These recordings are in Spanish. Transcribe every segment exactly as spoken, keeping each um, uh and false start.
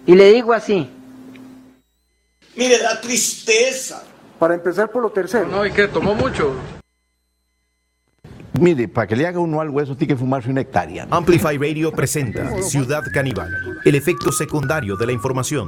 Y le digo así. Mire, la tristeza. Para empezar por lo tercero. No, ¿y qué? ¿Tomó mucho? Mire, para que le haga uno algo eso, tiene que fumarse una hectárea, ¿no? Amplify Radio presenta Ciudad Caníbal, el efecto secundario de la información.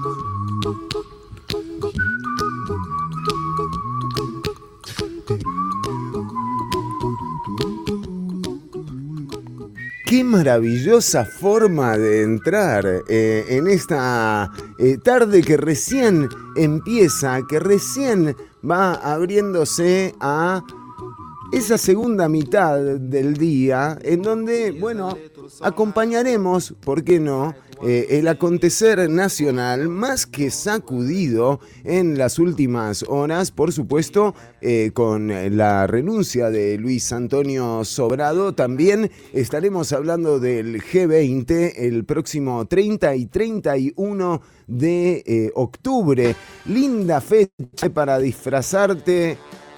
Qué maravillosa forma de entrar eh, en esta eh, tarde que recién empieza, que recién va abriéndose a esa segunda mitad del día, en donde, bueno, acompañaremos, ¿por qué no?, eh, el acontecer nacional más que sacudido en las últimas horas, por supuesto, eh, con la renuncia de Luis Antonio Sobrado. También estaremos hablando del G veinte el próximo treinta y treinta y uno de eh, octubre. Linda fecha para disfrazarte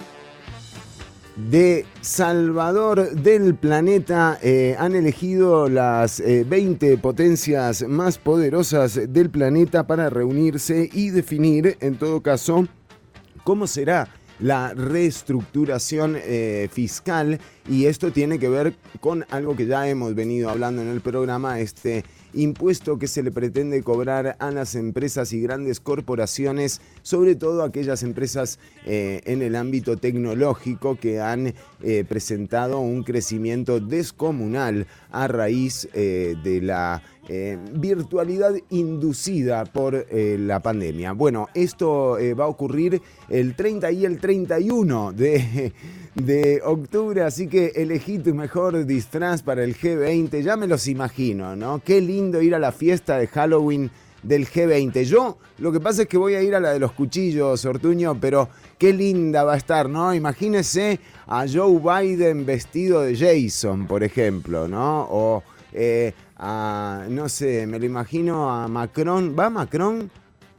de Salvador del planeta. Eh, han elegido las eh, veinte potencias más poderosas del planeta para reunirse y definir, en todo caso, cómo será la reestructuración eh, fiscal, y esto tiene que ver con algo que ya hemos venido hablando en el programa, este impuesto que se le pretende cobrar a las empresas y grandes corporaciones, sobre todo aquellas empresas eh, en el ámbito tecnológico que han eh, presentado un crecimiento descomunal a raíz eh, de la eh, virtualidad inducida por eh, la pandemia. Bueno, esto eh, va a ocurrir el treinta y el treinta y uno de... de octubre, así que elegí tu mejor disfraz para el G veinte, ya me los imagino, ¿no? Qué lindo ir a la fiesta de Halloween del G veinte. Yo, lo que pasa es que voy a ir a la de los cuchillos, Ortuño, pero qué linda va a estar, ¿no? Imagínese a Joe Biden vestido de Jason, por ejemplo, ¿no? O eh, a, no sé, me lo imagino a Macron. ¿Va Macron?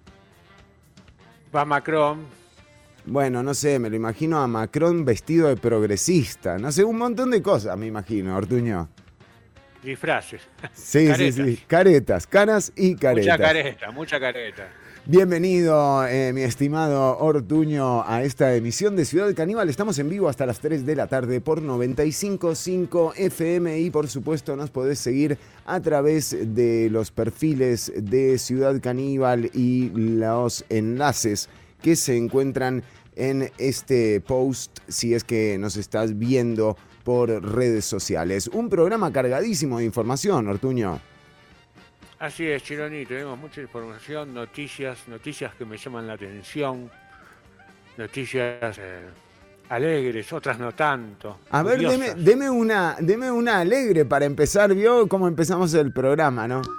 Va Macron. Bueno, no sé, me lo imagino a Macron vestido de progresista. No sé, un montón de cosas, me imagino, Ortuño. Disfraces. Sí, sí, sí. Caretas, caras y caretas. Mucha careta, mucha careta. Bienvenido, eh, mi estimado Ortuño, a esta emisión de Ciudad Caníbal. Estamos en vivo hasta las tres de la tarde por noventa y cinco punto cinco F M y, por supuesto, nos podés seguir a través de los perfiles de Ciudad Caníbal y los enlaces que se encuentran en este post, si es que nos estás viendo por redes sociales. Un programa cargadísimo de información, Ortuño. Así es, Chironi, tenemos mucha información, noticias, noticias que me llaman la atención, noticias eh, alegres, otras no tanto. A ver, deme, deme, una, deme una alegre para empezar, ¿vio cómo empezamos el programa, no?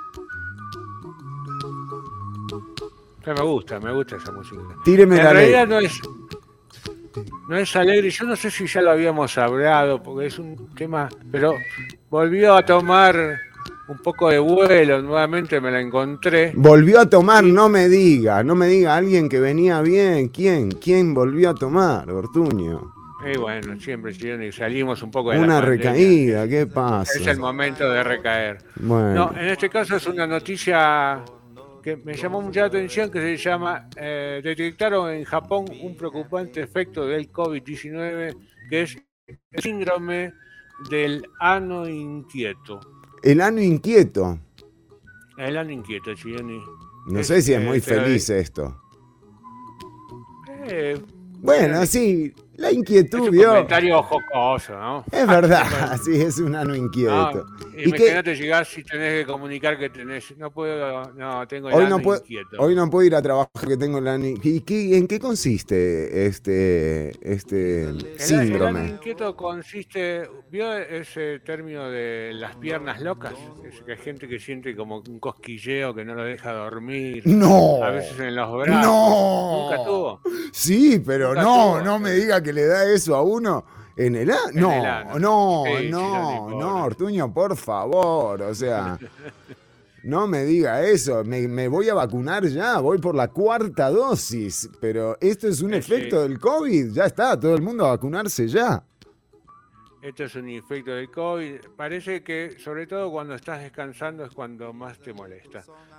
Me gusta, me gusta esa música. Tíreme en la realidad no es, no es alegre, yo no sé si ya lo habíamos hablado, porque es un tema, pero volvió a tomar un poco de vuelo, nuevamente me la encontré. Volvió a tomar, no me diga, no me diga alguien que venía bien. ¿Quién? ¿Quién volvió a tomar, Ortuño? Y bueno, siempre salimos un poco de una la recaída, pandemia. ¿qué pasa? Es el momento de recaer. Bueno. No, en este caso es una noticia que me llamó mucha atención, que se llama, eh, detectaron en Japón un preocupante efecto del COVID diecinueve, que es el síndrome del ano inquieto. El ano inquieto. El ano inquieto, Chironi. No sé si es muy feliz esto. Eh, bueno, sí, la inquietud, es un vio. comentario jocoso, ¿no? Es verdad, sí, es un ano inquieto. No, imagínate llegar si tenés que comunicar que tenés, no puedo, no, tengo el hoy ano no puedo, inquieto. Hoy no puedo ir a trabajar que tengo el ano inquieto. ¿Y qué, en qué consiste este, este el, síndrome? El ano inquieto consiste, ¿vio ese término de las piernas locas? Es que hay gente que siente como un cosquilleo que no lo deja dormir. No. A veces en los brazos. No. ¿Nunca tuvo? Sí, pero Nunca no, tuvo. no me diga que le da eso a uno. ¿En el ano? No, el ano. no, Sí, no, sí, no, Ortuño, por favor, o sea, no me diga eso, me, me voy a vacunar ya, voy por la cuarta dosis, pero esto es un Sí, efecto sí. del COVID, ya está, todo el mundo a vacunarse ya. Esto es un efecto del COVID. Parece que, sobre todo cuando estás descansando, es cuando más te molesta.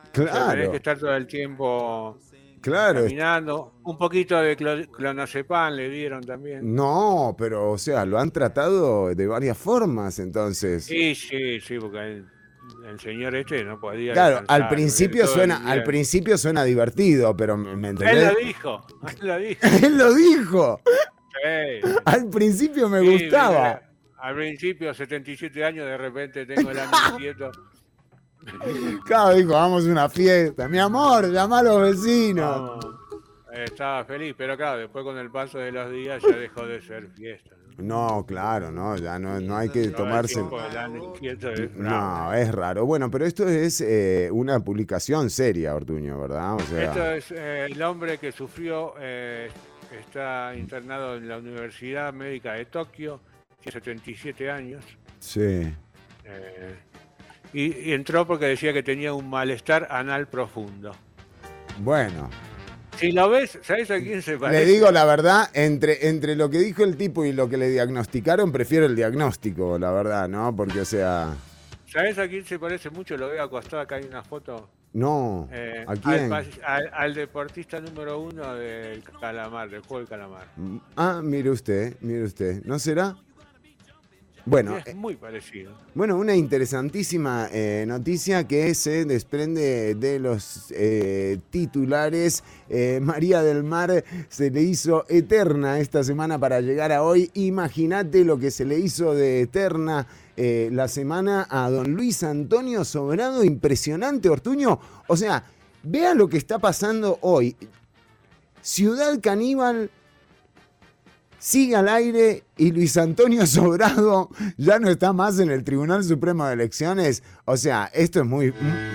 Claro. O sea, tenés que estar todo el tiempo Claro. caminando. Un poquito de clo- clonazepam le dieron también. No, pero o sea, lo han tratado de varias formas, entonces. Sí, sí, sí, porque el, el señor este no podía. Claro, descansar, al principio todo el suena, día. al principio suena divertido, pero me, me Él entendés. lo dijo, él lo dijo. Él lo dijo. Sí. Al principio me Sí, gustaba. mira, al principio, setenta y siete años, de repente tengo el año inquieto. Claro, dijo, vamos a una fiesta. Mi amor, llama a los vecinos. No, estaba feliz, pero claro, después con el paso de los días ya dejó de ser fiesta. ¿no? No, claro, no, ya no, no hay que Todo el tomarse. tiempo el año inquieto es bravo. No, es raro. Bueno, pero esto es eh, una publicación seria, Ortuño, ¿verdad? O sea, Esto es eh, el hombre que sufrió, eh, está internado en la Universidad Médica de Tokio, tiene setenta y siete años, sí. eh, y, y entró porque decía que tenía un malestar anal profundo. Bueno, Si lo ves, ¿sabes a quién se parece? le digo la verdad, entre, entre lo que dijo el tipo y lo que le diagnosticaron, prefiero el diagnóstico, la verdad, ¿no? Porque, o sea, ¿Sabes a quién se parece mucho? Lo veo acostado, acá hay una foto. no. eh, ¿A quién? Al, pas- al- al deportista número uno del calamar, del juego del calamar. Ah, mire usted, mire usted. ¿No será? Bueno, Es muy parecido. Bueno, una interesantísima eh, noticia que se desprende de los eh, titulares. Eh, María del Mar se le hizo eterna esta semana para llegar a hoy. Imagínate lo que se le hizo de eterna eh, la semana a don Luis Antonio Sobrado. Impresionante, Ortuño. O sea, vea lo que está pasando hoy. Ciudad Caníbal sigue al aire y Luis Antonio Sobrado ya no está más en el Tribunal Supremo de Elecciones. O sea, esto es muy...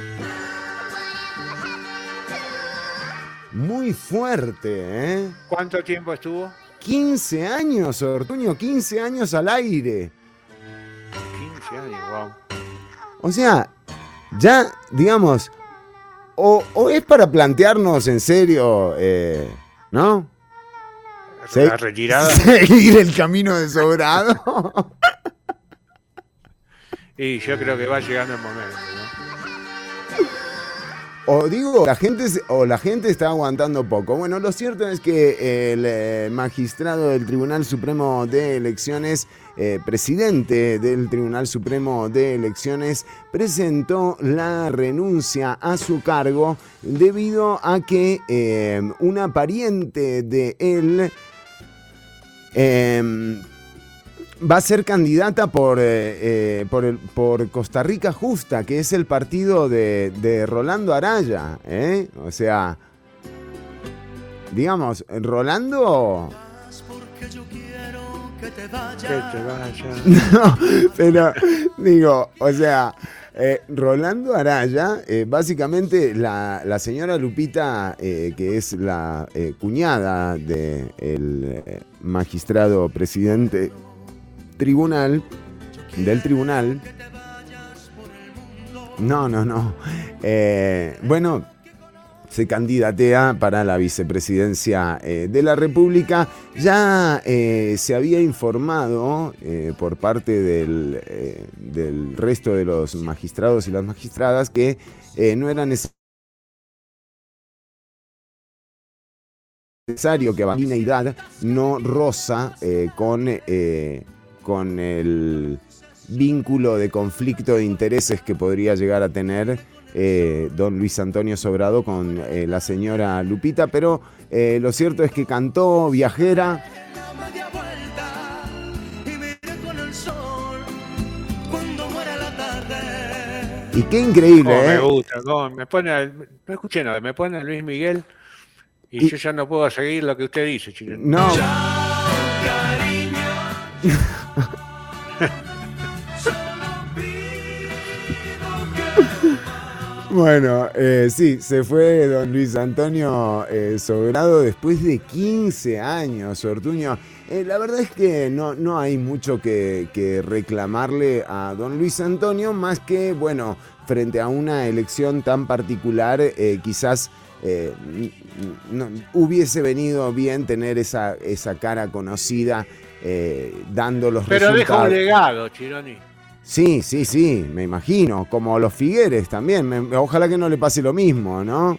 Muy fuerte, ¿eh? ¿Cuánto tiempo estuvo? quince años, Ortuño, quince años al aire. quince años, wow. O sea, ya, digamos, o, o es para plantearnos en serio, eh, ¿no? Se- La retirada. Seguir el camino de Sobrado. Y yo creo que va llegando el momento, ¿no? O digo, la gente, se- o la gente está aguantando poco. Bueno, lo cierto es que el eh, magistrado del Tribunal Supremo de Elecciones, eh, presidente del Tribunal Supremo de Elecciones, presentó la renuncia a su cargo debido a que eh, una pariente de él eh, va a ser candidata por, eh, eh, por, el- por Costa Rica Justa, que es el partido de, de Rolando Araya, ¿eh? O sea, digamos, Rolando... Que te vaya. No, pero digo, o sea, eh, Rolando Araya, eh, básicamente la, la señora Lupita, eh, que es la eh, cuñada del eh, magistrado presidente tribunal, del tribunal. No, no, no. Eh, bueno, se candidatea para la vicepresidencia eh, de la República. Ya eh, se había informado eh, por parte del, eh, del resto de los magistrados y las magistradas que eh, no era necesario que Balineidad no roza eh, con, eh, con el vínculo de conflicto de intereses que podría llegar a tener Eh, don Luis Antonio Sobrado con eh, la señora Lupita, pero eh, lo cierto es que cantó Viajera. Y qué increíble, Cómo me ¿eh? gusta, cómo me pone, al- me escuché, no, me pone a Luis Miguel y, Y- yo ya no puedo seguir lo que usted dice, chileno. No. Bueno, eh, sí, se fue don Luis Antonio eh, Sobrado después de quince años, Ortuño. Eh, la verdad es que no, no hay mucho que, que reclamarle a don Luis Antonio, más que, bueno, frente a una elección tan particular, eh, quizás eh, n- no, hubiese venido bien tener esa, esa cara conocida eh, dando los Pero deja resultados. un legado, Chironi. Sí, sí, sí, me imagino. Como los Figueres también. Me, ojalá que no le pase lo mismo, ¿no?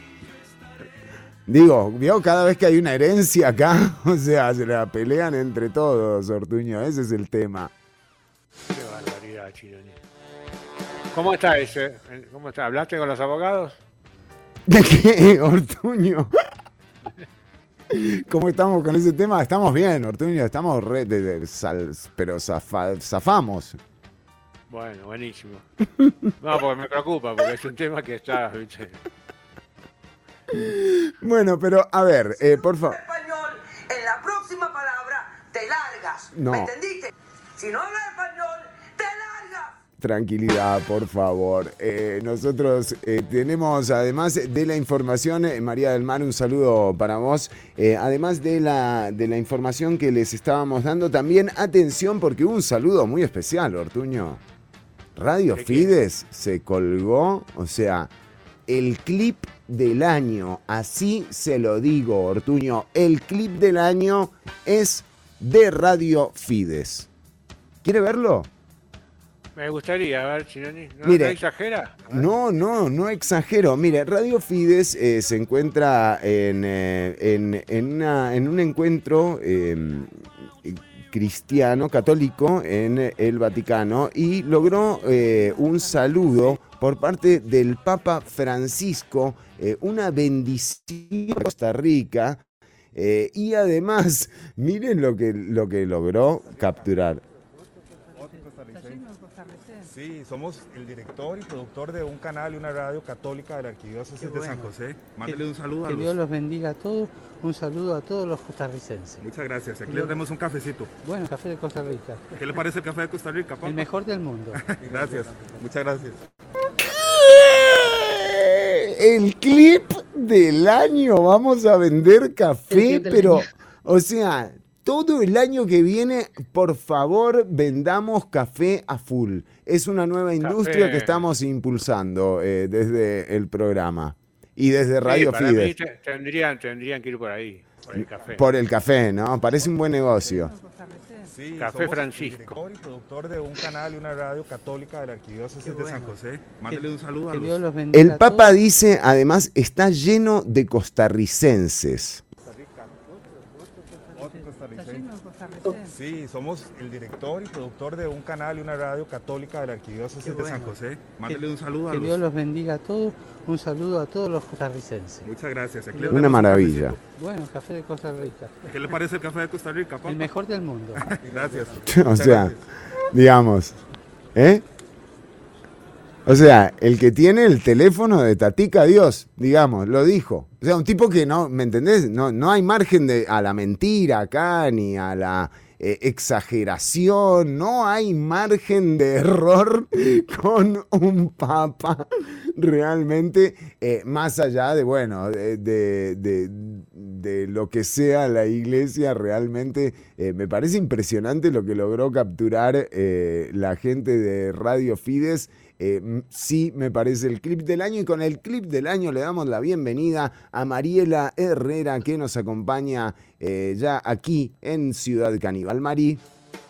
Digo, ¿vio? Cada vez que hay una herencia acá, o sea, se la pelean entre todos, Ortuño. Ese es el tema. Qué barbaridad, Chironi. ¿Cómo está ese? ¿Cómo está? ¿Hablaste con los abogados? ¿De qué, Ortuño? ¿Cómo estamos con ese tema? Estamos bien, Ortuño. Estamos re de, de, sal, pero zafa, zafamos. Bueno, buenísimo. No, porque me preocupa, porque es un tema que está... ¿viste? Bueno, pero a ver, eh, por favor. Español, en la próxima palabra te largas. No. ¿Me entendiste? Si no hablas español, te largas. Tranquilidad, por favor. Eh, nosotros eh, tenemos, además de la información, eh, María del Mar, un saludo para vos. Eh, además de la, de la información que les estábamos dando, también atención porque hubo un saludo muy especial, Ortuño. Radio Fides se colgó, o sea, el clip del año, así se lo digo, Ortuño, el clip del año es de Radio Fides. ¿Quiere verlo? Me gustaría, a ver, Chironi. ¿No, Mire, ¿no exagera? No, no, no exagero. Mire, Radio Fides eh, se encuentra en, eh, en, en, una, en un encuentro eh, cristiano, católico, en el Vaticano y logró eh, un saludo por parte del Papa Francisco, eh, una bendición a Costa Rica eh, y además, miren lo que, lo que logró capturar. Sí, somos el director y productor de un canal y una radio católica de la Arquidiócesis bueno. de San José. Mándele un saludo a Que los... Dios los bendiga a todos. Un saludo a todos los costarricenses. Muchas gracias. Aquí les damos un cafecito. Bueno, café de Costa Rica. ¿Qué le parece el café de Costa Rica, papá? El mejor del mundo. Gracias. Muchas gracias. El clip del año. Vamos a vender café, pero, año. o sea, todo el año que viene, por favor, vendamos café a full. Es una nueva industria café. que estamos impulsando eh, desde el programa y desde Radio sí, Fides. Tendrían, tendrían que ir por ahí, por el café. Por el café, ¿no? Parece un buen negocio. Sí, Café Francisco. Director y productor de un canal y una radio católica de la Arquidiócesis bueno. de San José. Mándele un saludo que a Dios los... los bendiga. El Papa dice, además, está lleno de costarricenses. Sí, somos el director y productor de un canal y una radio católica de la Arquidiócesis bueno. de San José. Mándele un saludo a que los... Dios los bendiga a todos. Un saludo a todos los costarricenses. Muchas gracias. Aquí Una maravilla. Un bueno, café de Costa Rica. ¿Qué le parece el café de Costa Rica, papá? El mejor del mundo. Gracias. o sea, gracias. digamos, ¿eh? O sea, el que tiene el teléfono de Tatica Dios, digamos, lo dijo. O sea, un tipo que no, ¿me entendés? No, no hay margen de, a la mentira acá, ni a la eh, exageración, no hay margen de error con un papa realmente, eh, más allá de, bueno, de, de, de, de lo que sea la iglesia, realmente eh, me parece impresionante lo que logró capturar eh, la gente de Radio Fides. Eh, sí, me parece el clip del año y con el clip del año le damos la bienvenida a Mariela Herrera que nos acompaña eh, ya aquí en Ciudad Caníbal. Mari.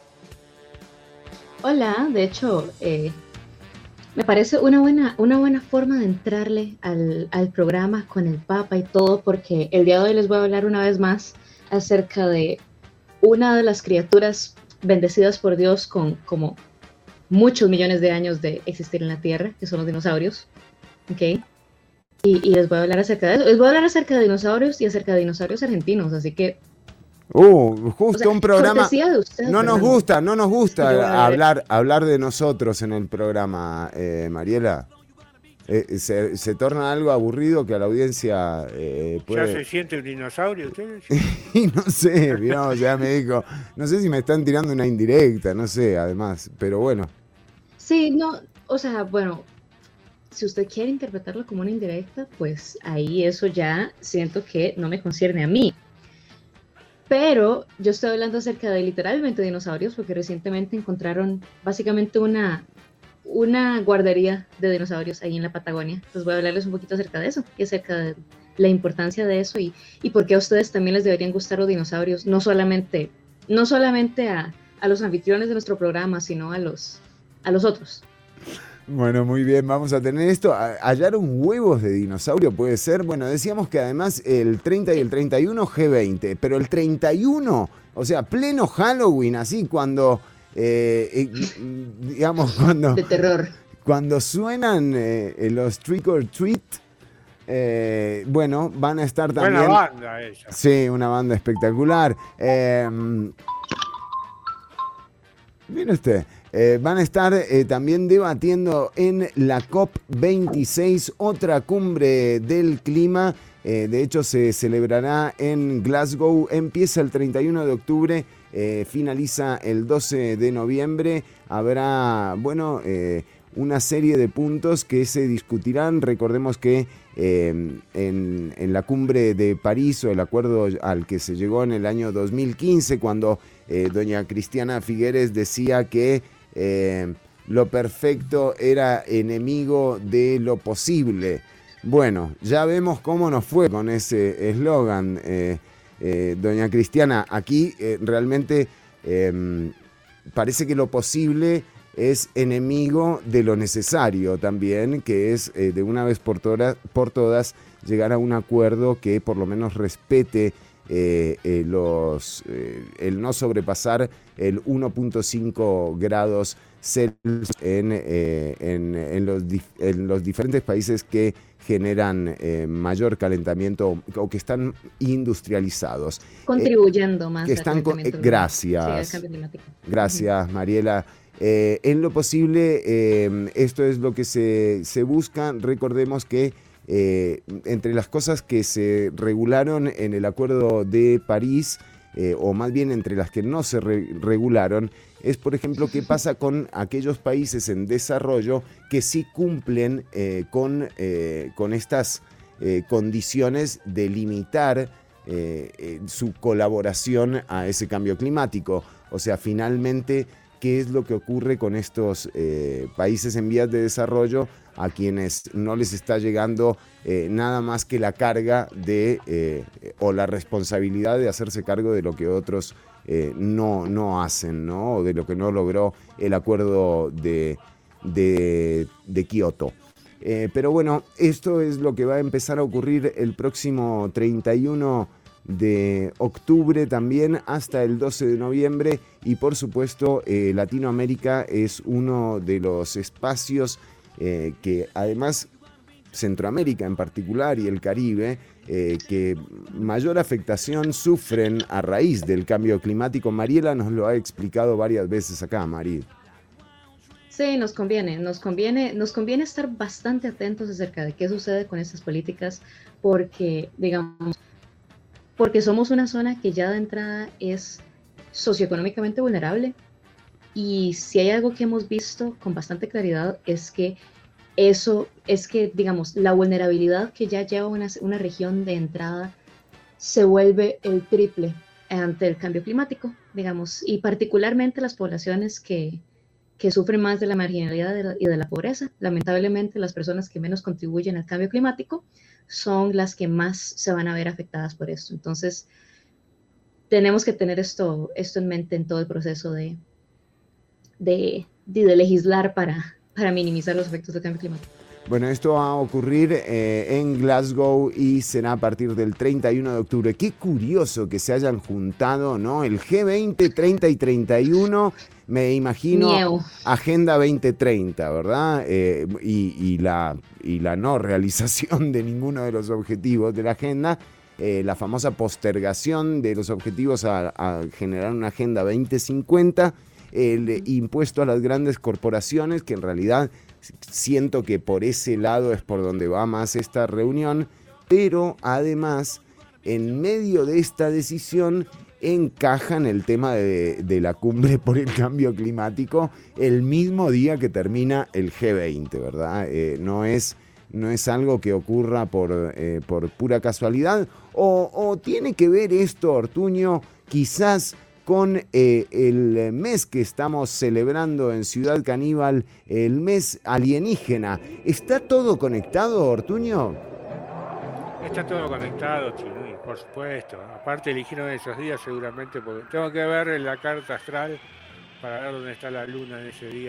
Hola, de hecho, eh, me parece una buena, una buena forma de entrarle al, al programa con el Papa y todo, porque el día de hoy les voy a hablar una vez más acerca de una de las criaturas bendecidas por Dios con como muchos millones de años de existir en la Tierra, que son los dinosaurios, ¿ok? Y, y les voy a hablar acerca de eso. Les voy a hablar acerca de dinosaurios y acerca de dinosaurios argentinos, así que... Uh, justo o sea, un programa... De usted, no nos Fernando. gusta, no nos gusta hablar, hablar de nosotros en el programa, eh, Mariela. Eh, se, se torna algo aburrido que a la audiencia eh, puede... ¿Ya se siente un dinosaurio ustedes? Y no sé, ¿no? O sea, me dijo, no sé si me están tirando una indirecta, no sé, además, pero bueno. Sí, no, o sea, bueno, si usted quiere interpretarlo como una indirecta, pues ahí eso ya siento que no me concierne a mí. Pero yo estoy hablando acerca de literalmente dinosaurios, porque recientemente encontraron básicamente una... una guardería de dinosaurios ahí en la Patagonia. Entonces voy a hablarles un poquito acerca de eso y acerca de la importancia de eso y, y por qué a ustedes también les deberían gustar los dinosaurios, no solamente, no solamente a, a los anfitriones de nuestro programa, sino a los, a los otros. Bueno, muy bien, vamos a tener esto. ¿Hallaron huevos de dinosaurio? Puede ser. Bueno, decíamos que además el treinta y el treinta y uno G veinte, pero el treinta y uno, o sea, pleno Halloween, así cuando, eh, eh, digamos, cuando... De terror. Cuando suenan eh, los Trick or Treat, eh, bueno, van a estar también... Buena banda esa. Sí, una banda espectacular. Eh, mire usted, eh, van a estar eh, también debatiendo en la COP veintiséis, otra cumbre del clima. Eh, de hecho, se celebrará en Glasgow. Empieza el treinta y uno de octubre, eh, finaliza el doce de noviembre. Habrá, bueno... Eh, una serie de puntos que se discutirán. Recordemos que eh, en, en la cumbre de París, o el acuerdo al que se llegó en el año dos mil quince, cuando eh, doña Cristiana Figueres decía que eh, lo perfecto era enemigo de lo posible. Bueno, ya vemos cómo nos fue con ese eslogan, eh, eh, doña Cristiana. Aquí eh, realmente eh, parece que lo posible es enemigo de lo necesario también, que es eh, de una vez por, toda, por todas llegar a un acuerdo que por lo menos respete eh, eh, los, eh, el no sobrepasar el uno punto cinco grados Celsius en, eh, en, en, los, en los diferentes países que generan eh, mayor calentamiento o que están industrializados. Contribuyendo eh, más que están al calentamiento con, eh, Gracias. Sí, al cambio climático. Gracias, Mariela. Eh, en lo posible, eh, esto es lo que se, se busca. Recordemos que eh, entre las cosas que se regularon en el Acuerdo de París, eh, o más bien entre las que no se re regularon, es, por ejemplo, qué pasa con aquellos países en desarrollo que sí cumplen eh, con, eh, con estas eh, condiciones de limitar eh, eh, su colaboración a ese cambio climático. O sea, finalmente, ¿qué es lo que ocurre con estos eh, países en vías de desarrollo a quienes no les está llegando eh, nada más que la carga de eh, o la responsabilidad de hacerse cargo de lo que otros eh, no, no hacen, ¿no? O de lo que no logró el acuerdo de, de, de Kioto? Eh, pero bueno, esto es lo que va a empezar a ocurrir el próximo treinta y uno de octubre también hasta el doce de noviembre, y por supuesto eh, Latinoamérica es uno de los espacios eh, que además Centroamérica en particular y el Caribe eh, que mayor afectación sufren a raíz del cambio climático. Mariela nos lo ha explicado varias veces acá, Mari. Sí, nos conviene, nos conviene, nos conviene estar bastante atentos acerca de qué sucede con estas políticas, porque digamos porque somos una zona que ya de entrada es socioeconómicamente vulnerable, y si hay algo que hemos visto con bastante claridad es que eso es que, digamos, la vulnerabilidad que ya lleva una, una región de entrada se vuelve el triple ante el cambio climático, digamos, y particularmente las poblaciones que, que sufren más de la marginalidad de la, y de la pobreza. Lamentablemente, las personas que menos contribuyen al cambio climático son las que más se van a ver afectadas por esto. Entonces, tenemos que tener esto, esto en mente en todo el proceso de, de, de legislar para, para minimizar los efectos del cambio climático. Bueno, esto va a ocurrir eh, en Glasgow y será a partir del treinta y uno de octubre. Qué curioso que se hayan juntado, ¿no? El G veinte, treinta y treinta y uno, me imagino, Mieu. Agenda veinte treinta, ¿verdad? Eh, y, y, la, y la no realización de ninguno de los objetivos de la agenda, eh, la famosa postergación de los objetivos a, a generar una Agenda veinte cincuenta, el impuesto a las grandes corporaciones, que en realidad siento que por ese lado es por donde va más esta reunión, pero además en medio de esta decisión encajan el tema de, de la cumbre por el cambio climático el mismo día que termina el G veinte, ¿verdad? Eh, no es, no es algo que ocurra por, eh, por pura casualidad, o, o tiene que ver esto, Ortuño, quizás con eh, el mes que estamos celebrando en Ciudad Caníbal, el mes alienígena. ¿Está todo conectado, Ortuño? Está todo conectado, Chinuy, por supuesto. Aparte eligieron esos días seguramente porque tengo que ver la carta astral para ver dónde está la luna en ese día.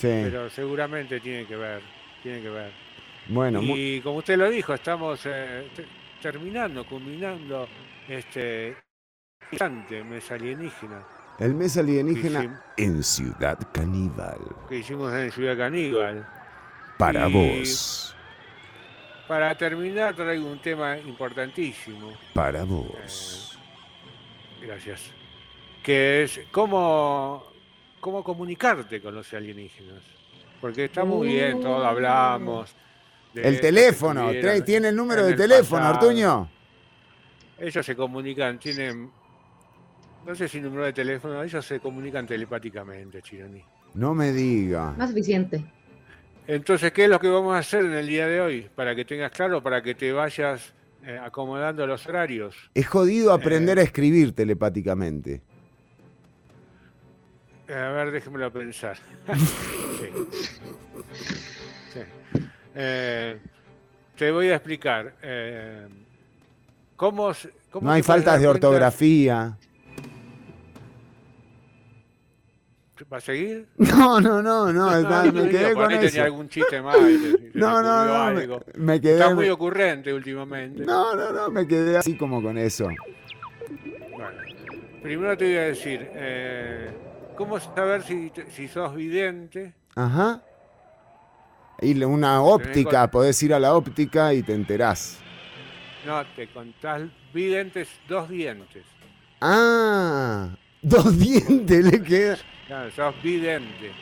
Sí. Pero seguramente tiene que ver, tiene que ver. Bueno, y muy... como usted lo dijo, estamos eh, te- terminando, culminando este instante mes alienígena el mes alienígena hicimos- en Ciudad Caníbal. que hicimos en Ciudad Caníbal. Para Y vos, Para terminar traigo un tema importantísimo. para vos. Gracias. Que es cómo, cómo comunicarte con los alienígenas. Porque está muy bien, todos hablamos. de El esto que teléfono, tuvieron trae- tiene el número en de el teléfono, pasado. Ortuño. Ellos se comunican, tienen, no sé si número de teléfono, ellos se comunican telepáticamente, Chironi. No me diga. Más eficiente. Entonces, ¿qué es lo que vamos a hacer en el día de hoy? Para que tengas claro, para que te vayas eh, acomodando los horarios. Es jodido aprender Eh. a escribir telepáticamente. Eh, A ver, déjemelo pensar. Sí. Sí. Eh, te voy a explicar. eh, ¿Cómo, se- cómo No hay te puedes faltas dar de cuenta- ortografía. ¿Va a seguir? No, no, no, no, está- No, me digo, quedé por con ahí tenía eso. algún chiste más. y se- se te No, no, ocurrió no, me, algo. me quedé. Está muy me- ocurrente últimamente. No, no, no, me quedé así como con eso. Bueno, primero te voy a decir, eh, ¿cómo saber si, te- si sos vidente? Ajá. Y le- una óptica, podés ir a la óptica y te enterás. No, te contás videntes, dos dientes. Ah, dos dientes le queda. Claro, sos vidente.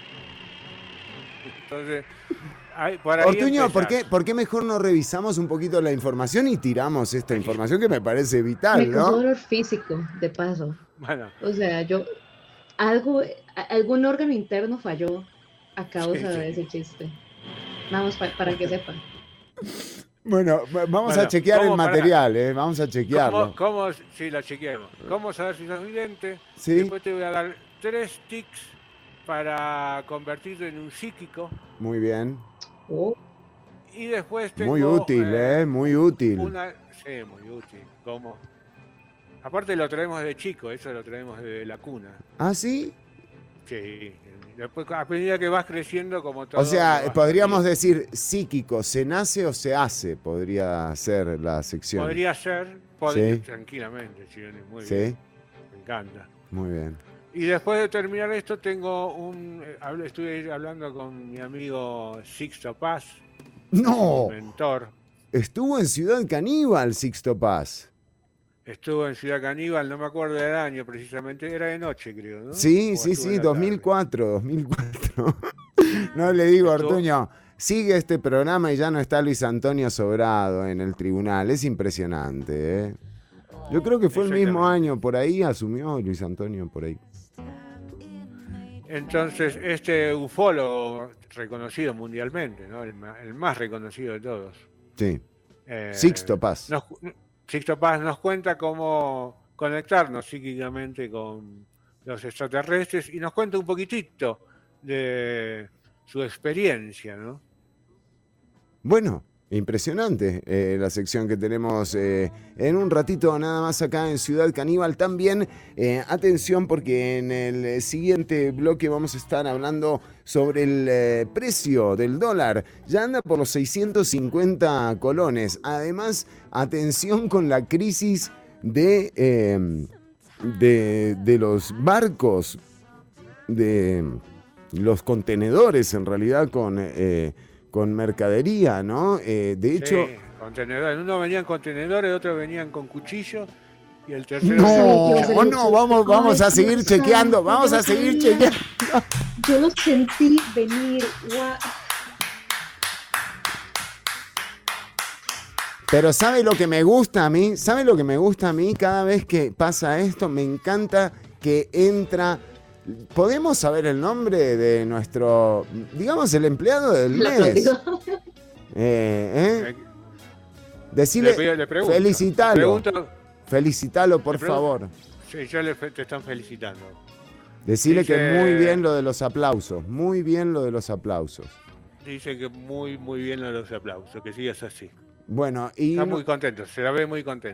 Entonces, ahí- por ahí Ortuño, ¿por empezás. qué, ¿por qué mejor no revisamos un poquito la información y tiramos esta información que me parece Me vital, causó ¿no? dolor físico, de paso. Bueno, O sea, yo, algo, a- algún órgano interno falló a causa Sí, sí. de ese chiste. Vamos, pa- para que sepan. Bueno, va- vamos Bueno, a chequear el ¿cómo? Pará. material, ¿eh? Vamos a ¿cómo, chequearlo. cómo, sí, la chequeemos. ¿Cómo saber si sos vidente? Sí. Después te voy a dar tres tics para convertirte en un psíquico. Muy bien. Oh, Y después tengo... Muy útil, ¿eh? Muy útil. Una, sí, muy útil. ¿Cómo? Aparte lo traemos de chico, eso lo traemos de la cuna. ¿Ah, sí? Sí. Después, a medida que vas creciendo, como todo. O sea, lo vas podríamos aprendiendo. decir psíquico, ¿se nace o se hace? Podría ser la sección. Podría ser, podría, Sí. tranquilamente, Chironi, muy Sí. bien. Me encanta. Muy bien. Y después de terminar esto, tengo un. eh, hablo- Estuve hablando con mi amigo Sixto Paz, ¡No! mi mentor. Estuvo en Ciudad Caníbal, Sixto Paz. Estuvo en Ciudad Caníbal, no me acuerdo del año precisamente, era de noche, creo, ¿no? Sí, O sí, estuvo en sí, la dos tarde. mil cuatro, dos mil cuatro. No le digo, Estuvo- Ortuño, sigue este programa y ya no está Luis Antonio Sobrado en el tribunal. Es impresionante, ¿eh? Yo creo que fue el mismo Exactamente. año, por ahí asumió Luis Antonio, por ahí. Entonces, este ufólogo reconocido mundialmente, ¿no? El, ma- el más reconocido de todos. Sí. eh, Sixto Paz. nos- Sixto Paz nos cuenta cómo conectarnos psíquicamente con los extraterrestres y nos cuenta un poquitito de su experiencia, ¿no? Bueno, impresionante eh, la sección que tenemos eh, en un ratito nada más acá en Ciudad Caníbal. También, eh, atención, porque en el siguiente bloque vamos a estar hablando sobre el eh, precio del dólar. Ya anda por los seiscientos cincuenta colones. Además, atención con la crisis de, eh, de, de los barcos, de los contenedores, en realidad, con... eh, con mercadería, ¿no? Eh, de hecho... Sí, contenedores. Uno venían contenedores, otros venían con cuchillos y el tercero... Sabía que iba a No, ser oh, el no, chiste. vamos, vamos Ay, a seguir Dios chequeando, santo, vamos yo a lo seguir sabía. chequeando. Yo lo sentí venir. Guau. Pero ¿sabe lo que me gusta a mí? ¿Sabe lo que me gusta a mí? Cada vez que pasa esto, me encanta que entra... ¿Podemos saber el nombre de nuestro, digamos, el empleado del Lo mes? contigo. Eh, ¿eh? Le, Decile, pido- le pregunto. felicitalo, Le pregunto- felicitalo, por le pregunto- favor. Sí, ya le fe- te están felicitando. Decile que Dice- muy bien lo de los aplausos, muy bien lo de los aplausos. Dice que muy, muy bien los aplausos, que sigas así. Bueno, y Está no- muy contento, se la ve muy contento.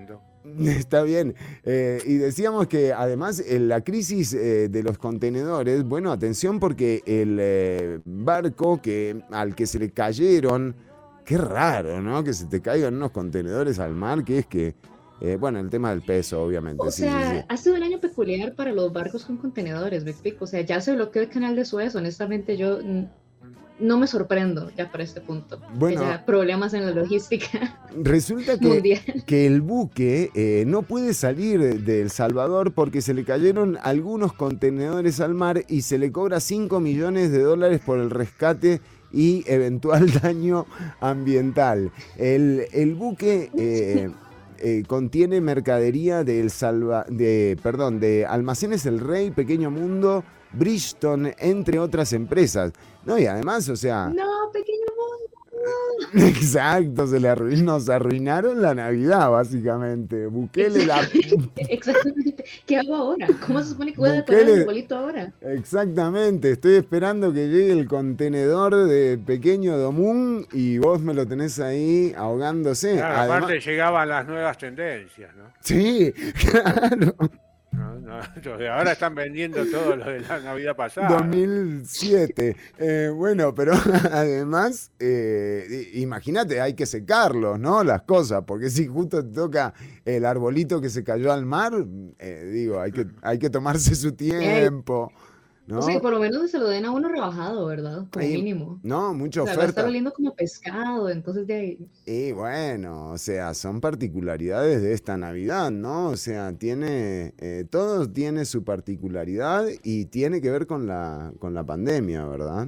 Está bien. Eh, y decíamos que además en la crisis eh, de los contenedores, bueno, atención porque el eh, barco que, al que se le cayeron, qué raro, ¿no? Que se te caigan unos contenedores al mar, que es que, eh, bueno, el tema del peso, obviamente. O sí, sea, sí, sí. ha sido un año peculiar para los barcos con contenedores, me explico. O sea, ya se bloqueó el canal de Suez, honestamente yo mm, no me sorprendo ya para este punto. Bueno, que haya problemas en la logística. Resulta que, que el buque eh, no puede salir de El Salvador porque se le cayeron algunos contenedores al mar y se le cobra cinco millones de dólares por el rescate y eventual daño ambiental. El, el buque eh, eh, contiene mercadería de, El Salva, de, perdón, de Almacenes El Rey, Pequeño Mundo, Bridgestone, entre otras empresas. No, y además, o sea... No, Pequeño Mundo. Exacto, se le arruin, nos arruinaron la Navidad, básicamente. Bukele la... Exactamente. ¿Qué hago ahora? ¿Cómo se supone que voy a decorar Bukele... el arbolito ahora? Exactamente, estoy esperando que llegue el contenedor de Pequeño Domún y vos me lo tenés ahí ahogándose. Claro, Además... aparte llegaban las nuevas tendencias, ¿no? Sí, claro. No, no, ahora están vendiendo todo lo de la Navidad pasada. dos mil siete. Eh, bueno, pero además, eh, imagínate, hay que secarlos, ¿no? Las cosas, porque si justo te toca el arbolito que se cayó al mar, eh, digo, hay que, hay que tomarse su tiempo, ¿no? O sea, que por lo menos se lo den a uno rebajado, ¿verdad? Como Ahí, mínimo. No, mucha o sea, va a oferta. estar oliendo como pescado, entonces de ahí... Y bueno, o sea, son particularidades de esta Navidad, ¿no? O sea, tiene, eh, todo tiene su particularidad y tiene que ver con la, con la pandemia, ¿verdad?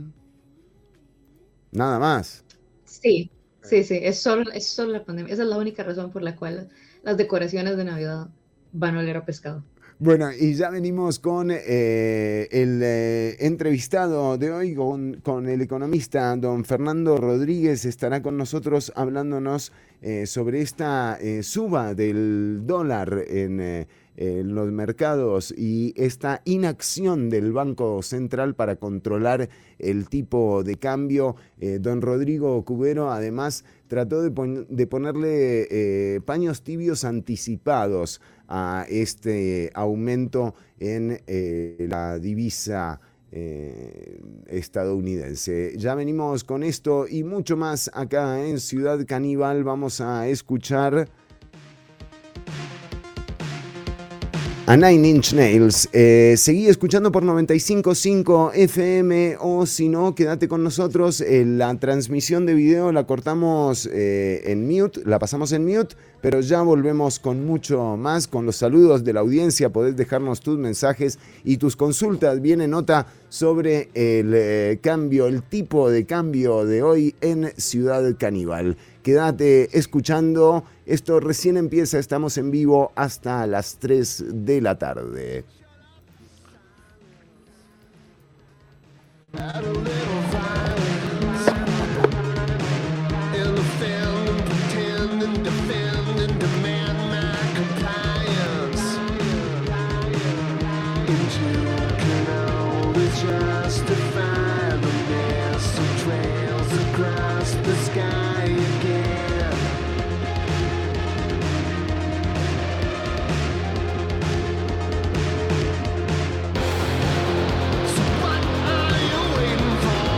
Nada más. Sí, sí, sí, es solo, es solo la pandemia. Esa es la única razón por la cual las decoraciones de Navidad van a oler a pescado. Bueno, y ya venimos con eh, el eh, entrevistado de hoy, con, con el economista don Fernando Rodríguez. Estará con nosotros hablándonos eh, sobre esta eh, suba del dólar en, eh, en los mercados y esta inacción del Banco Central para controlar el tipo de cambio. Eh, don Rodrigo Cubero además trató de, pon- de ponerle eh, paños tibios anticipados a este aumento en eh, la divisa eh, estadounidense. Ya venimos con esto y mucho más acá en Ciudad Caníbal. Vamos a escuchar a Nine Inch Nails. Eh, seguí escuchando por noventa y cinco punto cinco F M o si no, quédate con nosotros. Eh, la transmisión de video la cortamos eh, en mute, la pasamos en mute, pero ya volvemos con mucho más, con los saludos de la audiencia. Podés dejarnos tus mensajes y tus consultas. Viene nota sobre el eh, cambio, el tipo de cambio de hoy en Ciudad Caníbal. Quédate escuchando, esto recién empieza, estamos en vivo hasta las tres de la tarde. So what are you waiting for?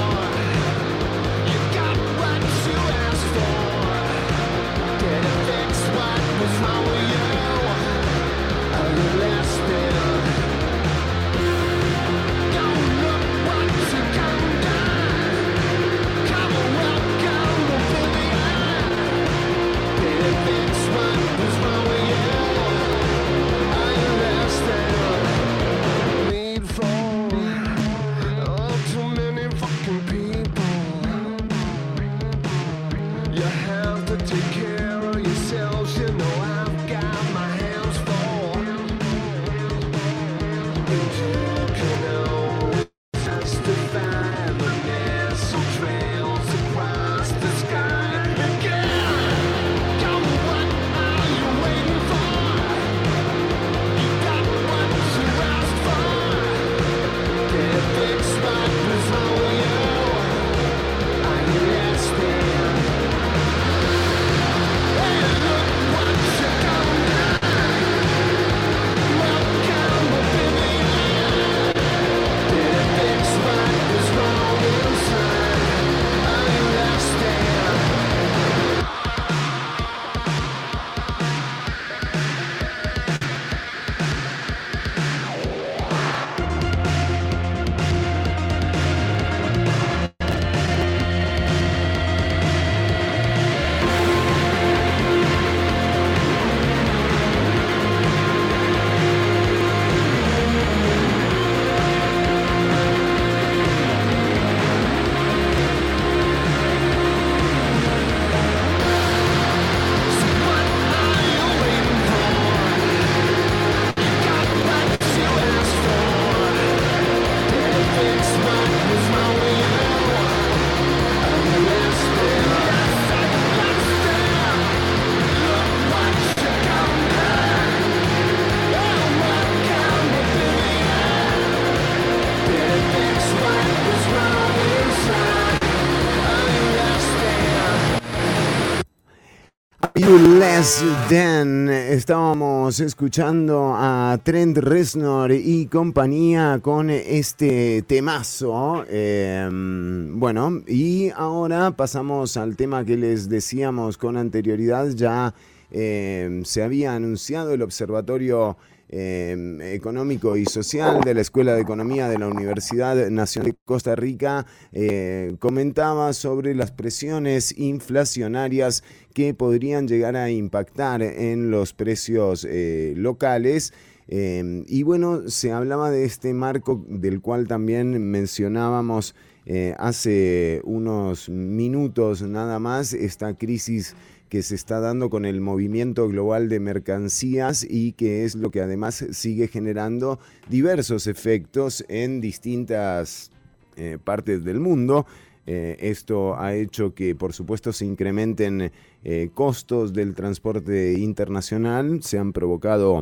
Less Than. Estábamos escuchando a Trent Reznor y compañía con este temazo. Eh, bueno, y ahora pasamos al tema que les decíamos con anterioridad. Ya eh, se había anunciado el Observatorio Eh, económico y social de la Escuela de Economía de la Universidad Nacional de Costa Rica. Eh, comentaba sobre las presiones inflacionarias que podrían llegar a impactar en los precios eh, locales. Eh, y bueno, se hablaba de este marco del cual también mencionábamos eh, hace unos minutos nada más, esta crisis que se está dando con el movimiento global de mercancías y que es lo que además sigue generando diversos efectos en distintas eh, partes del mundo. Eh, esto ha hecho que, por supuesto, se incrementen eh, costos del transporte internacional, se han provocado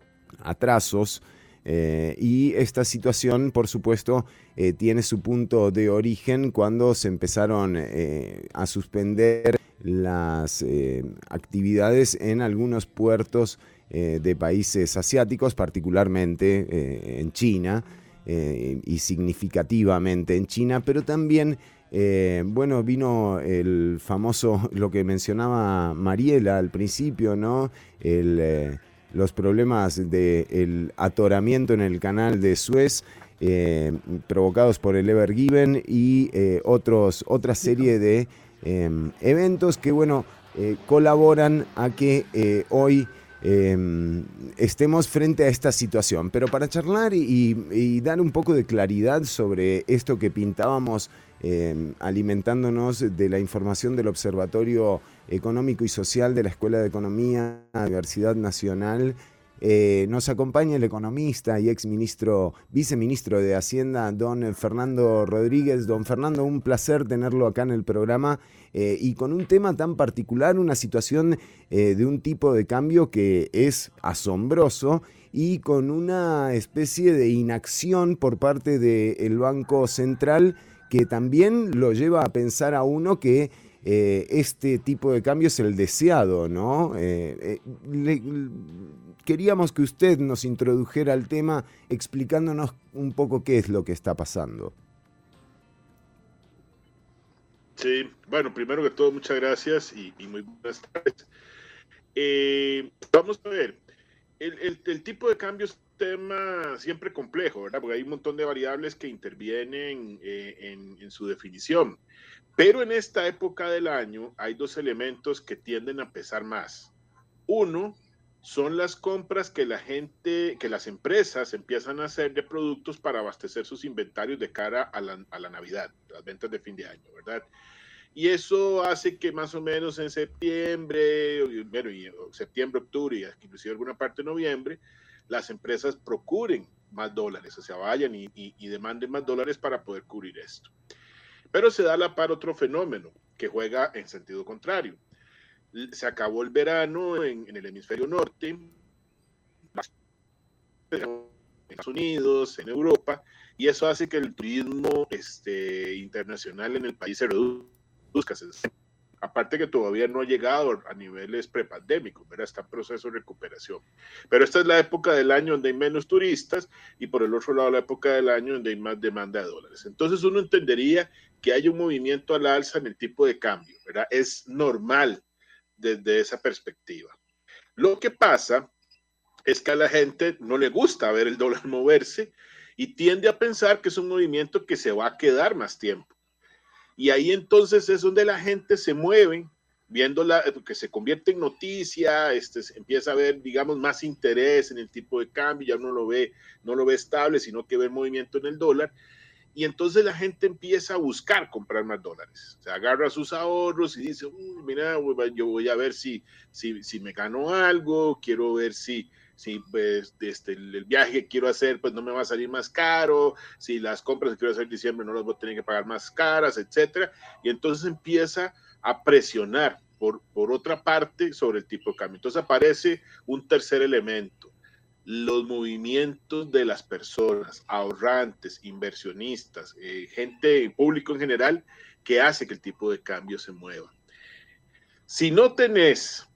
atrasos. Eh, y esta situación, por supuesto, eh, tiene su punto de origen cuando se empezaron eh, a suspender las eh, actividades en algunos puertos eh, de países asiáticos, particularmente eh, en China eh, y significativamente en China, pero también, eh, bueno, vino el famoso, lo que mencionaba Mariela al principio, ¿no? El... Eh, los problemas del atoramiento en el canal de Suez eh, provocados por el Ever Given y eh, otros, otra serie de eh, eventos que, bueno, eh, colaboran a que eh, hoy eh, estemos frente a esta situación. Pero para charlar y, y dar un poco de claridad sobre esto que pintábamos, eh, alimentándonos de la información del Observatorio Económico y Social de la Escuela de Economía de la Universidad Nacional, eh, nos acompaña el economista y ex ministro, viceministro de Hacienda, don Fernando Rodríguez. Don Fernando, un placer tenerlo acá en el programa eh, y con un tema tan particular, una situación eh, de un tipo de cambio que es asombroso y con una especie de inacción por parte del Banco Central que también lo lleva a pensar a uno que Eh, este tipo de cambio es el deseado, ¿no? Eh, eh, le, queríamos que usted nos introdujera al tema explicándonos un poco qué es lo que está pasando. Sí, bueno, primero que todo, muchas gracias y, y muy buenas tardes. Eh, vamos a ver, el, el, el tipo de cambio es un tema siempre complejo, ¿verdad? Porque hay un montón de variables que intervienen eh, en, en su definición. Pero en esta época del año hay dos elementos que tienden a pesar más. Uno son las compras que la gente, que las empresas empiezan a hacer de productos para abastecer sus inventarios de cara a la, a la Navidad, las ventas de fin de año, ¿verdad? Y eso hace que más o menos en septiembre, bueno, y septiembre, octubre y inclusive alguna parte de noviembre, las empresas procuren más dólares, o sea, vayan y, y, y demanden más dólares para poder cubrir esto. Pero se da a la par otro fenómeno que juega en sentido contrario. Se acabó el verano en, en el hemisferio norte, en Estados Unidos, en Europa, y eso hace que el turismo este, internacional en el país se reduzca. Aparte que todavía no ha llegado a niveles prepandémicos, ¿verdad? Está en proceso de recuperación. Pero esta es la época del año donde hay menos turistas y por el otro lado la época del año donde hay más demanda de dólares. Entonces uno entendería que hay un movimiento al alza en el tipo de cambio, ¿verdad? Es normal desde esa perspectiva. Lo que pasa es que a la gente no le gusta ver el dólar moverse y tiende a pensar que es un movimiento que se va a quedar más tiempo. Y ahí entonces es donde la gente se mueve, viéndola, que se convierte en noticia, este, empieza a ver, digamos, más interés en el tipo de cambio, ya no lo ve, no lo ve estable, sino que ve el movimiento en el dólar. Y entonces la gente empieza a buscar comprar más dólares. Se agarra sus ahorros y dice, uy, mira, yo voy a ver si, si, si me gano algo, quiero ver si... si pues, este, el viaje que quiero hacer pues no me va a salir más caro, si las compras que quiero hacer en diciembre no las voy a tener que pagar más caras, etcétera, y entonces empieza a presionar por, por otra parte sobre el tipo de cambio. Entonces aparece un tercer elemento, los movimientos de las personas, ahorrantes, inversionistas, eh, gente, público en general, que hace que el tipo de cambio se mueva. Si no tenés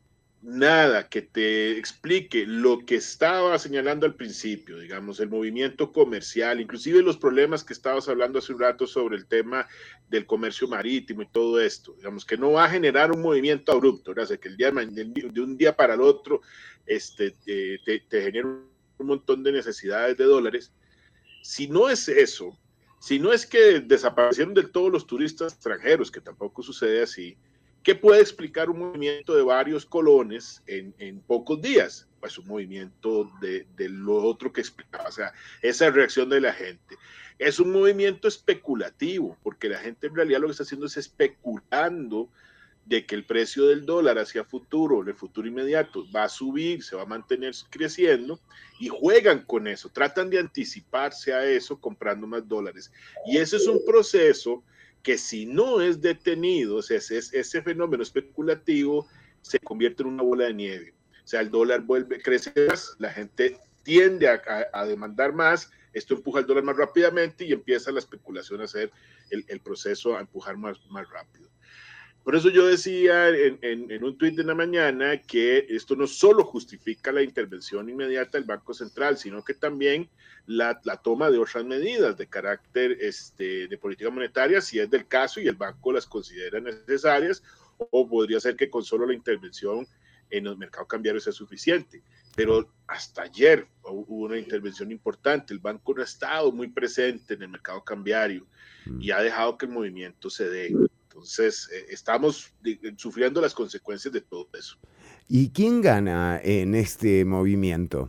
nada que te explique lo que estaba señalando al principio, digamos, el movimiento comercial, inclusive los problemas que estabas hablando hace un rato sobre el tema del comercio marítimo y todo esto, digamos, que no va a generar un movimiento abrupto, ¿verdad? O sea, que el día, de un día para el otro este, te, te, te genera un montón de necesidades de dólares. Si no es eso, si no es que desaparecieron del todo los turistas extranjeros, que tampoco sucede así, ¿qué puede explicar un movimiento de varios colones en, en pocos días? Pues un movimiento de, de lo otro que explicaba, o sea, esa reacción de la gente. Es un movimiento especulativo, porque la gente en realidad lo que está haciendo es especulando de que el precio del dólar hacia futuro, en el futuro inmediato, va a subir, se va a mantener creciendo, y juegan con eso, tratan de anticiparse a eso comprando más dólares. Y ese es un proceso que si no es detenido, o sea, ese, ese fenómeno especulativo se convierte en una bola de nieve. O sea, el dólar vuelve, crece más, la gente tiende a, a, a demandar más, esto empuja el dólar más rápidamente y empieza la especulación a hacer el, el proceso a empujar más, más rápido. Por eso yo decía en, en, en un tuit de la mañana que esto no solo justifica la intervención inmediata del Banco Central, sino que también la, la toma de otras medidas de carácter este, de política monetaria, si es del caso y el banco las considera necesarias, o podría ser que con solo la intervención en el mercado cambiario sea suficiente. Pero hasta ayer hubo una intervención importante, el banco no ha estado muy presente en el mercado cambiario y ha dejado que el movimiento se dé. Entonces, eh, estamos de, sufriendo las consecuencias de todo eso. ¿Y quién gana en este movimiento?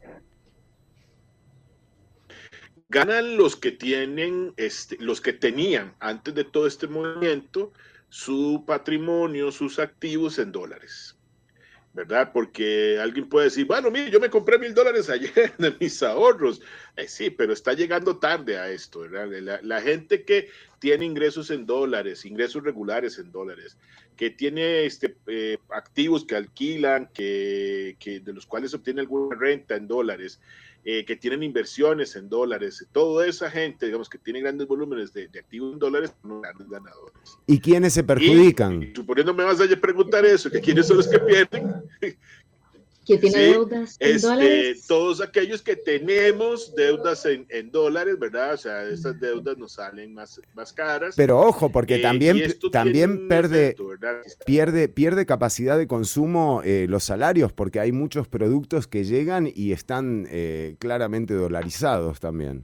Ganan los que tienen, este, los que tenían antes de todo este movimiento su patrimonio, sus activos en dólares, ¿verdad? Porque alguien puede decir, bueno, mire, yo me compré mil dólares ayer de mis ahorros. Eh, sí, pero está llegando tarde a esto, ¿verdad? La, la gente que tiene ingresos en dólares, ingresos regulares en dólares, que tiene este, eh, activos que alquilan, que, que de los cuales obtiene alguna renta en dólares, eh, que tienen inversiones en dólares, toda esa gente, digamos, que tiene grandes volúmenes de, de activos en dólares, son grandes ganadores. ¿Y quiénes se perjudican? Y, suponiendo me vas a preguntar eso, que quiénes son los que pierden. ¿Quién tiene sí, deudas en este, dólares? Todos aquellos que tenemos deudas en, en dólares, ¿verdad? O sea, esas deudas nos salen más, más caras. Pero ojo, porque Eh, también, y esto también tiene un pierde, efecto, ¿verdad? pierde, pierde capacidad de consumo eh, los salarios, porque hay muchos productos que llegan y están eh, claramente dolarizados también.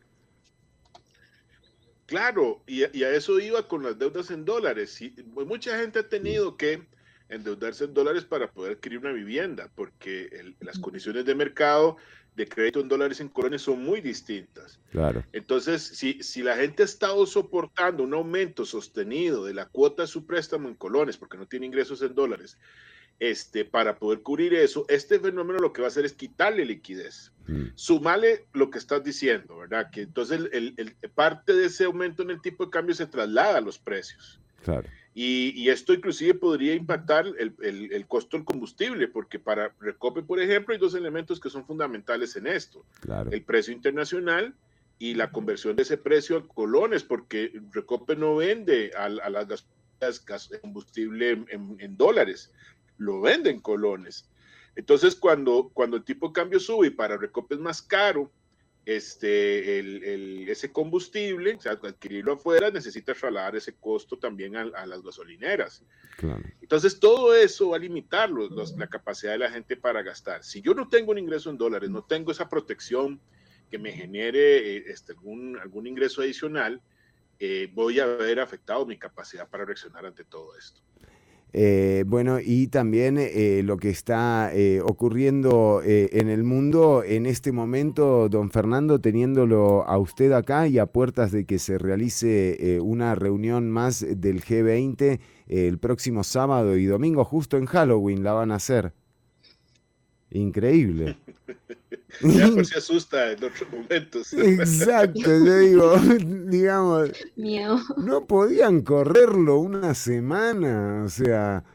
Claro, y, y a eso iba con las deudas en dólares. Y mucha gente ha tenido que endeudarse en dólares para poder adquirir una vivienda, porque el, las condiciones de mercado de crédito en dólares en colones son muy distintas. Claro. Entonces, si, si la gente ha estado soportando un aumento sostenido de la cuota de su préstamo en colones, porque no tiene ingresos en dólares, este, para poder cubrir eso, este fenómeno lo que va a hacer es quitarle liquidez. Mm. Sumale lo que estás diciendo, ¿verdad? Que entonces el, el, el, parte de ese aumento en el tipo de cambio se traslada a los precios. Claro. Y, y esto inclusive podría impactar el, el, el costo del combustible, porque para Recope, por ejemplo, hay dos elementos que son fundamentales en esto. Claro. El precio internacional y la conversión de ese precio a colones, porque Recope no vende a, a las gas, combustible en, en, en dólares, lo vende en colones. Entonces, cuando, cuando el tipo de cambio sube y para Recope es más caro, este, el, el, ese combustible, o sea, adquirirlo afuera, necesita trasladar ese costo también a, a las gasolineras. Claro. Entonces, todo eso va a limitar los, los, la capacidad de la gente para gastar. Si yo no tengo un ingreso en dólares, no tengo esa protección que me genere eh, este, algún, algún ingreso adicional, eh, voy a ver afectado mi capacidad para reaccionar ante todo esto. Eh, bueno, y también eh, lo que está eh, ocurriendo eh, en el mundo en este momento, don Fernando, teniéndolo a usted acá y a puertas de que se realice eh, una reunión más del G veinte eh, el próximo sábado y domingo, justo en Halloween la van a hacer. Increíble. Ya pues se asusta en otros momentos. Exacto, yo digo, digamos, Miau. no podían correrlo una semana, o sea,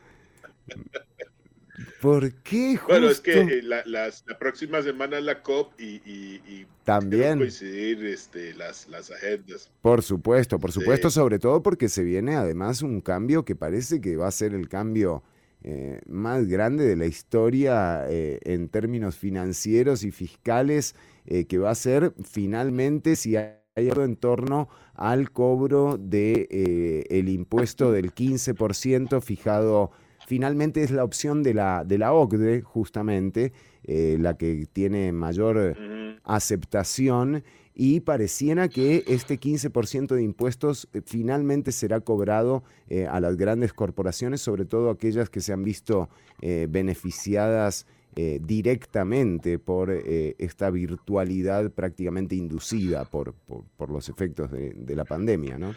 ¿por qué justo? Bueno, es que la, las, la próxima semana es la COP y, y, y también coincidir este, las, las agendas. Por supuesto, por supuesto, sí. Sobre todo porque se viene además un cambio que parece que va a ser el cambio eh, más grande de la historia eh, en términos financieros y fiscales, eh, que va a ser finalmente, si hay algo en torno al cobro de, eh, el impuesto del quince por ciento fijado. Finalmente es la opción de la, de la O C D, justamente, eh, la que tiene mayor aceptación, y pareciera que este quince por ciento de impuestos eh, finalmente será cobrado eh, a las grandes corporaciones, sobre todo aquellas que se han visto eh, beneficiadas eh, directamente por eh, esta virtualidad prácticamente inducida por, por, por los efectos de, de la pandemia, ¿no?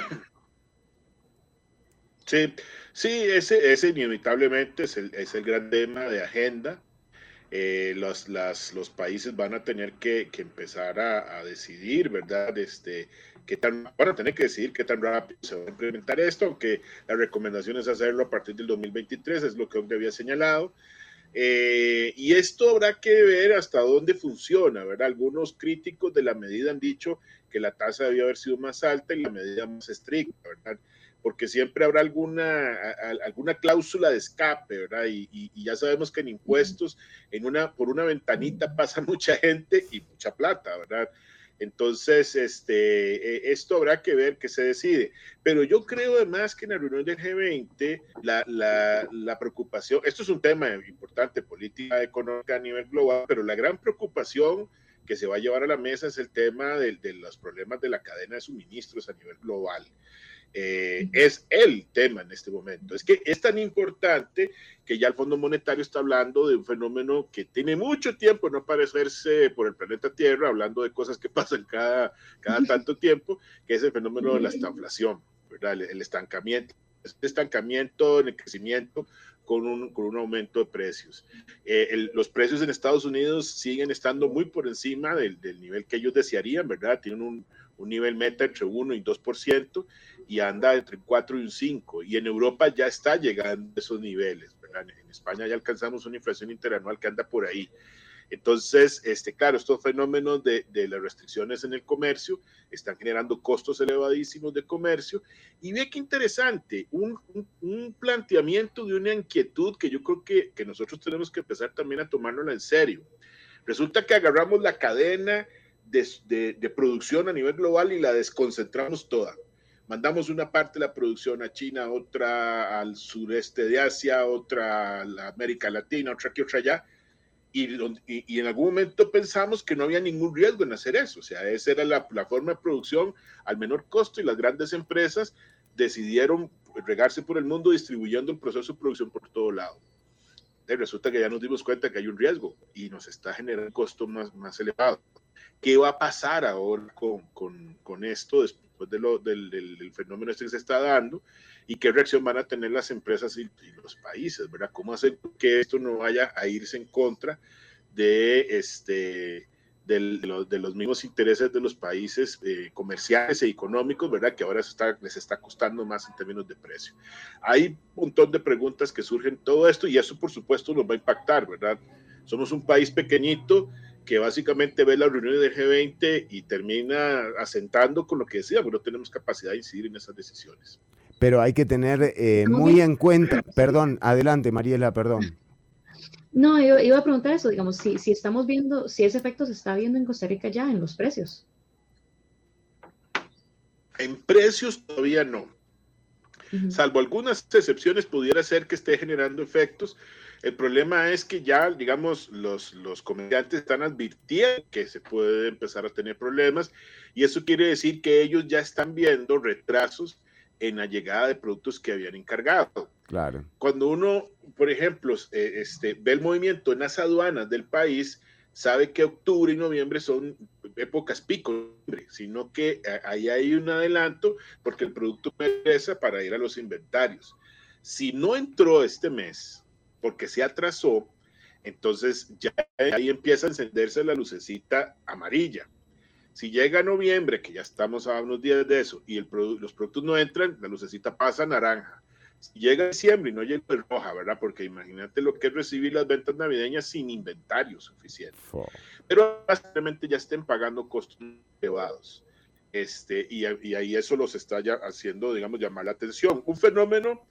Sí, sí, ese, ese inevitablemente es el, es el gran tema de agenda. Eh, los, las, los países van a tener que, que empezar a, a decidir, ¿verdad? Este, qué tan, van a tener que decidir qué tan rápido se va a implementar esto, aunque la recomendación es hacerlo a partir del dos mil veintitrés, es lo que O C D había señalado. Eh, y esto habrá que ver hasta dónde funciona, ¿verdad? Algunos críticos de la medida han dicho que la tasa debía haber sido más alta y la medida más estricta, ¿verdad? Porque siempre habrá alguna, a, alguna cláusula de escape, ¿verdad? Y, y, y ya sabemos que en impuestos, en una, por una ventanita pasa mucha gente y mucha plata, ¿verdad? Entonces, este, esto habrá que ver qué se decide. Pero yo creo además que en la reunión del G veinte, la, la, la preocupación, esto es un tema importante, política económica a nivel global, pero la gran preocupación que se va a llevar a la mesa es el tema de, de los problemas de la cadena de suministros a nivel global. Eh, es el tema en este momento. Es que es tan importante que ya el Fondo Monetario está hablando de un fenómeno que tiene mucho tiempo no aparecerse por el planeta Tierra, hablando de cosas que pasan cada, cada tanto tiempo, que es el fenómeno de la estanflación, ¿verdad? El, el estancamiento, el estancamiento en el crecimiento con un, con un aumento de precios. Eh, el, los precios en Estados Unidos siguen estando muy por encima del, del nivel que ellos desearían, ¿verdad? Tienen un, un nivel meta entre uno y dos por ciento y anda entre cuatro y un cinco por ciento. Y en Europa ya está llegando a esos niveles, ¿verdad? En España ya alcanzamos una inflación interanual que anda por ahí. Entonces, este, claro, estos fenómenos de, de las restricciones en el comercio están generando costos elevadísimos de comercio. Y ve qué interesante, un, un, un planteamiento de una inquietud que yo creo que, que nosotros tenemos que empezar también a tomárnosla en serio. Resulta que agarramos la cadena de, de, de producción a nivel global y la desconcentramos toda. Mandamos una parte de la producción a China, otra al sureste de Asia, otra a la América Latina, otra aquí, otra allá. Y, y, y en algún momento pensamos que no había ningún riesgo en hacer eso. O sea, esa era la, la forma de producción al menor costo y las grandes empresas decidieron regarse por el mundo distribuyendo el proceso de producción por todo lado. Y resulta que ya nos dimos cuenta que hay un riesgo y nos está generando un costo más, más elevado. ¿Qué va a pasar ahora con, con, con esto después de lo, del, del, del fenómeno este que se está dando? ¿Y qué reacción van a tener las empresas y, y los países, ¿verdad? ¿Cómo hacer que esto no vaya a irse en contra de, este, de, de, los, de los mismos intereses de los países eh, comerciales e económicos, ¿verdad? Que ahora se está, les está costando más en términos de precio. Hay un montón de preguntas que surgen todo esto y eso, por supuesto, nos va a impactar, ¿verdad? Somos un país pequeñito que básicamente ve las reuniones del G veinte y termina asentando con lo que decíamos, no tenemos capacidad de incidir en esas decisiones. Pero hay que tener eh, muy en cuenta, perdón, adelante Mariela, perdón. No, yo iba a preguntar eso, digamos, si, si estamos viendo, si ese efecto se está viendo en Costa Rica ya en los precios. En precios todavía no. Uh-huh. Salvo algunas excepciones, pudiera ser que esté generando efectos. El problema es que ya, digamos, los, los comerciantes están advirtiendo que se puede empezar a tener problemas y eso quiere decir que ellos ya están viendo retrasos en la llegada de productos que habían encargado. Claro. Cuando uno, por ejemplo, eh, este, ve el movimiento en las aduanas del país, sabe que octubre y noviembre son épocas pico, sino que ahí hay un adelanto porque el producto regresa para ir a los inventarios. Si no entró este mes, porque se atrasó, entonces ya ahí empieza a encenderse la lucecita amarilla. Si llega noviembre, que ya estamos a unos días de eso, y el produ- los productos no entran, la lucecita pasa a naranja. Si llega diciembre y no llega en roja, ¿verdad? Porque imagínate lo que es recibir las ventas navideñas sin inventario suficiente. Oh. Pero básicamente ya estén pagando costos elevados. Este, y, y ahí eso los está ya haciendo, digamos, llamar la atención. Un fenómeno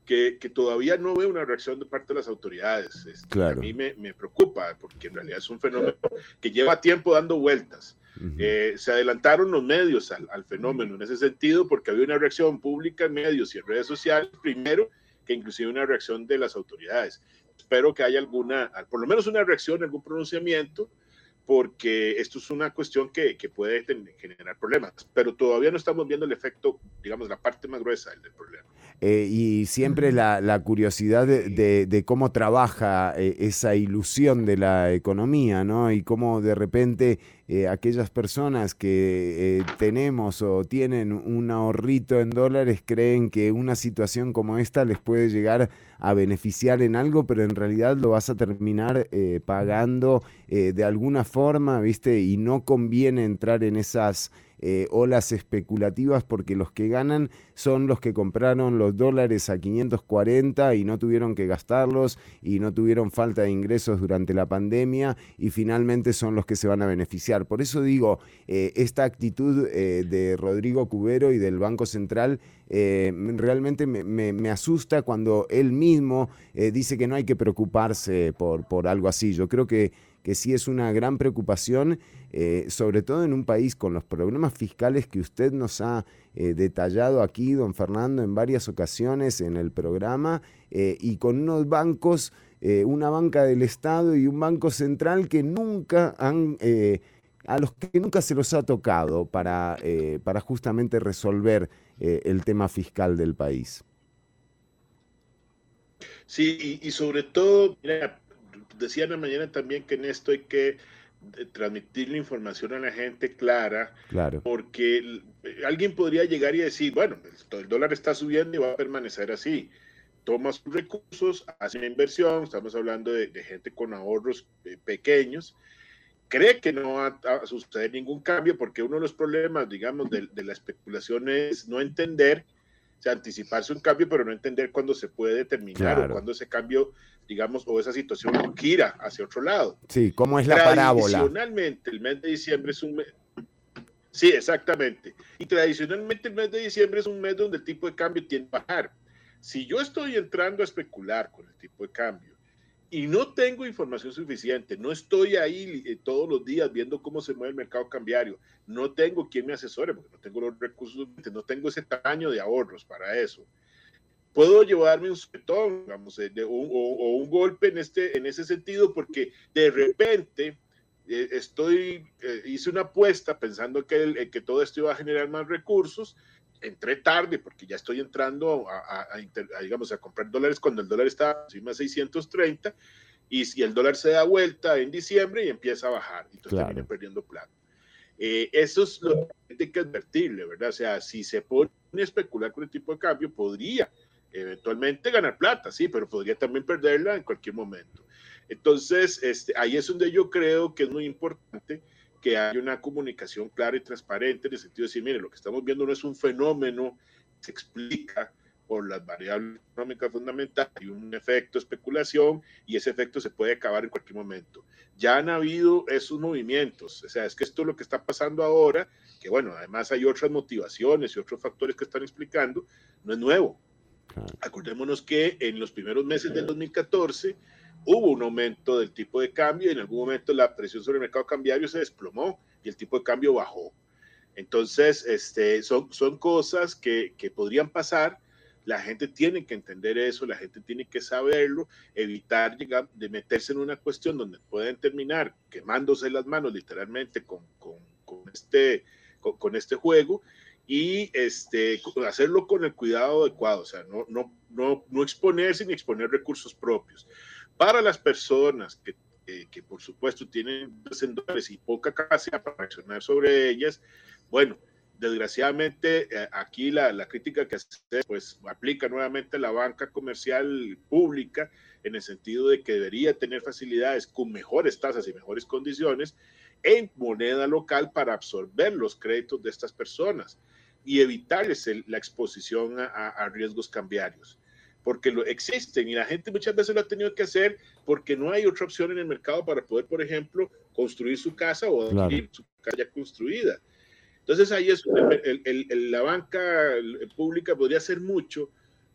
que, que todavía no veo una reacción de parte de las autoridades. Este, claro. A mí me, me preocupa, porque en realidad es un fenómeno que lleva tiempo dando vueltas. Uh-huh. eh, se adelantaron los medios al, al fenómeno en ese sentido, porque había una reacción pública en medios y en redes sociales primero, que inclusive una reacción de las autoridades. Espero que haya alguna, por lo menos una reacción, algún pronunciamiento, porque esto es una cuestión que, que puede tener, generar problemas, pero todavía no estamos viendo el efecto, digamos, la parte más gruesa del problema. Eh, y siempre la, la curiosidad de, de, de cómo trabaja eh, esa ilusión de la economía, ¿no? Y cómo de repente eh, aquellas personas que eh, tenemos o tienen un ahorrito en dólares creen que una situación como esta les puede llegar a beneficiar en algo, pero en realidad lo vas a terminar eh, pagando eh, de alguna forma, ¿viste? Y no conviene entrar en esas eh, olas especulativas, porque los que ganan son los que compraron los dólares a quinientos cuarenta y no tuvieron que gastarlos y no tuvieron falta de ingresos durante la pandemia, y finalmente son los que se van a beneficiar. Por eso digo, eh, esta actitud eh, de Rodrigo Cubero y del Banco Central eh, realmente me, me, me asusta cuando él mismo eh, dice que no hay que preocuparse por, por algo así. Yo creo que, que sí es una gran preocupación, eh, sobre todo en un país con los problemas fiscales que usted nos ha eh, detallado aquí, don Fernando, en varias ocasiones en el programa, eh, y con unos bancos, eh, una banca del Estado y un banco central que nunca han... Eh, a los que nunca se los ha tocado para, eh, para justamente resolver eh, el tema fiscal del país. Sí, y, y sobre todo, mira, decía en la mañana también que en esto hay que transmitir la información a la gente clara, claro. Porque alguien podría llegar y decir, bueno, el, el dólar está subiendo y va a permanecer así. Toma sus recursos, hace una inversión, estamos hablando de, de gente con ahorros eh, pequeños, cree que no va a suceder ningún cambio, porque uno de los problemas, digamos, de, de la especulación es no entender, o sea, anticiparse un cambio, pero no entender cuándo se puede terminar, claro, o cuándo ese cambio, digamos, o esa situación gira hacia otro lado. Sí, ¿cómo es la parábola? Tradicionalmente, el mes de diciembre es un mes... Sí, exactamente. Y tradicionalmente el mes de diciembre es un mes donde el tipo de cambio tiende a bajar. Si yo estoy entrando a especular con el tipo de cambio y no tengo información suficiente, no estoy ahí eh, todos los días viendo cómo se mueve el mercado cambiario, no tengo quien me asesore porque no tengo los recursos, no tengo ese tamaño de ahorros para eso, puedo llevarme un sopetón, digamos, de, o, o, o un golpe en, este, en ese sentido, porque de repente eh, estoy, eh, hice una apuesta pensando que, el, que todo esto iba a generar más recursos, entré tarde porque ya estoy entrando a, a, a, a, digamos, a comprar dólares cuando el dólar está encima de seiscientos treinta y si el dólar se da vuelta en diciembre y empieza a bajar, entonces claro, termina perdiendo plata. Eh, eso es lo que hay que advertirle, ¿verdad? O sea, si se pone a especular con el tipo de cambio, podría eventualmente ganar plata, sí, pero podría también perderla en cualquier momento. Entonces, este, ahí es donde yo creo que es muy importante que haya una comunicación clara y transparente en el sentido de decir, mire, lo que estamos viendo no es un fenómeno que se explica por las variables económicas fundamentales y un efecto de especulación, y ese efecto se puede acabar en cualquier momento. Ya han habido esos movimientos, o sea, es que esto es lo que está pasando ahora, que bueno, además hay otras motivaciones y otros factores que están explicando, no es nuevo. Acordémonos que en los primeros meses del dos mil catorce hubo un aumento del tipo de cambio y en algún momento la presión sobre el mercado cambiario se desplomó y el tipo de cambio bajó. Entonces, este, son, son cosas que, que podrían pasar. La gente tiene que entender eso, la gente tiene que saberlo, evitar llegar, de meterse en una cuestión donde pueden terminar quemándose las manos literalmente con, con, con, este, con, con este juego, y este, hacerlo con el cuidado adecuado, o sea, no, no, no, no exponerse ni exponer recursos propios. Para las personas que, eh, que por supuesto tienen dólares y poca capacidad para reaccionar sobre ellas, bueno, desgraciadamente eh, aquí la, la crítica que hace pues aplica nuevamente a la banca comercial pública en el sentido de que debería tener facilidades con mejores tasas y mejores condiciones en moneda local para absorber los créditos de estas personas y evitarles el, la exposición a, a riesgos cambiarios. Porque lo existen y la gente muchas veces lo ha tenido que hacer porque no hay otra opción en el mercado para poder, por ejemplo, construir su casa o adquirir claro. su casa ya construida. Entonces ahí es el, el, el, la banca pública podría hacer mucho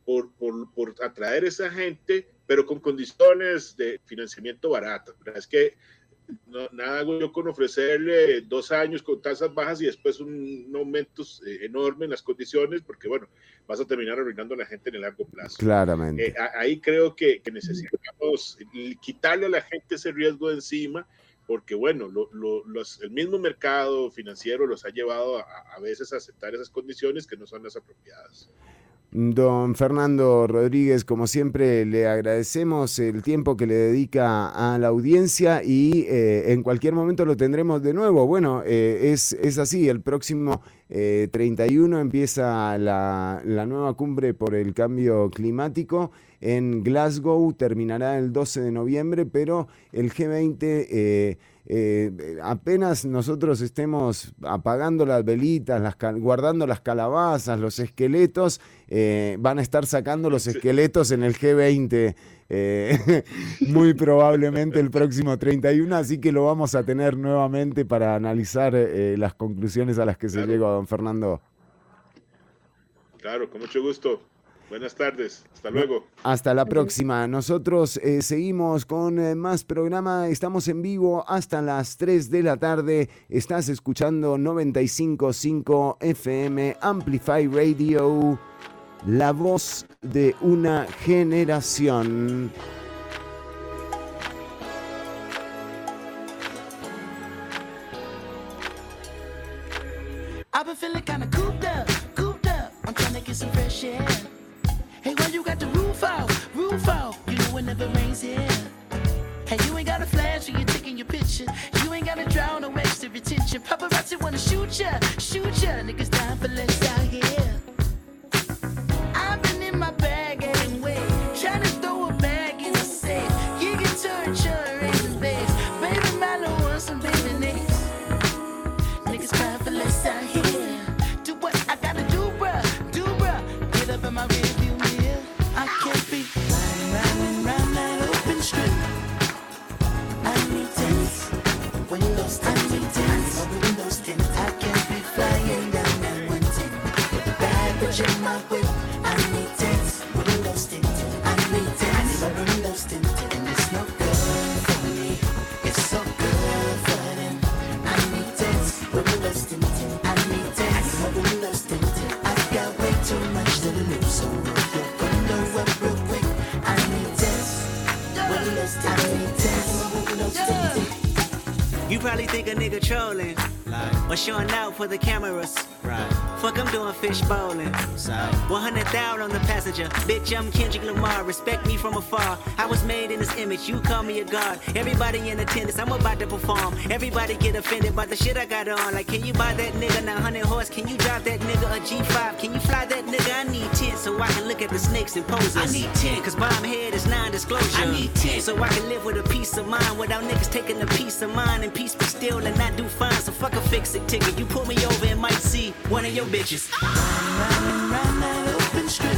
por, por, por atraer a esa gente, pero con condiciones de financiamiento baratas. Es que no, nada hago yo con ofrecerle dos años con tasas bajas y después un, un aumento eh, enorme en las condiciones, porque bueno, vas a terminar arruinando a la gente en el largo plazo. Claramente. Eh, ahí creo que, que necesitamos quitarle a la gente ese riesgo de encima, porque bueno, lo, lo, los, el mismo mercado financiero los ha llevado a, a veces a aceptar esas condiciones que no son las apropiadas. Don Fernando Rodríguez, como siempre, le agradecemos el tiempo que le dedica a la audiencia y eh, en cualquier momento lo tendremos de nuevo. Bueno, eh, es, es así, el próximo eh, treinta y uno empieza la, la nueva cumbre por el cambio climático en Glasgow, terminará el doce de noviembre, pero el G veinte... Eh, Eh, apenas nosotros estemos apagando las velitas, las cal- guardando las calabazas, los esqueletos, eh, van a estar sacando los esqueletos en el G veinte, eh, muy probablemente el próximo treinta y uno, así que lo vamos a tener nuevamente para analizar eh, las conclusiones a las que Claro. se llegó, don Fernando. Claro, con mucho gusto. Buenas tardes, hasta luego. Hasta la próxima. Nosotros eh, seguimos con eh, más programa. Estamos en vivo hasta las tres de la tarde. Estás escuchando noventa y cinco punto cinco F M Amplify Radio, la voz de una generación. I've been feeling kinda cooped up, cooped up. I'm trying to get some fresh air. Hey, why you got the roof out, roof out? You know it never rains here. Hey, you ain't got a flash when you're taking your picture. You ain't got to drown no extra attention. Paparazzi wanna shoot ya, shoot ya. Niggas dying for less out here. I've been in my bag anyway, trying to throw a bag in the safe. You can turn your in base. Baby, Milo wants some baby names. Niggas crying for less out here. Do what I gotta do, bruh, do bruh. Get up in my rearview mirror. I can't be riding, riding round that open street. I need tents, windows tint, I need tents, windows tint. I can't be flying down that one tent with a bad bitch in my whip. I need tents, windows tint. I need tents, windows tint, and it's no good for me. It's so good for them. I need tents, windows tint. I need tents, windows tint. I've got way too much to lose, so roll your window up real quick. I need tents, windows tint. I need tents, windows tint. You probably think a nigga trolling, like, or showing out for the cameras. Right. Fuck, I'm doing fish bowling. one hundred thousand on the passenger. Bitch, I'm Kendrick Lamar. Respect me from afar. I was made in this image. You call me a god. Everybody in attendance. I'm about to perform. Everybody get offended by the shit I got on. Like, can you buy that nigga nine hundred horse? Can you drive that nigga a G five? Can you fly that nigga? I need ten so I can look at the snakes and poses. I need ten cause bomb head is non-disclosure. I need ten so I can live with a peace of mind without niggas taking a piece of mine and peace be still and not do fine. So fuck a fix it ticket. You pull me over and might see one of your bitches. Riding round that open street.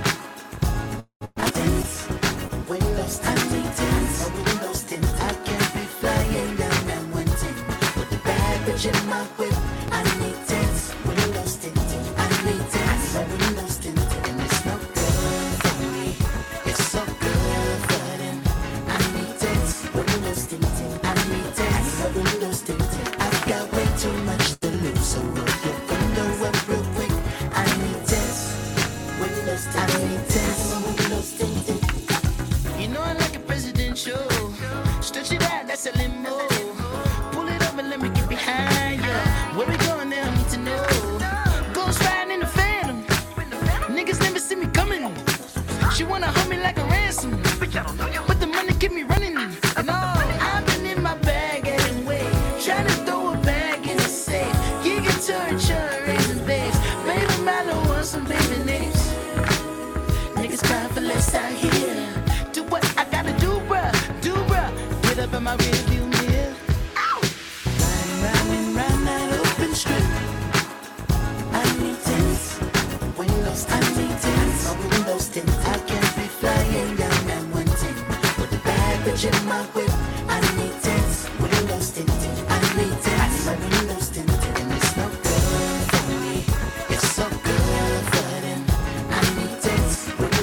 I dance, windows tint, I need tents, windows tint. I can't be flying down that one tent with a bad bitch in my whip. I need tents, windows tint. I need tents, windows tint, and it's no good for me. It's so good for them. I need tents, windows tint. I need tents, windows tint. I've got way too much to lose, so roll your window up real quick. I need tents, windows tint. I need tents, windows tint. You know I like a presidential. Stretch it out, that's a limo. Pull it up and let me get behind ya. Where we going now? I need to know. Ghost riding in the Phantom. Niggas never see me coming. She wanna hold me like a ransom, but the money keep me running. And all I've been in my bag anyway, trying to throw a bag in the safe. You can turn your raisin babes. Baby, Milo wants some baby names. Niggas crying for less out here. Do what I gotta do, bruh, do bruh. Get up in my rearview mirror. Riding round and round that open street. I need tents, windows, I need tents, windows tint. I can't be flying down that one tent with a bad bitch in my whip. I need tents, windows tint. I need tents, windows tint, and it's no good for me. It's so good for them. I need tents, windows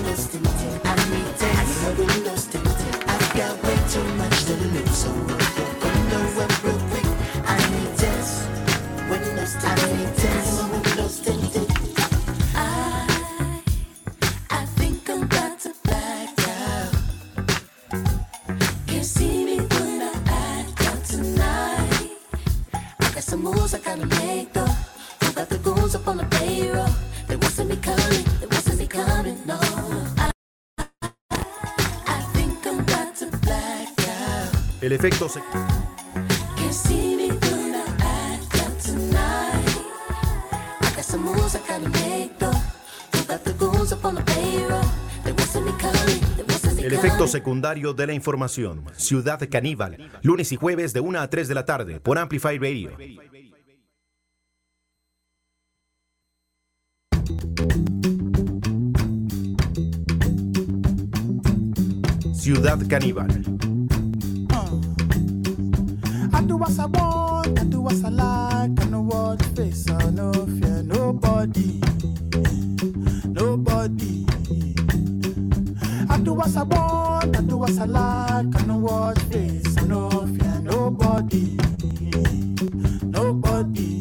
life, so we're gonna run real quick. I need tens, windows tinted. I need tens, windows tinted. I, I think I'm about to black out. Can't see me when I act out tonight. I got some moves I gotta make though. Who got the goons up on the payroll? They wasn't me coming, they wasn't me coming, no. I, I think I'm about to black out. El efecto se... Can't see me when I act out tonight. I got some moves I gotta make though. Who got the goons up on the payroll? They wasn't me coming, they wasn't me El coming. efecto secundario de la información. Ciudad Caníbal. Lunes y jueves de una a tres de la tarde por Amplify Radio. Ciudad Caníbal. I do what I want, I do what I like. I know what face, I no fear nobody, nobody. I do what I want, I do what I like. I know what face, I no fear nobody, nobody.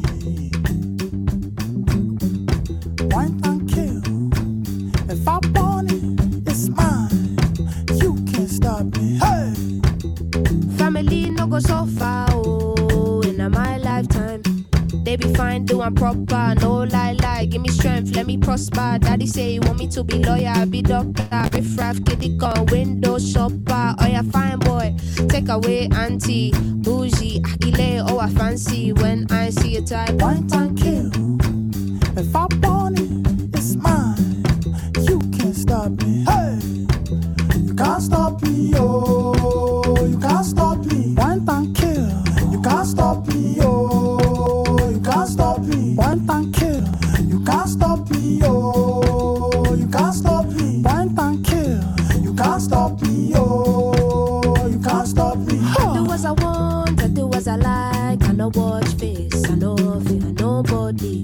Wine and kill. If I want it, it's mine. You can't stop me. Hey. Family no go so far, oh, in my lifetime. They be fine, doing proper, no lie, lie. Give me strength, let me prosper. Daddy say he want me to be lawyer, I be doctor. Riff raff, kitty gun, window shopper. Oh yeah, fine boy, take away auntie, bougie, akile, oh I fancy. When I see a type, Wine and kill. If I want it, it's mine. You can't stop me. Hey, you can't stop me, oh, you can't stop me. Wine and kill. You can't stop me, oh, you can't stop me. Wine and kill. You can't stop me, oh, you can't stop me. Wine and kill. You can't stop me, oh, you can't stop me. I do as I want, I do as I like. I no watch face, I no fear nobody,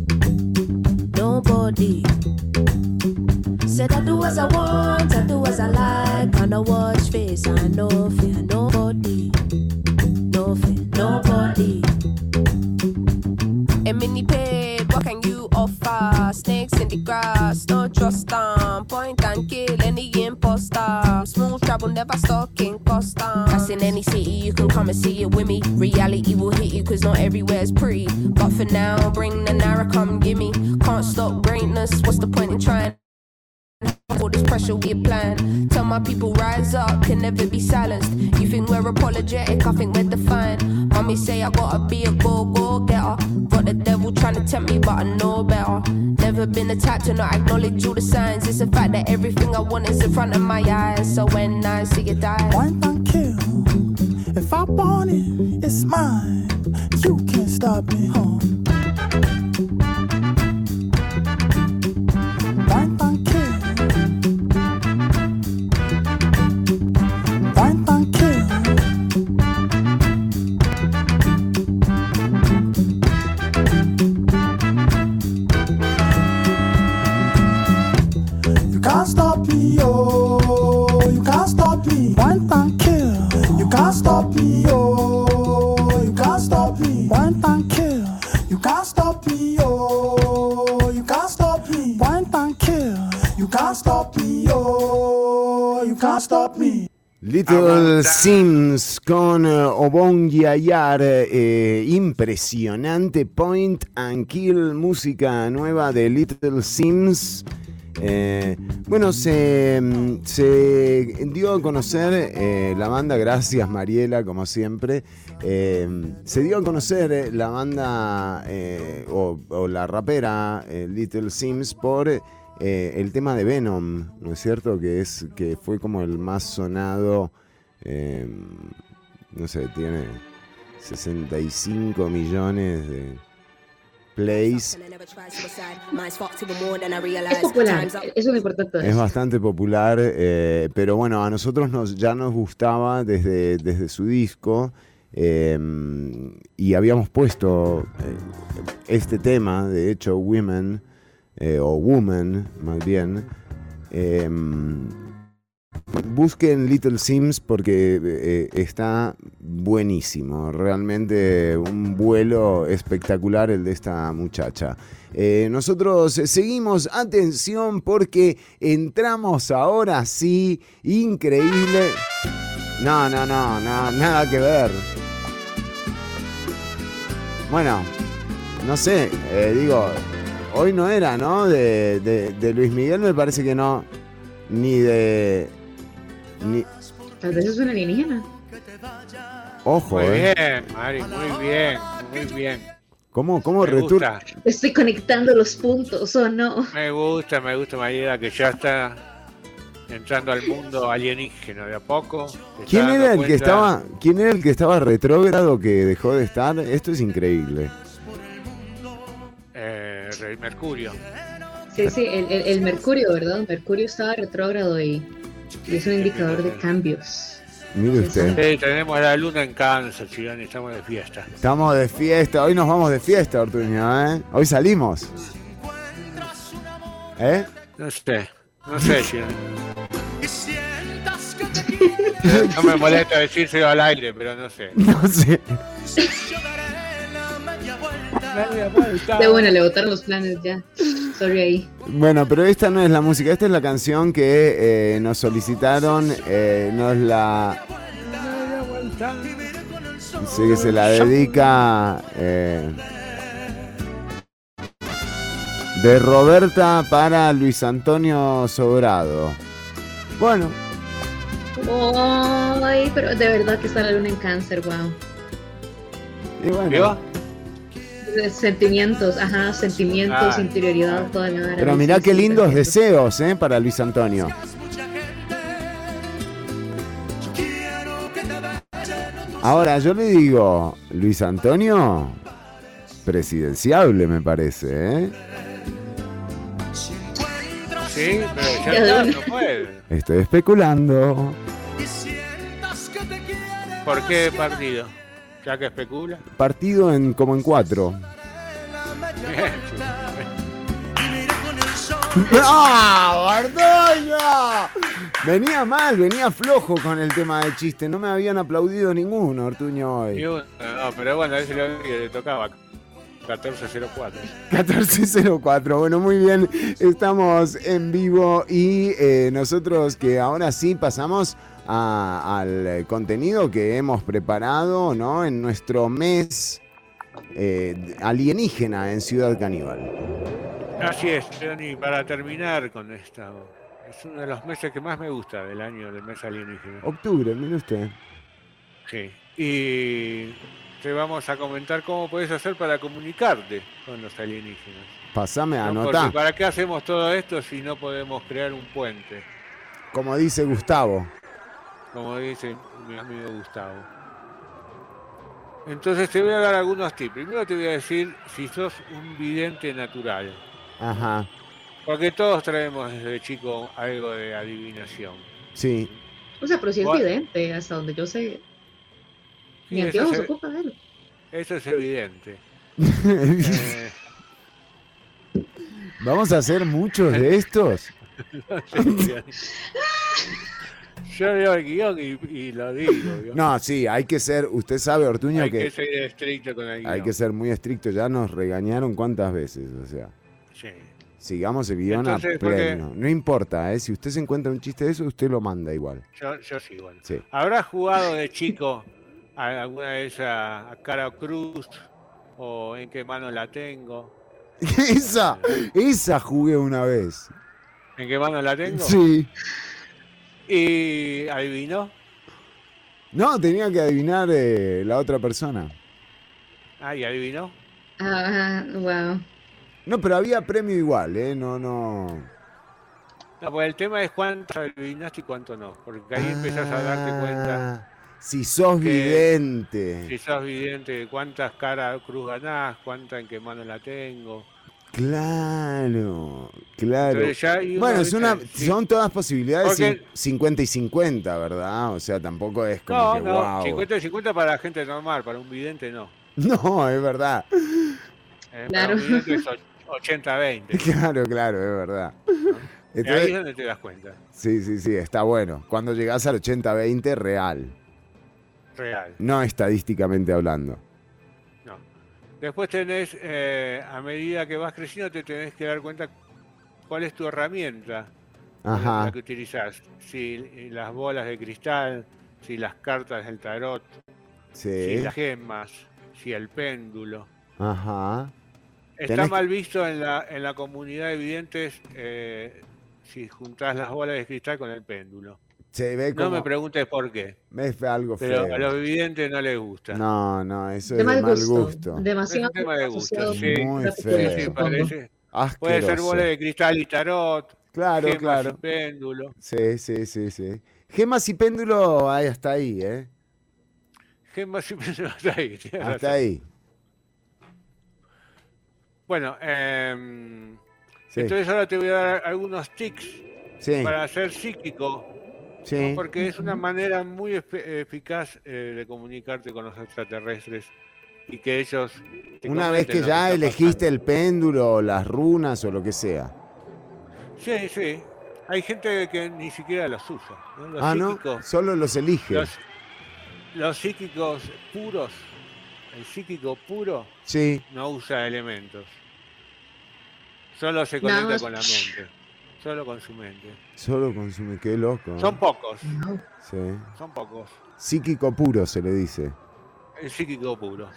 nobody. Said I do as I want, I do as I like. I no watch face, I no fear nobody, no fear nobody. A mini pig, what can you offer? Snakes in the grass, no trust on. Point and kill any imposter. Smooth travel, never stalking Costa. That's in any city, you can come and see it with me. Reality will hit you, cause not everywhere's pretty. But for now, bring the Nara, come gimme. Can't stop greatness, what's the point in trying? All this pressure we applying. Tell my people rise up, can never be silenced. You think we're apologetic, I think we're defiant. Mommy say I gotta be a go-go-getter. Got the devil trying to tempt me, but I know better. Never been the type to not acknowledge all the signs. It's a fact that everything I want is in front of my eyes. So when I see it die, Wine and kill. If I want it, it's mine. You can't stop me, huh? Wine and kill. Wine and kill. You can't stop me, oh, you can't stop me. Wine and kill. You can't stop me, oh, you can't stop me. Wine and kill. You can't stop me, oh, you can't stop me. Wine and kill. You can't stop me, oh, you can't stop me. Little Sims con eh, Obon Yayar, eh, impresionante Point and Kill, música nueva de Little Sims. Eh, bueno, se, se dio a conocer eh, la banda, gracias Mariela, como siempre. Eh, se dio a conocer eh, la banda eh, o, o la rapera eh, Little Sims por eh, el tema de Venom, ¿no es cierto? Que, es, que fue como el más sonado, eh, no sé, tiene sesenta y cinco millones de plays. Es popular, eso es lo importante. Es bastante popular, eh, pero bueno, a nosotros nos, ya nos gustaba desde, desde su disco. Eh, y habíamos puesto eh, este tema, de hecho, Women, eh, o Woman, más bien, eh, Busquen Little Sims porque eh, está buenísimo. Realmente un vuelo espectacular el de esta muchacha. Eh, nosotros seguimos, atención, porque entramos ahora sí, increíble. No, no, no, no, nada que ver. Bueno, no sé, eh, digo, hoy no era, ¿no? De, de, de Luis Miguel me parece que no, ni de... Ni... Tal vez es una alienígena. Ojo, Muy eh. bien, Mari, muy bien, muy bien. ¿Cómo, cómo Me retur... gusta, Estoy conectando los puntos, ¿o no? me gusta, me gusta Mayeda, que ya está entrando al mundo alienígena de a poco. se está ¿Quién dando era el que cuenta- estaba, quién era el que estaba retrógrado que dejó de estar? Esto es increíble. Eh, Rey Mercurio. Sí, sí, el, el, el Mercurio, ¿verdad? Mercurio estaba retrógrado y, y es un indicador de cambios. Mire usted. Sí, tenemos la luna en Cáncer, Chironi, estamos de fiesta. Estamos de fiesta, hoy nos vamos de fiesta, Ortuño, ¿eh? Hoy salimos. ¿Eh? No sé, no sé, Chironi. No me molesta decírselo al aire, pero no sé. No sé. De buena, le botaron los planes ya. Sorry ahí. Bueno, pero esta no es la música, esta es la canción que eh, nos solicitaron, eh, nos la... Sí, que se la dedica eh, de Roberta para Luis Antonio Sobrado. Bueno, Ay, pero de verdad que está la luna en Cáncer, wow. y bueno. ¿Viva? Sentimientos, ajá, sentimientos, Ah, interioridad, toda la vara. Pero Sí, mirá sí, qué sí, lindos perfecto. deseos, ¿eh? Para Luis Antonio. Ahora, yo le digo, Luis Antonio, presidenciable me parece, ¿eh? Sí, pero ya está, no puede. Estoy especulando. ¿Por qué partido? ¿Ya que especula? Partido en como en cuatro. ¡No, Ortuño! Venía mal, venía flojo con el tema del chiste. No me habían aplaudido ninguno, Ortuño, hoy. Y uno- no, pero bueno, a ese le, le tocaba catorce cero cuatro. catorce cero cuatro, bueno, muy bien, estamos en vivo y eh, nosotros que ahora sí pasamos a- al contenido que hemos preparado, ¿no? En nuestro mes eh, alienígena en Ciudad Caníbal. Así es, Johnny, para terminar con esta, es uno de los meses que más me gusta del año del mes alienígena. Octubre, mire usted. Sí, y te vamos a comentar cómo puedes hacer para comunicarte con los alienígenas. Pasame a ¿No? Porque anotar, ¿para qué hacemos todo esto si no podemos crear un puente? como dice Gustavo. Como dice mi amigo Gustavo. Entonces te voy a dar algunos tips. Primero te voy a decir si sos un vidente natural. Ajá, Porque todos traemos desde chico algo de adivinación. sí. O sea, pero si es Bueno. vidente, hasta donde yo sé. Sí, Mi eso antiguo se se- ocupa de él. Eso es evidente. Eh, Vamos a hacer muchos de estos. no sé, yo leo el guión y, y lo digo. ¿vio? No, sí, hay que ser, usted sabe, Ortuño, Hay que, que ser estricto con el guión. hay que ser muy estricto. Ya nos regañaron cuántas veces, o sea. Sí. Sigamos el guión a Entonces, porque- pleno. No importa, ¿eh? Si usted se encuentra un chiste de eso, usted lo manda igual. Yo, yo sí, bueno. Sí. ¿Habrás jugado de chico a alguna de esas a cara o cruz? ¿O en qué mano la tengo? esa, esa jugué una vez. ¿En qué mano la tengo? Sí. ¿Y adivinó? No, tenía que adivinar eh, la otra persona. Ah, ¿y adivinó? Ah, wow. No, pero había premio igual, ¿eh? No, no. No, pues el tema es cuánto adivinaste y cuánto no. Porque ahí empezás a darte cuenta Ah, si sos que- vidente. si sos vidente de cuántas caras cruz ganás, cuántas en qué mano la tengo. Claro, claro. Entonces ya hay una Bueno, es una, ventaja, sí. son todas posibilidades Porque- cin- cincuenta y cincuenta, ¿verdad? O sea, tampoco es como No, que no, wow. cincuenta y cincuenta para la gente normal, para un vidente no. No, es verdad. Eh, Claro. Para un vidente es och- ochenta veinte. Claro, claro, es verdad. Entonces- Ahí es donde te das cuenta. Sí, sí, sí, está bueno. Cuando llegás al ochenta veinte, real. Real. No estadísticamente hablando. No. Después tenés, eh, a medida que vas creciendo, te tenés que dar cuenta cuál es tu herramienta. Ajá. La que utilizás. Si las bolas de cristal, si las cartas del tarot, Sí. si las gemas, si el péndulo. Ajá. Está Tenés mal visto en la, en la comunidad de videntes eh, si juntás las bolas de cristal con el péndulo. Se ve como... No me preguntes por qué. Es algo Pero feo. a los videntes no les gusta. No, no, eso De es de mal mal gusto. gusto. Demasiado Es un tema de gusto, asociado sí. con Muy la feo. cultura, Sí, supongo. parece. Asqueroso. Puede ser bola de cristal y tarot. Claro, gemas claro. y péndulo. Sí, sí, sí, sí. Gemas y péndulo, ahí hasta ahí, ¿eh? Gemas y péndulo hasta ahí. tienes Hasta razón. ahí. Bueno, em, Sí. entonces ahora te voy a dar algunos tics Sí. para ser psíquico. Sí. ¿no? Porque es una manera muy efe- eficaz eh, de comunicarte con los extraterrestres y que ellos... te Una vez comenten que lo ya está elegiste el péndulo, o las runas o lo que sea. pasando. Sí, sí. Hay gente que ni siquiera los usa. ¿no? Los Ah, ¿no? psíquicos, Solo los elige. los, los psíquicos puros, el psíquico puro Sí. no usa elementos. Solo se Nada conecta más. con la mente. Solo con su mente. Solo consume. Qué loco. ¿eh? Son pocos. Sí. Son pocos. Psíquico puro se le dice. El psíquico puro.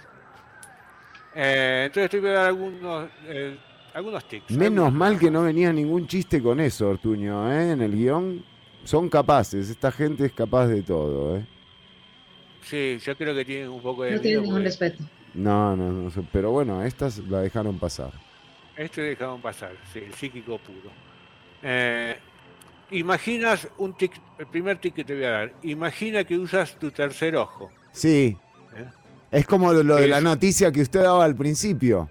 Eh, entonces te voy a dar algunos, eh, algunos tics. Menos algunos- mal que no venía ningún chiste con eso, Ortuño, ¿eh? En el guión. Son capaces. Esta gente es capaz de todo, ¿eh? Sí, yo creo que tienen un poco de No miedo. tiene ningún porque respeto. No, no, no. so- Pero bueno, estas la dejaron pasar. Este dejaron pasar, sí, el psíquico puro. Eh, imaginas un tic, el primer tic que te voy a dar. Imagina que usas tu tercer ojo. Sí. ¿eh? Es como lo de Es- la noticia que usted daba al principio.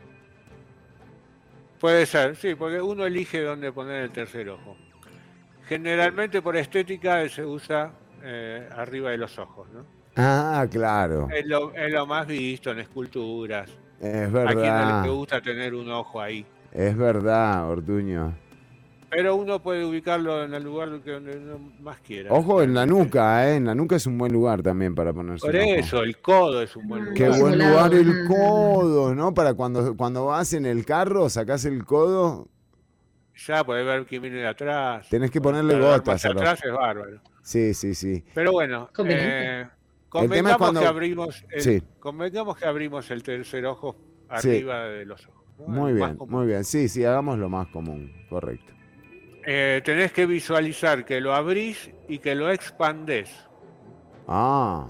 Puede ser, sí, porque uno elige dónde poner el tercer ojo. Generalmente por estética se usa eh, arriba de los ojos, ¿no? Ah, claro. Es lo, es lo más visto en esculturas. Es A quien no verdad. le gusta tener un ojo ahí. Es verdad, Ortuño. Pero uno puede ubicarlo en el lugar que donde uno más quiera. Ojo en la nuca, ¿eh? En la nuca es un buen lugar también para ponerse Por el ojo. eso, el codo es un buen lugar. Qué buen Simulado, lugar el ajá. codo, ¿no? Para cuando, cuando vas en el carro, sacás el codo, Ya podés ver quién viene de atrás. tenés que ponerle Para ver gotas más a los- atrás es bárbaro. Sí, sí, sí. Pero bueno, Conveniente. eh, El tema es convengamos, cuando- que abrimos el, Sí. convengamos que abrimos el tercer ojo Sí. arriba de los ojos. ¿no? Muy El más bien, común. muy bien. Sí, sí, hagamos lo más común, correcto. Eh, tenés que visualizar que lo abrís y que lo expandés. Ah,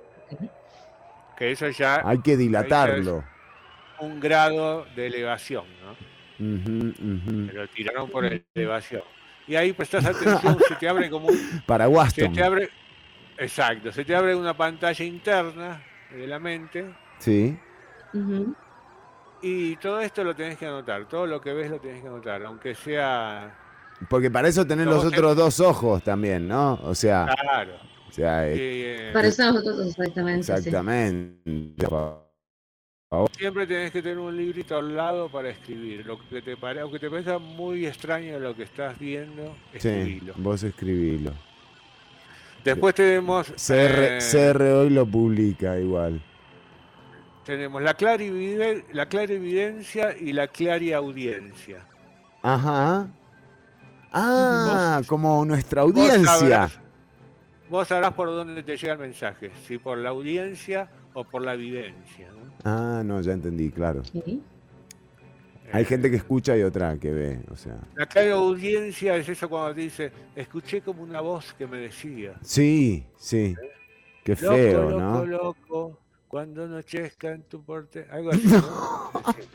Que eso ya hay que dilatarlo. es un grado de elevación, ¿no? Ujú, ujú. Me lo tiraron por elevación. Y ahí prestás atención, se te abre como un... Para Se Waston. te abre... Exacto, se te abre una pantalla interna de la mente Sí. Ujú. y todo esto lo tenés que anotar. Todo lo que ves lo tenés que anotar, aunque sea... Porque para eso tenés los Somos otros dos ojos también, ¿no? O sea, Claro. o sea, eh, Eh, Para eso nosotros exactamente. sí. exactamente. Siempre tenés que tener un librito al lado para escribir. Lo que te pare... Aunque te parezca muy extraño lo que estás viendo, Sí, escribilo. vos escribilo. Después tenemos... C R, eh, C R hoy lo publica igual. Tenemos la clarividen- la clarividencia y la clariaudiencia. Ajá. Ah, como nuestra Vos audiencia. sabrás, vos sabrás por dónde te llega el mensaje, si por la audiencia o por la evidencia. ¿no? Ah, no, ya entendí, claro. Sí. Hay Eh, gente que escucha y otra que ve, o sea. La clariaudiencia es eso cuando te dice, escuché como una voz que me decía. Sí, sí. Qué Loco, feo, loco, ¿no? loco, cuando anochezca en tu porte. Algo así, ¿no?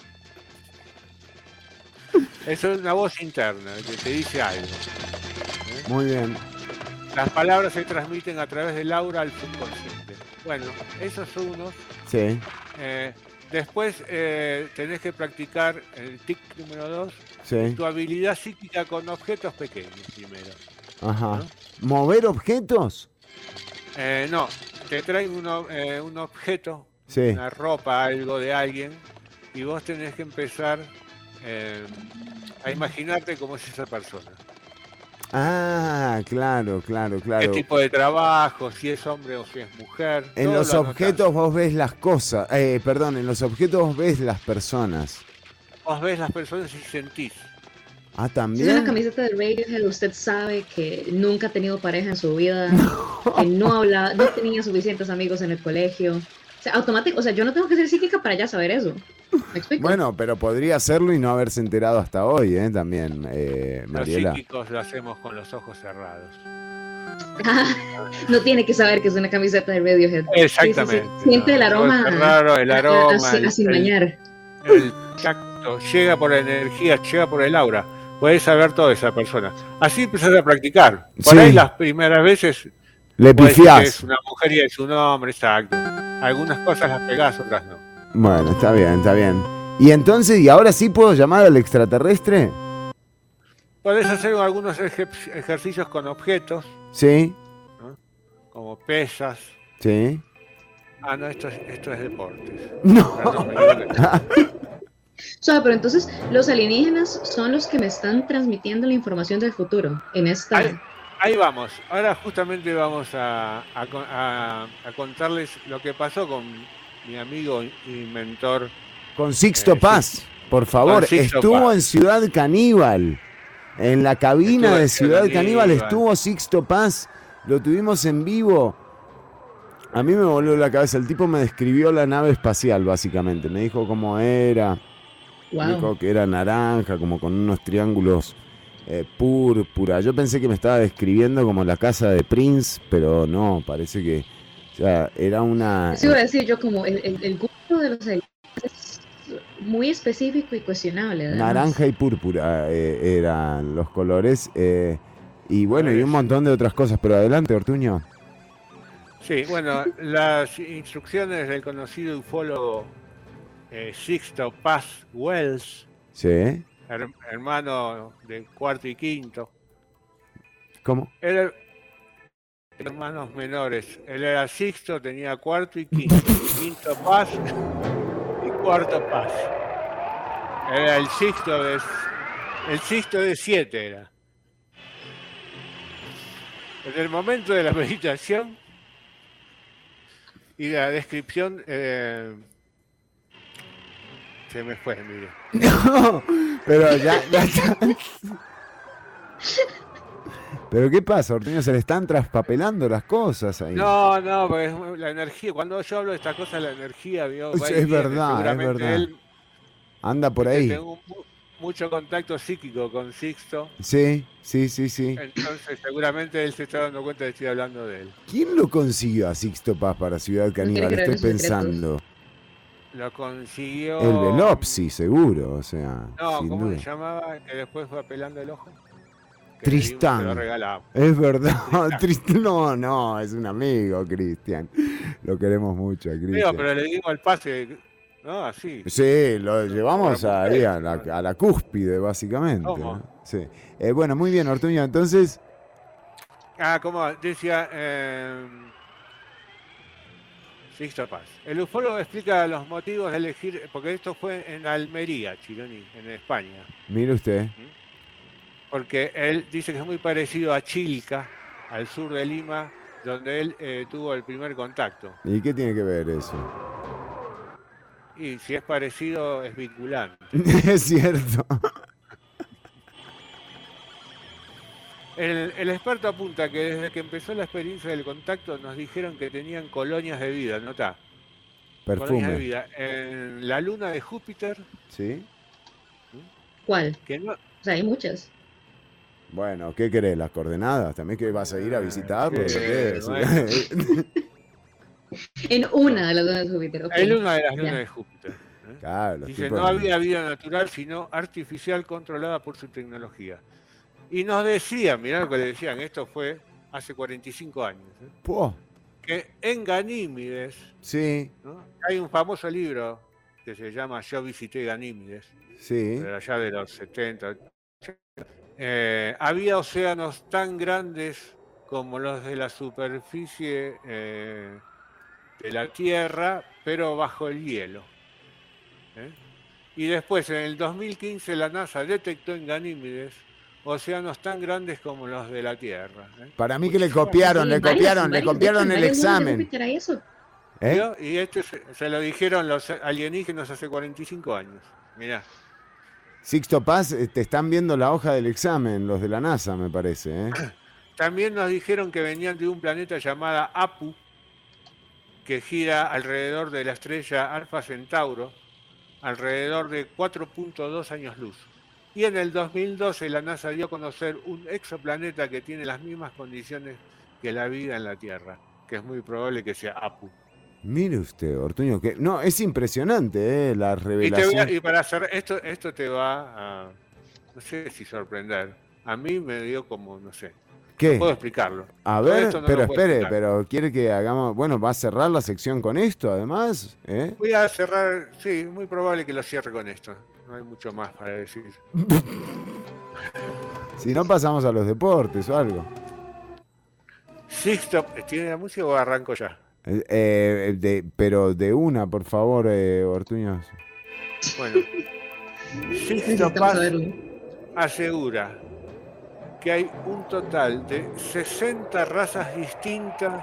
Eso es una voz interna que te dice algo. ¿eh? Muy bien. Las palabras se transmiten a través del aura al subconsciente. Bueno, esos son unos. Sí, Eh, después eh, tenés que practicar el tic número dos, sí. tu habilidad psíquica con objetos pequeños primero. Ajá. ¿Mover objetos? Eh, no, te traen uno- eh, un objeto, Sí. una ropa, algo de alguien, y vos tenés que empezar eh, a imaginarte cómo es esa persona. Ah, claro, claro, qué claro. tipo de trabajo, si es hombre o si es mujer. En todo los lo objetos anotás. vos ves las cosas, eh, perdón, en los objetos vos ves las personas. Vos ves las personas y sentís. Ah, Si es una también. camiseta de Radiohead, usted sabe que nunca ha tenido pareja en su vida, que no habla, no tenía suficientes amigos en el colegio. O sea, automático, o sea, yo no tengo que ser psíquica para ya saber eso. ¿Me explico? Bueno, pero podría hacerlo y no haberse enterado hasta hoy, ¿eh? También, eh, Los Mariela. psíquicos lo hacemos con los ojos cerrados. No tiene que saber que es una camiseta de Radiohead. Exactamente. Sí, sí, sí. Siente el No, aroma. es raro, el a- a- aroma, a- el- a sin el- bañar. El tacto llega por la energía, llega por el aura. Podés saber toda esa persona. Así empezás a practicar. Por Sí. ahí las primeras veces Le podés decir pifiás. que es una mujer y es un hombre, exacto. Algunas cosas las pegás, otras no. Bueno, está bien, está bien. Y entonces, ¿y ahora sí puedo llamar al extraterrestre? Podés hacer algunos ejer- ejercicios con objetos, Sí, como pesas. sí. Ah, no, esto es, esto es deportes. No. Ah, no, me equivoqué. O sea, pero entonces los alienígenas son los que me están transmitiendo la información del futuro en esta. Ahí, ahí vamos. Ahora justamente vamos a, a con- a- a contarles lo que pasó con mi amigo y mentor. Con Sixto Eh, Paz, por favor. con Sixto Estuvo Paz. en Ciudad Caníbal. En la cabina Estuvo en de Ciudad Ciudad Caníbal Caníbal. estuvo Sixto Paz. Lo tuvimos en vivo. A mí me voló la cabeza. El tipo me describió la nave espacial, básicamente. Me dijo cómo era. Me Wow. dijo que era naranja, como con unos triángulos eh, púrpura. Yo pensé que me estaba describiendo como la casa de Prince, pero no, parece que o sea, era una... Eso iba a decir yo, como el, el, el gusto de los alienígenas es muy específico y cuestionable. además. Naranja y púrpura eh, eran los colores. eh, y bueno, y un montón de otras cosas. Pero adelante, Ortuño. Sí, bueno, las instrucciones del conocido ufólogo eh, Sixto Paz Wells, Sí. her- hermano de cuarto y quinto, ¿Cómo? eran hermanos menores. Él era Sixto, tenía cuarto y quinto. Quinto Paz y cuarto Paz. Era el Sixto de, el Sixto de siete era. En el momento de la meditación y la descripción, eh, se me fue, mire. No, pero ya, ya está. Pero ¿qué pasa, Ortuño? Se le están traspapelando las cosas ahí. No, no, porque es muy- la energía, cuando yo hablo de esta cosa, la energía, ¿vio? Es Va y es viene. verdad, es Seguramente verdad. él, Anda por que ahí. tengo mu- mucho contacto psíquico con Sixto, Sí, sí, sí, sí. entonces seguramente él se está dando cuenta de que estoy hablando de él. ¿Quién lo consiguió a Sixto Paz para Ciudad Caníbal? que ver Estoy los secretos. pensando. Lo consiguió... El Velopsi, seguro, o sea, No, sin ¿cómo duda. se llamaba? Que después fue pelando el ojo. Que le dimos, se lo Tristán. regalamos. Es verdad, Tristán. No, no, es un amigo, Cristian. Lo queremos mucho a Digo, Cristian. pero le dimos el pase, ¿no? Así. Sí, lo llevamos Para ahí a mujeres, la, a la cúspide, básicamente. ¿Cómo? ¿no? Sí. Eh, bueno, muy bien, Ortuño. Entonces, Ah, como decía eh, Sixto Paz. El ufólogo explica los motivos de elegir, porque esto fue en Almería, Chironi, en España. mire usted. Porque él dice que es muy parecido a Chilca, al sur de Lima, donde él eh, tuvo el primer contacto. ¿Y qué tiene que ver eso? Y si es parecido, es vinculante. Es cierto. El, el experto apunta que desde que empezó la experiencia del contacto nos dijeron que tenían colonias de vida, ¿notá? Colonias de Perfume. vida en la luna de Júpiter, ¿Sí? ¿Cuál? que no, O sea, hay muchas. Bueno, ¿qué querés? ¿Las coordenadas? ¿También que vas a ir a visitarlo? Sí, ¿O qué? bueno. En una de las lunas de Júpiter. ok. en una de las lunas Ya. de Júpiter. ¿eh? Claro, los Dice, tipos- no había vida natural, sino artificial controlada por su tecnología. Y nos decían, mirá lo que le decían, esto fue hace cuarenta y cinco años, ¿eh? Po, que en Ganímedes, sí, ¿no? Hay un famoso libro que se llama Yo visité Ganímedes, sí. de allá de los setenta. Eh, había océanos tan grandes como los de la superficie eh, de la Tierra, pero bajo el hielo. ¿eh? Y después, en el dos mil quince, la NASA detectó en Ganímedes océanos tan grandes como los de la Tierra. ¿eh? Para mí que le copiaron, le copiaron, le copiaron el examen. ¿Eh? ¿Vio? Y esto se, se lo dijeron los alienígenas hace cuarenta y cinco años. Mirá. Sixto Paz, te están viendo la hoja del examen, los de la NASA, me parece. ¿eh? También nos dijeron que venían de un planeta llamado Apu, que gira alrededor de la estrella Alfa Centauro, alrededor de cuatro punto dos años luz. Y en el dos mil doce la NASA dio a conocer un exoplaneta que tiene las mismas condiciones que la vida en la Tierra, que es muy probable que sea Apu. Mire usted, Ortuño, que no, es impresionante ¿eh? la revelación. Y, te voy a, y para hacer esto, esto te va a, no sé si sorprender. A mí me dio como, no sé, ¿qué? No puedo explicarlo. A Todo ver, esto no pero lo puedo espere, explicar. pero quiere que hagamos, bueno, ¿va a cerrar la sección con esto además? ¿Eh? Voy a cerrar, sí, muy probable que lo cierre con esto. No hay mucho más para decir. Si no pasamos a los deportes o algo. Sixto, ¿tiene la música o arranco ya? Eh, eh, de, pero de una, por favor, eh, Ortuño. Bueno, Sixto Paz asegura que hay un total de sesenta razas distintas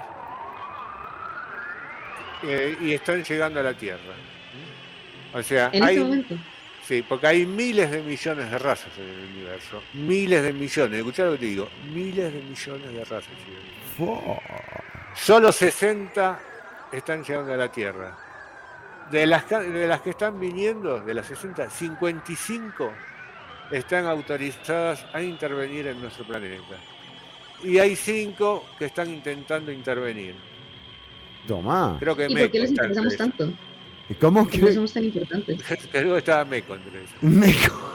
eh, y están llegando a la Tierra. O sea, En hay, este momento. sí, porque hay miles de millones de razas en el universo. Miles de millones, escuchá lo que te digo, miles de millones de razas. Oh. Solo sesenta están llegando a la Tierra. De las, de las que están viniendo, de las sesenta, cincuenta y cinco están autorizadas a intervenir en nuestro planeta. Y hay cinco que están intentando intervenir. Tomá. Creo que ¿Y Meco por qué les está interesamos entre tanto? ¿Cómo ¿Por qué que? somos tan importantes? esos. Creo que estaba Meco entre esos. Meco.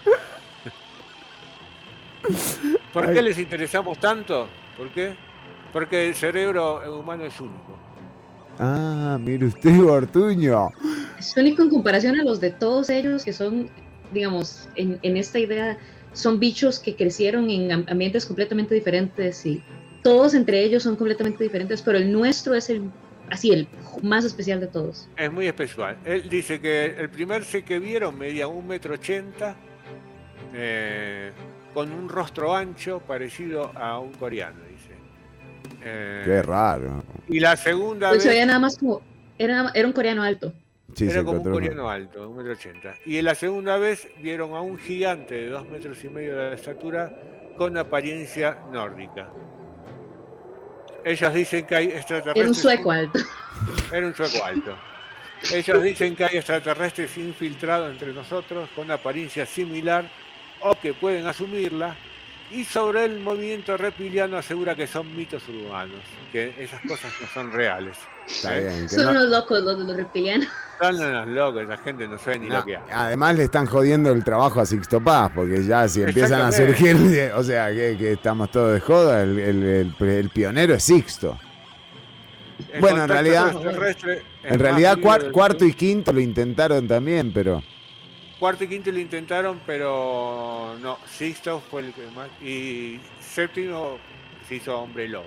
¿Por Ay. qué les interesamos tanto? ¿Por qué? Porque el cerebro humano es único. Ah, mire usted, Ortuño. Es único en comparación a los de todos ellos que son, digamos, en, en esta idea, son bichos que crecieron en am- ambientes completamente diferentes y todos entre ellos son completamente diferentes, pero el nuestro es el, así, el más especial de todos. Es muy especial. Él dice que el primer C que vieron medía un metro ochenta, eh, con un rostro ancho parecido a un coreano, dice. Eh, Qué raro. y la segunda Pues se vez veía nada más como, era, era un coreano alto. Sí, era se como un encontró. coreano alto, un metro ochenta. Y en la segunda vez vieron a un gigante de dos metros y medio de estatura con apariencia nórdica. Ellos dicen que hay extraterrestres. Era un sueco alto. Era un sueco alto. Ellos dicen que hay extraterrestres infiltrados entre nosotros con apariencia similar o que pueden asumirla. Y sobre el movimiento reptiliano asegura que son mitos urbanos, que esas cosas no son reales. Está ¿eh? bien, que Son no- unos locos los de los reptilianos. Son unos locos, la gente no sabe ni No, lo que hace. además le están jodiendo el trabajo a Sixto Paz, porque ya si empiezan a Exactamente. surgir, o sea, que, que estamos todos de joda, el, el- el- el pionero es Sixto. El Bueno, en contacto realidad, extraterrestre es en realidad más cuar- libre del cuarto y quinto lo intentaron también, pero Cuarto y quinto lo intentaron, pero no, Sixto fue el que más. Y séptimo se hizo hombre lobo.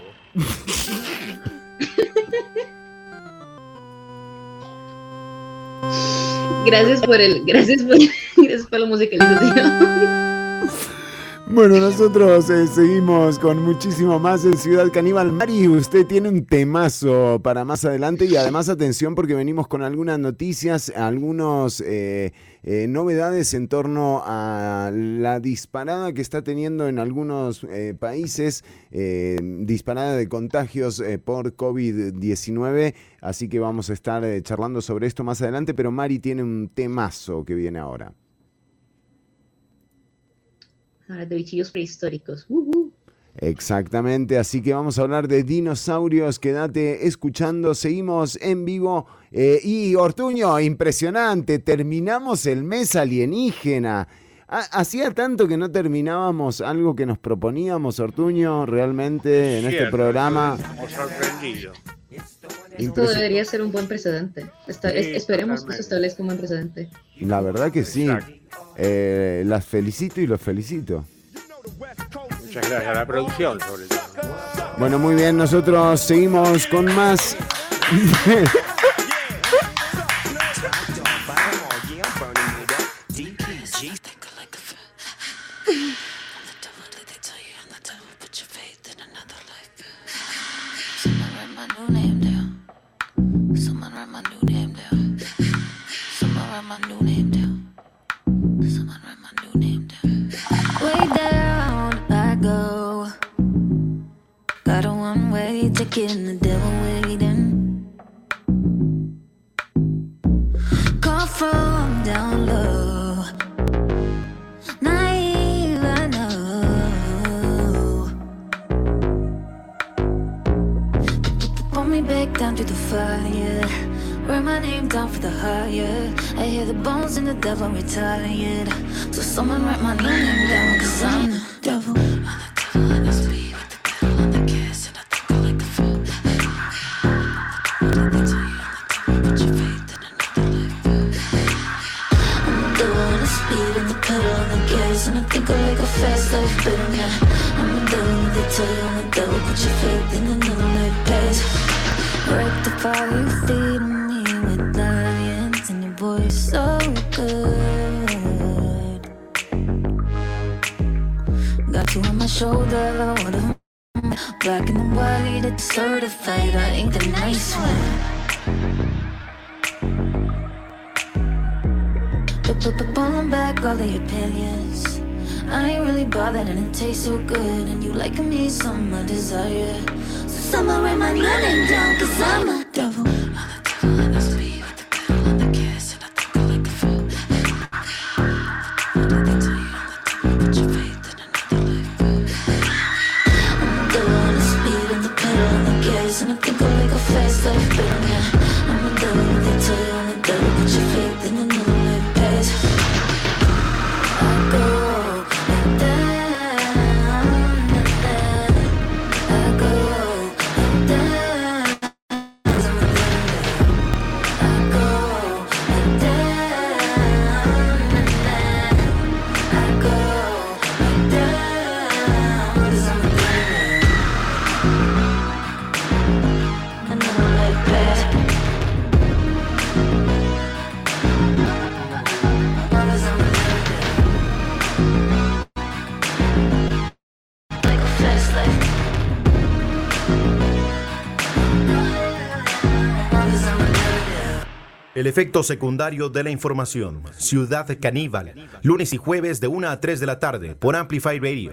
Gracias por el, gracias por, gracias por la musicalización. bueno, nosotros eh, seguimos con muchísimo más en Ciudad Caníbal. Mari, usted tiene un temazo para más adelante y además atención porque venimos con algunas noticias, algunas eh, eh, novedades en torno a la disparada que está teniendo en algunos eh, países, eh, disparada de contagios eh, por COVID diecinueve, así que vamos a estar eh, charlando sobre esto más adelante, pero Mari tiene un temazo que viene ahora. Ahora de bichillos prehistóricos. Uh, uh. Exactamente, así que vamos a hablar de dinosaurios, quédate escuchando, seguimos en vivo eh, y Ortuño, impresionante, terminamos el mes alienígena. Ha- Hacía tanto que no terminábamos algo que nos proponíamos, Ortuño, realmente en este Cierto, programa. estamos sorprendidos. Esto Impresi- debería ser un buen precedente. Esta- Sí, es- esperemos que totalmente. se establezca un buen precedente. La verdad que sí, Exacto. Eh, las felicito y los felicito. Muchas gracias a la producción, sobre todo. Bueno, muy bien, nosotros seguimos con más. getting the devil waiting. Call from down low. Naive, I know. Pull me back down to the fire. Write my name down for the higher. I hear the bones and the devil retired. So someone write my name down, cause I'm the devil. I'm the devil on the speed with the pedal on the gas. And I think I like the feel. They tell you I'm the devil, put your faith in another life. I'm the devil on the speed and the pedal on the gas. And I think I like a fast life better now. I'm the devil, they tell you I'm the devil, put your faith in another life pass. Rectify you feeding me with lions and your voice so good. Got you on my shoulder, what a black and white, it's certified. I ain't the nice one. But but but pulling back all the opinions. I ain't really bothered and it tastes so good. And you like me, some I desire. Someone write my name down, cause I'm a devil. I'm the devil on the speed with the pedal on the gas. And I think I like the feel. They tell you I'm the devil, put your faith in another life. I'm the devil on the speed and the pedal on the gas. And I think I like a fast life better now. I'm the devil, they tell you I'm the devil, put your faith in another life pass. I go like that. I go. El efecto secundario de la información. Ciudad Caníbal. Lunes y jueves de una a tres de la tarde por Amplify Radio.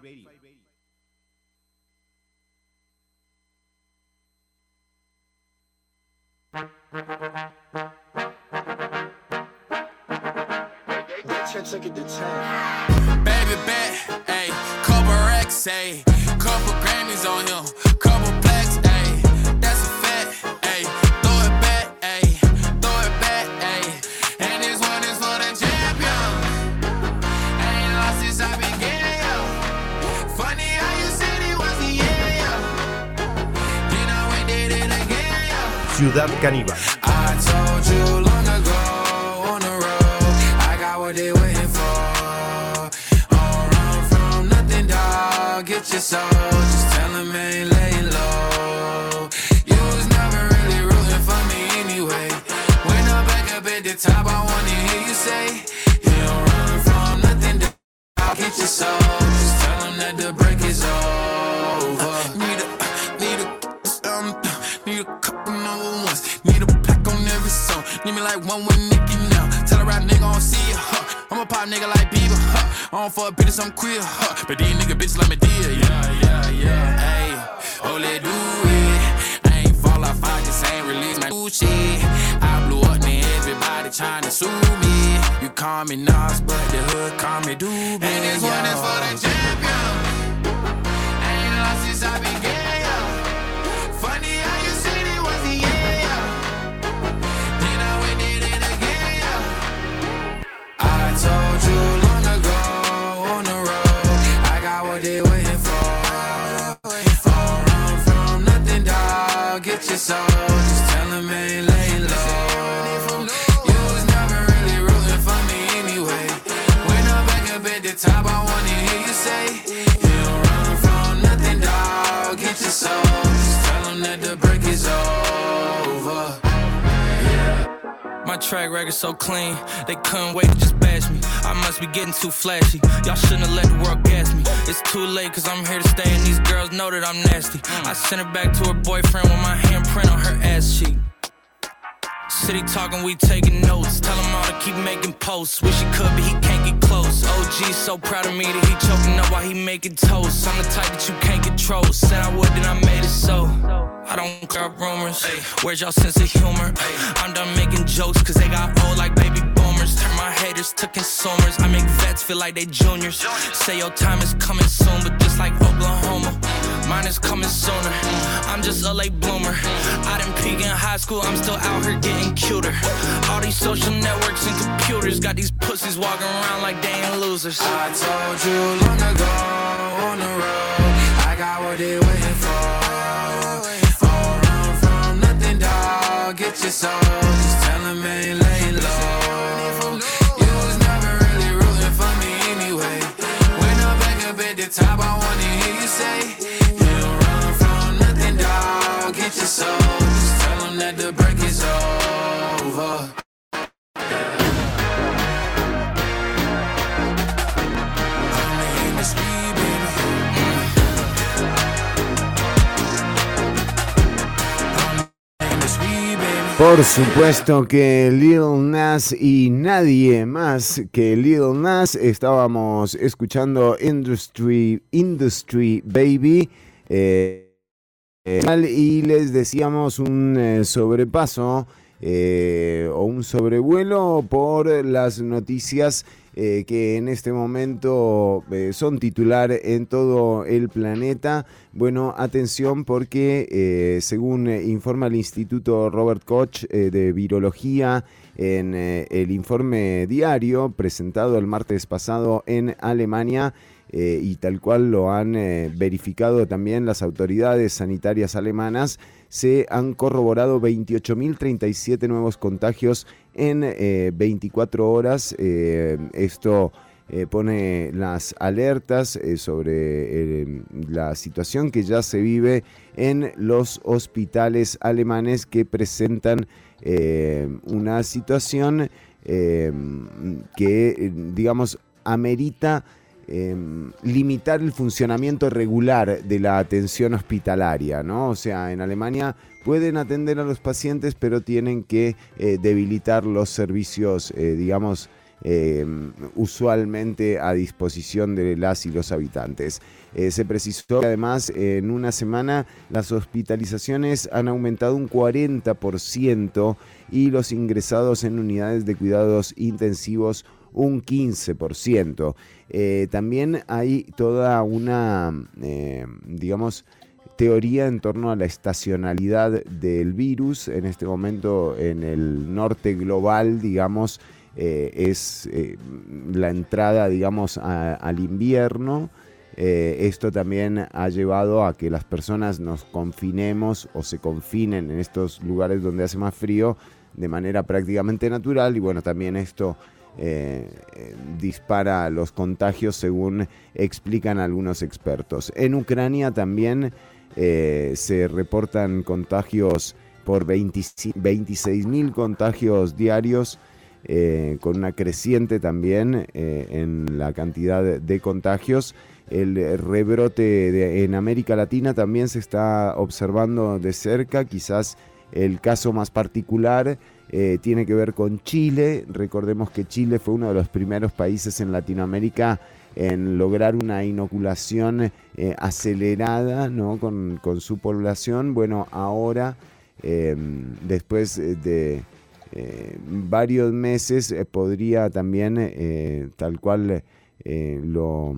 Baby bet, ayy, couple racks, ayy, couple Grammys on him, couple blacks, ayy, that's a fact, ayy, throw it back, ayy, throw it back, ayy, and this one is for the champion. Ain't lost since I began, yo. Funny how you said it was the yeah, yo. Then I went did it again, yo. Ciudad Caníbal. I told you long ago on the road, I got what they waiting for. Don't run from nothing, dog. Get your soul, just tell them ain't laying low. You was never really rooting for me anyway. When I'm back up at the top, I wanna hear you say, you don't run from nothing, dog. Get your soul, just tell them that the break is over. Need a, need a, um, need a couple number ones. Need a plaque on every song. Need me like one with Nicki now. Tell a rap nigga I don't see it, huh? I'm a pop nigga like Bieber, huh? I don't fuck bitches, I'm queer, huh? But these nigga bitches like me dear, yeah, yeah, yeah. Ayy, oh, let do it. I ain't fall off, I just ain't release my new shit. I blew up, then everybody tryna sue me. You call me Nas, but the hood call me Doobie. And this one is for the champion. Ain't lost since I began, yo. Funny how you said it was the yeah, yo. Then I went did it again, yo. I told you long ago on the road, I got what they waiting for. Don't run from nothing, dog. Get your soul, just tell them ain't laying low. You was never really rooting for me anyway. When I'm back up at the top, I wanna hear you say, you don't run from nothing, dog. Get your soul, just tell them that the break is over. My track record so clean, they couldn't wait to just bash me. I must be getting too flashy. Y'all shouldn't have let the world gas me. It's too late cause I'm here to stay and these girls know that I'm nasty. I sent her back to her boyfriend with my handprint on her ass cheek. City talking, we taking notes. Tell him all to keep making posts. Wish he could, but he can't get close. O G so proud of me that he choking up while he making toast. I'm the type that you can't control. Said I would, then I made it so. I don't care rumors. Where's y'all sense of humor? I'm done making jokes cause they got old like baby boomers. Turn my haters to consumers. I make vets feel like they juniors. Say your time is coming soon, but just like Oklahoma, mine is coming sooner. I'm just a late bloomer. I didn't peak in high school, I'm still out here getting cuter. All these social networks and computers got these pussies walking around like they ain't losers. I told you long ago on the road, I got what they waiting for. Don't run from nothing, dog. Get your soul. Just tell them ain't laying low. You was never really rooting for me anyway. When I'm back up at the top, I wanna hear you say, you don't run from nothing, dog. Get your soul. Just tell them that the break is over. Por supuesto que Lil Nas y nadie más que Lil Nas. Estábamos escuchando Industry, Industry Baby. Eh, eh, y les decíamos un eh, sobrepaso eh, o un sobrevuelo por las noticias eh, que en este momento eh, son titular en todo el planeta. Bueno, atención porque eh, según eh, informa el Instituto Robert Koch eh, de Virología en eh, el informe diario presentado el martes pasado en Alemania, eh, y tal cual lo han eh, verificado también las autoridades sanitarias alemanas, se han corroborado veintiocho mil treinta y siete nuevos contagios en eh, veinticuatro horas. Eh, esto Eh, pone las alertas eh, sobre eh, la situación que ya se vive en los hospitales alemanes, que presentan eh, una situación eh, que, digamos, amerita eh, limitar el funcionamiento regular de la atención hospitalaria, ¿no? O sea, en Alemania pueden atender a los pacientes, pero tienen que eh, debilitar los servicios, eh, digamos, Eh, usualmente a disposición de las y los habitantes. Eh, se precisó que además en una semana las hospitalizaciones han aumentado un cuarenta por ciento y los ingresados en unidades de cuidados intensivos un quince por ciento. Eh, también hay toda una, eh, digamos, teoría en torno a la estacionalidad del virus. En este momento en el norte global, digamos, Eh, es eh, la entrada, digamos, a, al invierno. Eh, esto también ha llevado a que las personas nos confinemos o se confinen en estos lugares donde hace más frío de manera prácticamente natural, y bueno, también esto eh, eh, dispara los contagios, según explican algunos expertos. En Ucrania también eh, se reportan contagios por veintiséis mil contagios diarios, Eh, con una creciente también eh, en la cantidad de contagios. El rebrote de, en América Latina también se está observando de cerca. Quizás el caso más particular eh, tiene que ver con Chile. Recordemos que Chile fue uno de los primeros países en Latinoamérica en lograr una inoculación eh, acelerada, ¿no? con, con su población. Bueno, ahora, eh, después de Eh, varios meses, eh, podría también, eh, tal cual eh, lo,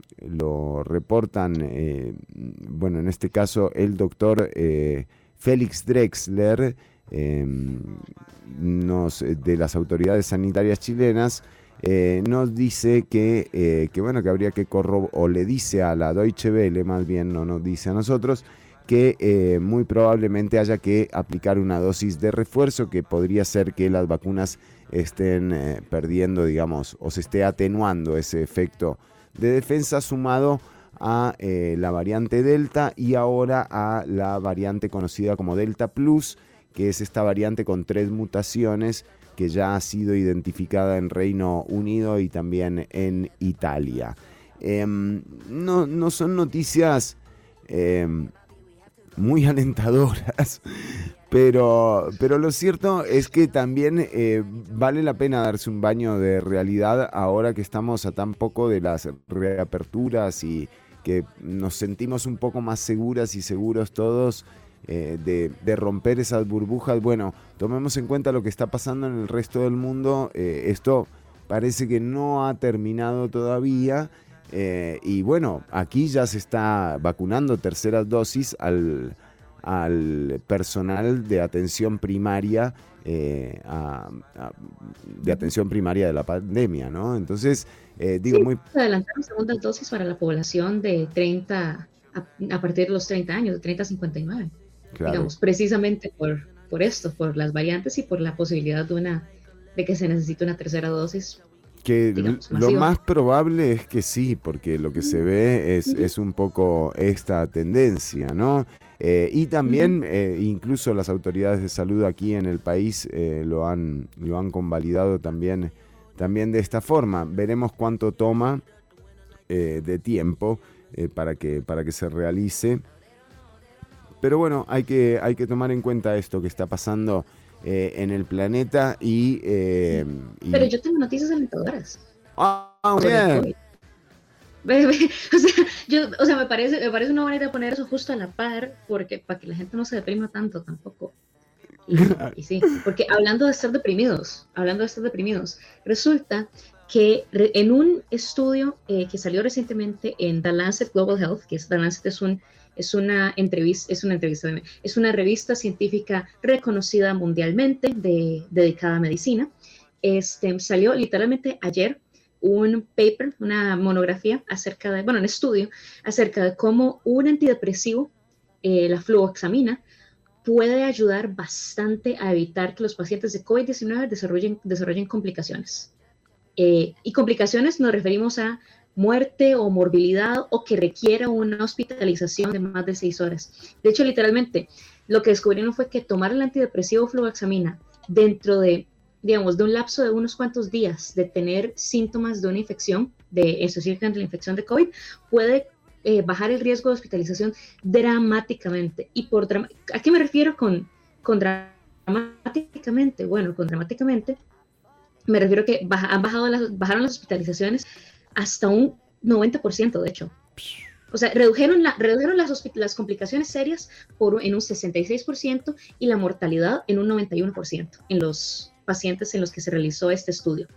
lo reportan, eh, bueno, en este caso el doctor eh, Félix Drexler, eh, nos, de las autoridades sanitarias chilenas, eh, nos dice que, eh, que, bueno, que habría que corroborar, o le dice a la Deutsche Welle, más bien no nos dice a nosotros, que eh, muy probablemente haya que aplicar una dosis de refuerzo, que podría ser que las vacunas estén eh, perdiendo, digamos, o se esté atenuando ese efecto de defensa, sumado a eh, la variante Delta y ahora a la variante conocida como Delta Plus, que es esta variante con tres mutaciones que ya ha sido identificada en Reino Unido y también en Italia. Eh, no, no son noticias Eh, muy alentadoras, pero, pero lo cierto es que también eh, vale la pena darse un baño de realidad ahora que estamos a tan poco de las reaperturas y que nos sentimos un poco más seguras y seguros todos eh, de, de romper esas burbujas. Bueno, tomemos en cuenta lo que está pasando en el resto del mundo. Eh, esto parece que no ha terminado todavía. Eh, y bueno, aquí ya se está vacunando terceras dosis al, al personal de atención primaria, eh, a, a, de atención primaria de la pandemia, ¿no? Entonces, eh, digo, Sí, muy... se adelantaron segundas dosis para la población de treinta, a, a partir de los treinta años, de treinta a cincuenta y nueve. Claro. Digamos, precisamente por, por esto, por las variantes y por la posibilidad de, una, de que se necesite una tercera dosis. Que digamos, lo masiva. más probable es que sí, porque lo que se ve es, es un poco esta tendencia, ¿no? Eh, y también eh, incluso las autoridades de salud aquí en el país eh, lo han, lo han convalidado también, también de esta forma. Veremos cuánto toma eh, de tiempo eh, para que, para que se realice. Pero bueno, hay que, hay que tomar en cuenta esto que está pasando eh, en el planeta y... Eh, y... Pero yo tengo noticias alentadoras. Ah, sobre el bien. COVID. Ve, ve, O sea, yo, o sea me, parece, me parece una buena idea poner eso justo a la par, porque para que la gente no se deprima tanto tampoco. Y, y sí, porque hablando de estar deprimidos, hablando de estar deprimidos, resulta que re- en un estudio eh, que salió recientemente en The Lancet Global Health, que es The Lancet es un es una entrevista, es una entrevista, es una revista científica reconocida mundialmente de, dedicada a medicina. Este, salió literalmente ayer un paper, una monografía acerca de, bueno, un estudio acerca de cómo un antidepresivo, eh, la fluoxamina, puede ayudar bastante a evitar que los pacientes de COVID diecinueve desarrollen, desarrollen complicaciones. Eh, y complicaciones nos referimos a muerte o morbilidad o que requiera una hospitalización de más de seis horas. De hecho, literalmente, lo que descubrieron fue que tomar el antidepresivo fluoxamina dentro de, digamos, de un lapso de unos cuantos días de tener síntomas de una infección, de, es decir, de la infección de COVID, puede eh, bajar el riesgo de hospitalización dramáticamente. ¿Y por drama- a qué me refiero con, con dramáticamente? Bueno, con dramáticamente me refiero a que baja, han bajado las, bajaron las hospitalizaciones hasta un noventa por ciento, de hecho. O sea, redujeron, la, redujeron las, las complicaciones serias por, en un sesenta y seis por ciento y la mortalidad en un noventa y uno por ciento en los pacientes en los que se realizó este estudio.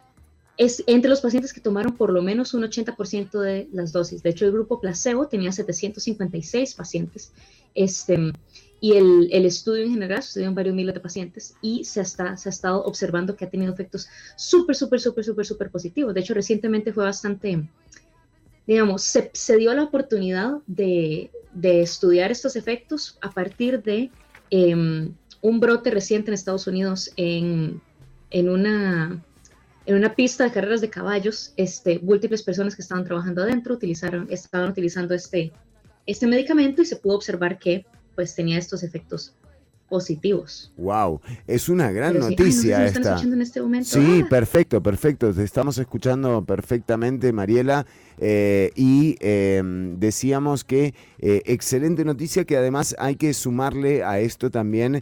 Es entre los pacientes que tomaron por lo menos un ochenta por ciento de las dosis. De hecho, el grupo placebo tenía setecientos cincuenta y seis pacientes. Este, y el, el estudio en general sucedió en varios miles de pacientes y se, está, se ha estado observando que ha tenido efectos súper, súper, súper, súper, súper positivos. De hecho, recientemente fue bastante, digamos, se, se dio la oportunidad de, de estudiar estos efectos a partir de eh, un brote reciente en Estados Unidos en, en, una, en una pista de carreras de caballos. Este, múltiples personas que estaban trabajando adentro utilizaron, estaban utilizando este, este medicamento y se pudo observar que pues tenía estos efectos positivos. Wow, es una gran Pero sí, noticia ay, no sé si me están esta. escuchando en este momento. Sí, Ah. perfecto, perfecto. Te estamos escuchando perfectamente, Mariela. Eh, y eh, decíamos que eh, excelente noticia, que además hay que sumarle a esto también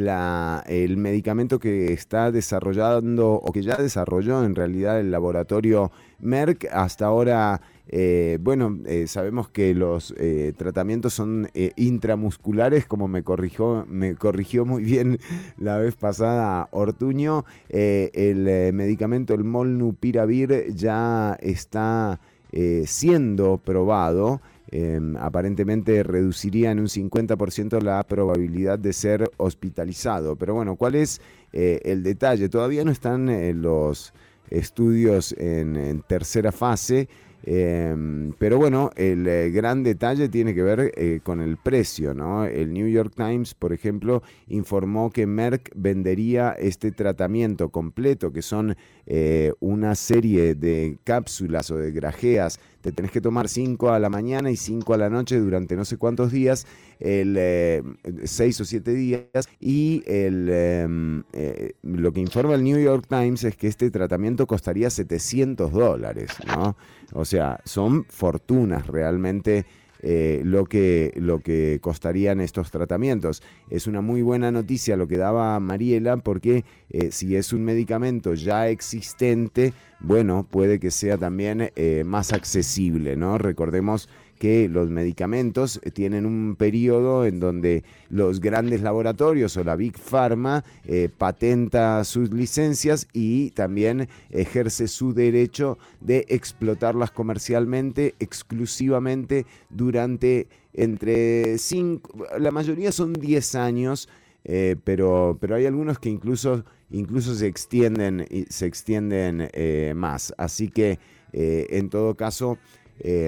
la, el medicamento que está desarrollando o que ya desarrolló en realidad el laboratorio Merck. Hasta ahora, eh, bueno, eh, sabemos que los eh, tratamientos son eh, intramusculares, como me corrigió, me corrigió muy bien la vez pasada Ortuño. Eh, el eh, medicamento, el Molnupiravir, ya está eh, siendo probado. Eh, aparentemente reduciría en un cincuenta por ciento la probabilidad de ser hospitalizado. Pero bueno, ¿cuál es eh, el detalle? Todavía no están eh, los estudios en, en tercera fase. Eh, pero bueno, el eh, gran detalle tiene que ver eh, con el precio, ¿no? El New York Times, por ejemplo, informó que Merck vendería este tratamiento completo, que son eh, una serie de cápsulas o de grajeas. Te tenés que tomar cinco a la mañana y cinco a la noche durante no sé cuántos días, el eh, seis o siete días. Y el, eh, eh, lo que informa el New York Times es que este tratamiento costaría setecientos dólares, ¿no? O sea, son fortunas realmente eh, lo, que, lo que costarían estos tratamientos. Es una muy buena noticia lo que daba Mariela, porque eh, si es un medicamento ya existente, bueno, puede que sea también eh, más accesible, ¿no? Recordemos que que los medicamentos tienen un periodo en donde los grandes laboratorios o la Big Pharma eh, patenta sus licencias y también ejerce su derecho de explotarlas comercialmente exclusivamente durante entre cinco, la mayoría son diez años, eh, pero, pero hay algunos que incluso, incluso se extienden, se extienden eh, más. Así que eh, en todo caso... Eh,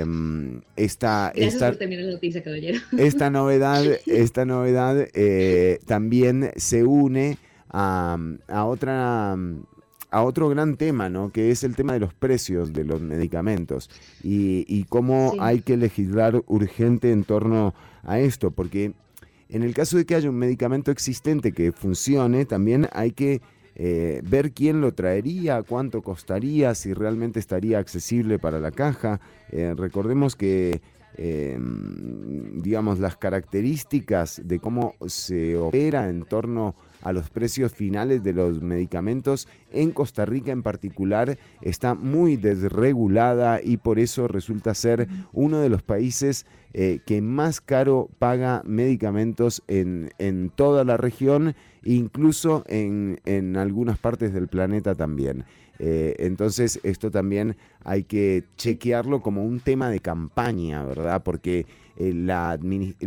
esta, Gracias esta, por terminar la noticia, caballero. esta novedad, esta novedad eh, también se une a, a otra a otro gran tema, ¿no? Que es el tema de los precios de los medicamentos y, y cómo sí. hay que legislar urgente en torno a esto, porque en el caso de que haya un medicamento existente que funcione, también hay que Eh, ver quién lo traería, cuánto costaría, si realmente estaría accesible para la caja. Eh, recordemos que, eh, digamos, las características de cómo se opera en torno a los precios finales de los medicamentos en Costa Rica en particular está muy desregulada y por eso resulta ser uno de los países eh, que más caro paga medicamentos en, en toda la región, incluso en, en algunas partes del planeta también. Eh, entonces esto también hay que chequearlo como un tema de campaña, ¿verdad? Porque eh, la,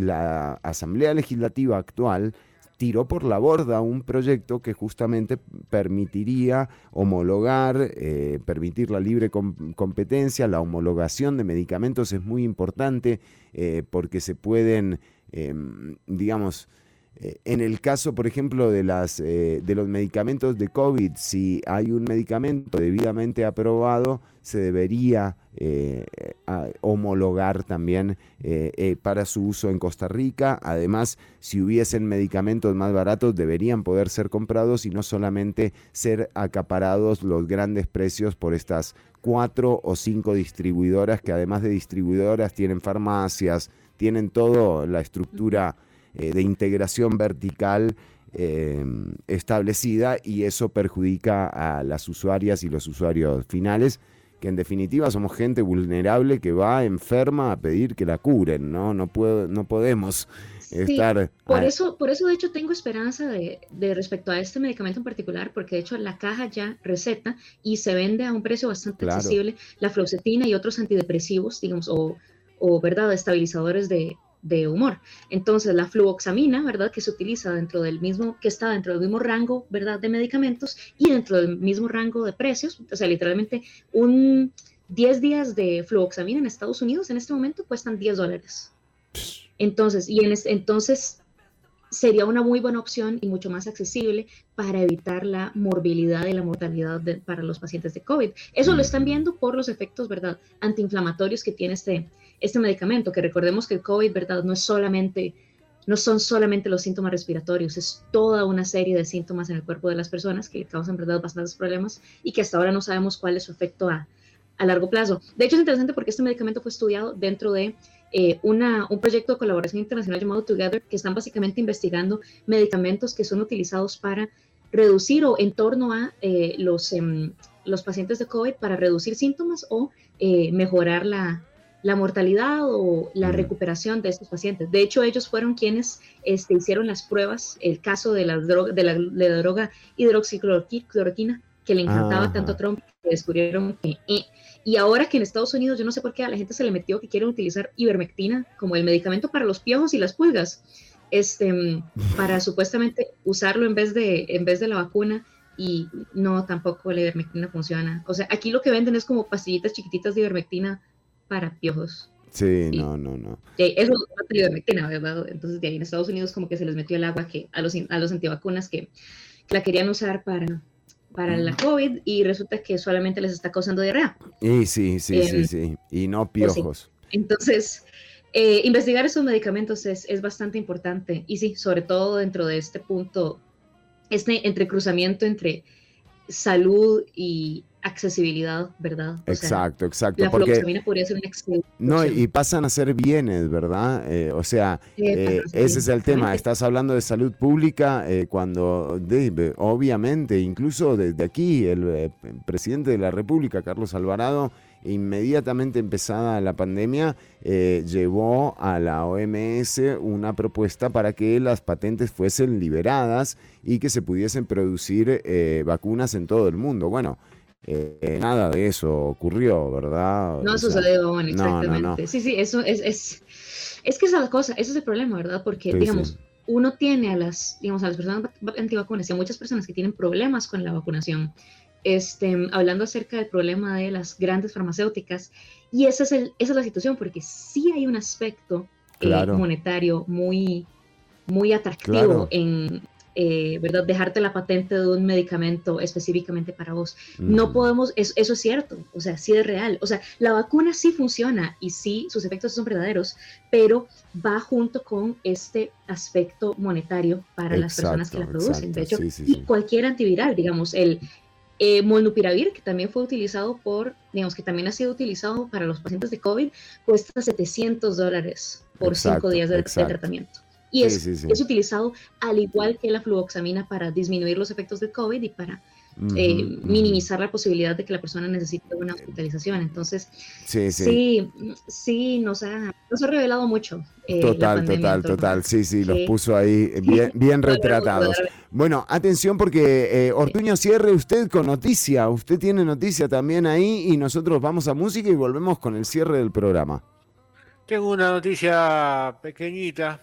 la Asamblea Legislativa actual tiró por la borda un proyecto que justamente permitiría homologar, eh, permitir la libre com- competencia, la homologación de medicamentos es muy importante eh, porque se pueden, eh, digamos, eh, en el caso, por ejemplo, de, las, eh, de los medicamentos de COVID, si hay un medicamento debidamente aprobado, se debería eh, a, homologar también eh, eh, para su uso en Costa Rica. Además, si hubiesen medicamentos más baratos, deberían poder ser comprados y no solamente ser acaparados los grandes precios por estas cuatro o cinco distribuidoras que además de distribuidoras tienen farmacias, tienen toda la estructura eh, de integración vertical eh, establecida y eso perjudica a las usuarias y los usuarios finales, que en definitiva somos gente vulnerable que va enferma a pedir que la curen, ¿no? No puedo, no podemos estar... Sí, por, eso, por eso de hecho tengo esperanza de, de respecto a este medicamento en particular, porque de hecho la caja ya receta y se vende a un precio bastante claro. accesible la fluoxetina y otros antidepresivos, digamos, o, o ¿verdad?, estabilizadores de, de humor. Entonces la fluoxamina, ¿verdad?, que se utiliza dentro del mismo, que está dentro del mismo rango, ¿verdad?, de medicamentos y dentro del mismo rango de precios, o sea, literalmente un diez días de fluoxamina en Estados Unidos en este momento cuestan diez dólares. Entonces, y en este, entonces sería una muy buena opción y mucho más accesible para evitar la morbilidad y la mortalidad de, para los pacientes de COVID. Eso lo están viendo por los efectos, ¿verdad?, antiinflamatorios que tiene este, este medicamento, que recordemos que el COVID, ¿verdad?, no es solamente, no son solamente los síntomas respiratorios, es toda una serie de síntomas en el cuerpo de las personas que causan, ¿verdad?, bastantes problemas y que hasta ahora no sabemos cuál es su efecto a, a largo plazo. De hecho, es interesante porque este medicamento fue estudiado dentro de Eh, una, un proyecto de colaboración internacional llamado Together, que están básicamente investigando medicamentos que son utilizados para reducir o en torno a eh, los, eh, los pacientes de COVID para reducir síntomas o eh, mejorar la, la mortalidad o la recuperación de estos pacientes. De hecho, ellos fueron quienes este, hicieron las pruebas, el caso de la droga, de la, de la droga hidroxicloroquina, que le encantaba Ajá. tanto a Trump, que descubrieron que... Eh, Y ahora que en Estados Unidos, yo no sé por qué a la gente se le metió que quieren utilizar ivermectina como el medicamento para los piojos y las pulgas, este, para supuestamente usarlo en vez de, en vez de la vacuna, y no, tampoco la ivermectina funciona. O sea, aquí lo que venden es como pastillitas chiquititas de ivermectina para piojos. Sí, sí. no, no, no. Sí, eso es la ivermectina, ¿verdad? Entonces de ahí en Estados Unidos como que se les metió el agua que a los, a los antivacunas que, que la querían usar para... para la COVID y resulta que solamente les está causando diarrea. Y sí, sí, eh, sí, sí, y no piojos. Pues sí. Entonces, eh, investigar esos medicamentos es, es bastante importante y sí, sobre todo dentro de este punto, este entrecruzamiento entre salud y accesibilidad, ¿verdad? O exacto, sea, exacto. La fluoxamina podría ser una excelente No, y pasan a ser bienes, ¿verdad? Eh, o sea, eh, ese es el tema. Estás hablando de salud pública eh, cuando, de, obviamente, incluso desde aquí, el, eh, presidente de la República, Carlos Alvarado, inmediatamente empezada la pandemia, eh, llevó a la O M S una propuesta para que las patentes fuesen liberadas y que se pudiesen producir eh, vacunas en todo el mundo. Bueno, eh, nada de eso ocurrió, ¿verdad? No o sucedió, sea, bueno, no, exactamente. no, no. Sí, sí, eso es, es, es que esa es la cosa, ese es el problema, ¿verdad? Porque, Sí, digamos, sí. uno tiene a las, digamos, a las personas antivacunas y a muchas personas que tienen problemas con la vacunación, este, hablando acerca del problema de las grandes farmacéuticas, y esa es, el, esa es la situación, porque sí hay un aspecto Claro. eh, monetario muy, muy atractivo Claro. en, eh, ¿verdad? Dejarte la patente de un medicamento específicamente para vos. No Ujú. podemos, eso, eso es cierto, o sea, sí es real, o sea, la vacuna sí funciona y sí, sus efectos son verdaderos, pero va junto con este aspecto monetario para las personas que la Exacto, producen. De hecho, exacto, sí, sí, y sí. cualquier antiviral, digamos, el eh, molnupiravir, que también fue utilizado por, digamos, que también ha sido utilizado para los pacientes de COVID, cuesta setecientos dólares por Exacto, cinco días de, de exacto. tratamiento. Y Sí, es, sí, sí. es utilizado al igual que la fluoxamina para disminuir los efectos del COVID y para eh, Ujú, ujú. minimizar la posibilidad de que la persona necesite una hospitalización. Entonces, Sí, sí. sí, sí, nos ha, nos ha revelado mucho. eh, la Total, pandemia en total, torno total. a- Sí, sí, los Sí. puso ahí bien, bien Podremos retratados. poder- Bueno, atención porque eh, Ortuño cierre usted con noticia. Usted tiene noticia también ahí y nosotros vamos a música y volvemos con el cierre del programa. Tengo una noticia pequeñita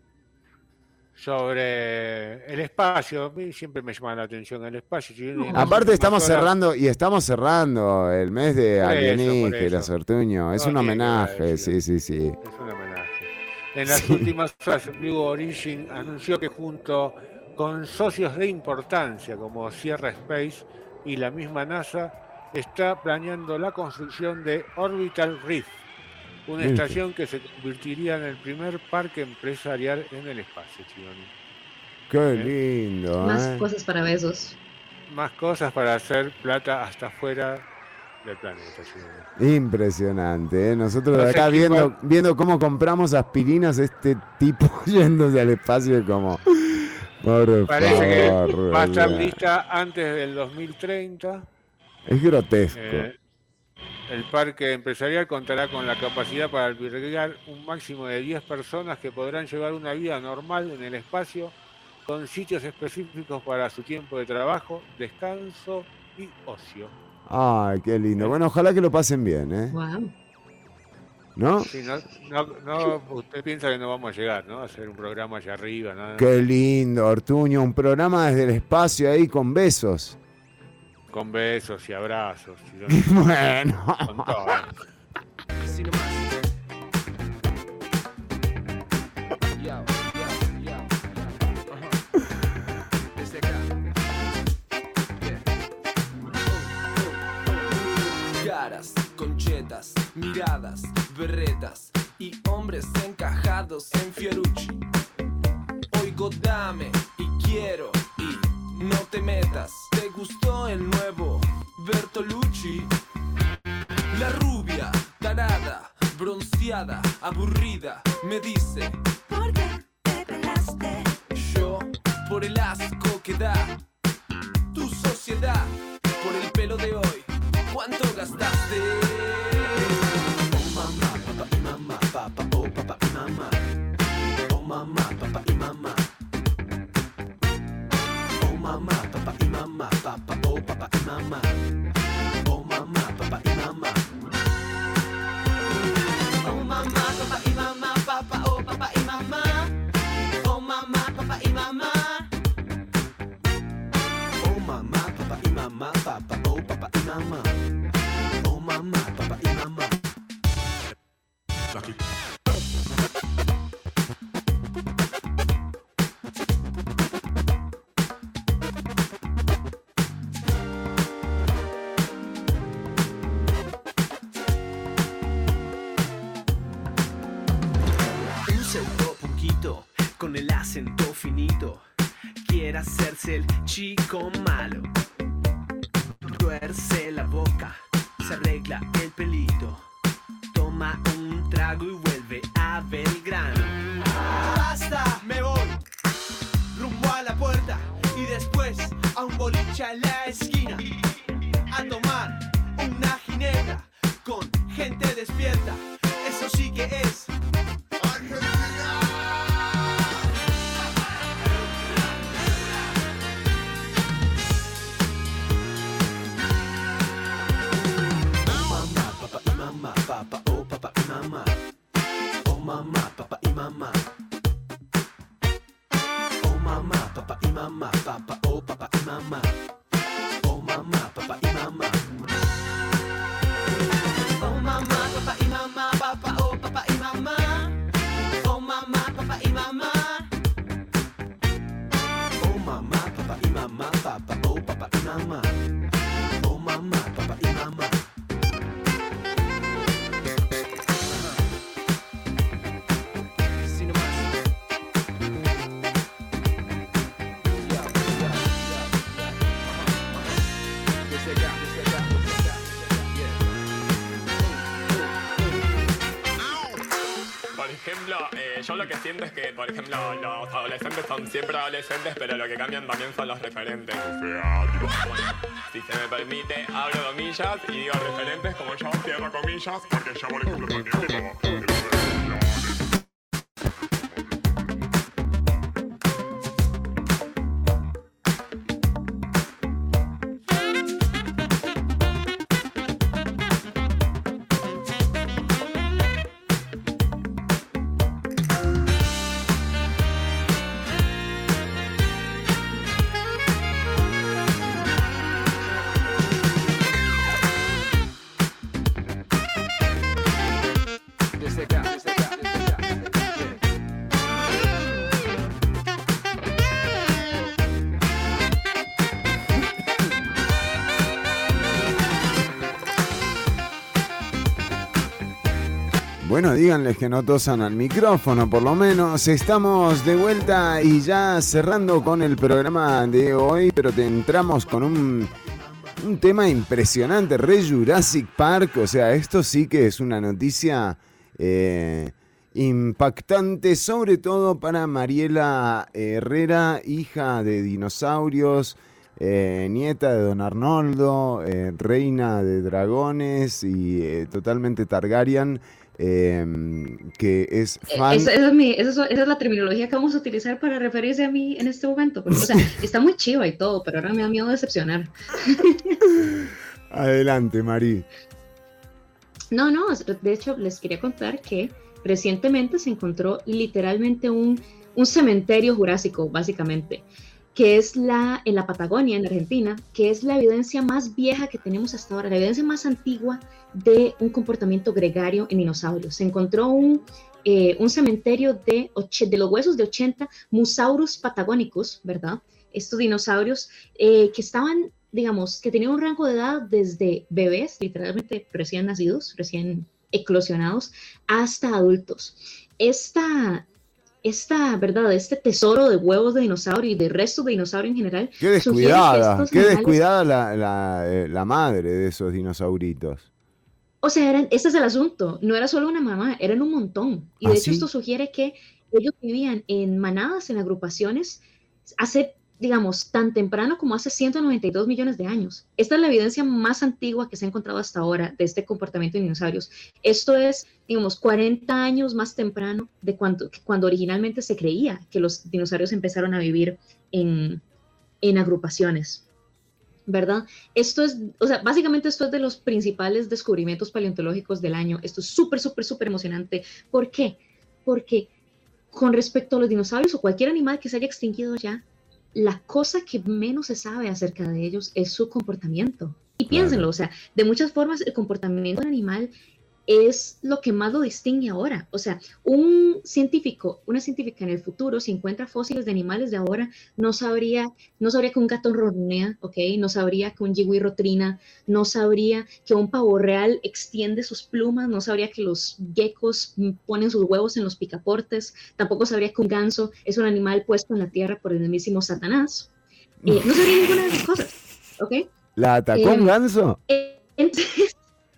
sobre el espacio. A mí siempre me llama la atención el espacio. Si bien en las Aparte últimas estamos horas- cerrando y estamos cerrando el mes de Por eso, por alienígenas, eso. Ortuño. Es No un tiene que homenaje, ver, sí, sí, sí. Es un homenaje. En las Sí. últimas horas, Blue Origin anunció que junto con socios de importancia como Sierra Space y la misma NASA, está planeando la construcción de Orbital Reef, una Listo. estación que se convertiría en el primer parque empresarial en el espacio, Chironi. Qué lindo, Más ¿eh? cosas para besos. Más cosas para hacer plata hasta afuera del planeta, Chironi. Impresionante, ¿eh? Nosotros No de sé acá qué viendo, igual- viendo cómo compramos aspirinas, este tipo yéndose al espacio como... Por Parece que favor, va a estar ¿verdad? lista antes del dos mil treinta. Es grotesco. Eh, el parque empresarial contará con la capacidad para albergar un máximo de diez personas que podrán llevar una vida normal en el espacio, con sitios específicos para su tiempo de trabajo, descanso y ocio. Ay, qué lindo. Bueno, ojalá que lo pasen bien, ¿eh? Wow. ¿No? Sí, no, no, no, usted piensa que no vamos a llegar, ¿no? A hacer un programa allá arriba, nada. Qué lindo, Ortuño. Un programa desde el espacio ahí con besos. Con besos y abrazos. y yo- Bueno. con todo. Caras, conchetas, miradas, berretas y hombres encajados en Fiorucci. Oigo dame y quiero y no te metas. ¿Te gustó el nuevo Bertolucci? La rubia, tarada, bronceada, aburrida, me dice: ¿por qué te pelaste? Yo, por el asco que da tu sociedad, por el pelo de hoy, ¿cuánto gastaste? Oh mamá, papá y mamá, papá, oh papá y mamá. Oh mamá, papá y mamá. Oh mamá, papá y mamá, papá, oh papá y mamá. Oh mamá, papá y mamá. Oh mamá, papá y mamá, papá, oh papá y mamá. Oh mamá, papá y mamá. Oh mamá, papá y mamá, papá, oh papá y mamá. Oh mamá, papá y mamá. Un pseudo punquito con el acento finito quiere hacerse el chico malo. Tuerce la boca, se arregla el pelito, toma un trago y vuelve a Belgrano. Basta, me voy rumbo a la puerta y después a un boliche a la esquina a tomar una ginebra con gente despierta. Eso sí que es Mamá, papá, oh papá y mamá. Oh mamá, papá y mamá. Oh mamá, papá y mamá, papá, oh papá y mamá. Oh mamá, papá y mamá. Oh mamá, papá y mamá, papá, oh papá y mamá. Oh mamá, papá y mamá. Oh mamá, papá y mamá, papá, oh papá y mamá. Oh mamá, papá y mamá. Por ejemplo, eh, yo lo que siento es que, por ejemplo, los adolescentes son siempre adolescentes, pero lo que cambian también son los referentes. O sea, tipo, bueno, si se me permite, abro comillas y digo referentes como yo, cierro comillas, porque yo, por ejemplo, también tipo... Bueno, díganles que no tosan al micrófono, por lo menos. Estamos de vuelta y ya cerrando con el programa de hoy, pero te entramos con un, un tema impresionante, re Jurassic Park. O sea, esto sí que es una noticia eh, impactante, sobre todo para Mariela Herrera, hija de dinosaurios, eh, nieta de Don Arnoldo, eh, reina de dragones y eh, totalmente Targaryen. Eh, que es fan. Esa, esa, es mi, esa, es, esa es la terminología que vamos a utilizar para referirse a mí en este momento. Porque, o sea, está muy chiva y todo, pero ahora me da miedo decepcionar. Adelante, Mari. No, no, de hecho les quería contar que recientemente se encontró literalmente un, un cementerio jurásico, básicamente, que es la, en la Patagonia, en Argentina, que es la evidencia más vieja que tenemos hasta ahora, la evidencia más antigua de un comportamiento gregario en dinosaurios. Se encontró un, eh, un cementerio de, de los huesos de ochenta Musaurus patagónicos, ¿verdad? Estos dinosaurios eh, que estaban, digamos, que tenían un rango de edad desde bebés, literalmente recién nacidos, recién eclosionados, hasta adultos. Esta... Esta, ¿verdad? Este tesoro de huevos de dinosaurio y de restos de dinosaurio en general. Qué descuidada, que qué animales, descuidada la, la, eh, la madre de esos dinosauritos. O sea, eran, ese es el asunto. No era solo una mamá, eran un montón. Y de ¿Ah, hecho sí? esto sugiere que ellos vivían en manadas, en agrupaciones, hace, digamos, tan temprano como hace ciento noventa y dos millones de años. Esta es la evidencia más antigua que se ha encontrado hasta ahora de este comportamiento de dinosaurios. Esto es, digamos, cuarenta años más temprano de cuando, cuando originalmente se creía que los dinosaurios empezaron a vivir en, en agrupaciones, ¿verdad? Esto es, o sea, básicamente esto es de los principales descubrimientos paleontológicos del año. Esto es súper, súper, súper emocionante. ¿Por qué? Porque con respecto a los dinosaurios o cualquier animal que se haya extinguido ya, la cosa que menos se sabe acerca de ellos es su comportamiento. Y piénsenlo, o sea, de muchas formas el comportamiento del animal es lo que más lo distingue ahora. O sea, un científico, una científica en el futuro, si encuentra fósiles de animales de ahora, no sabría, no sabría que un gato ronronea, ¿ok? No sabría que un yigüirro trina, no sabría que un pavo real extiende sus plumas, no sabría que los geckos ponen sus huevos en los picaportes, tampoco sabría que un ganso es un animal puesto en la tierra por el mismísimo Satanás. Eh, no sabría ninguna de esas cosas, ¿ok? ¿La atacó un ganso? Eh, entonces,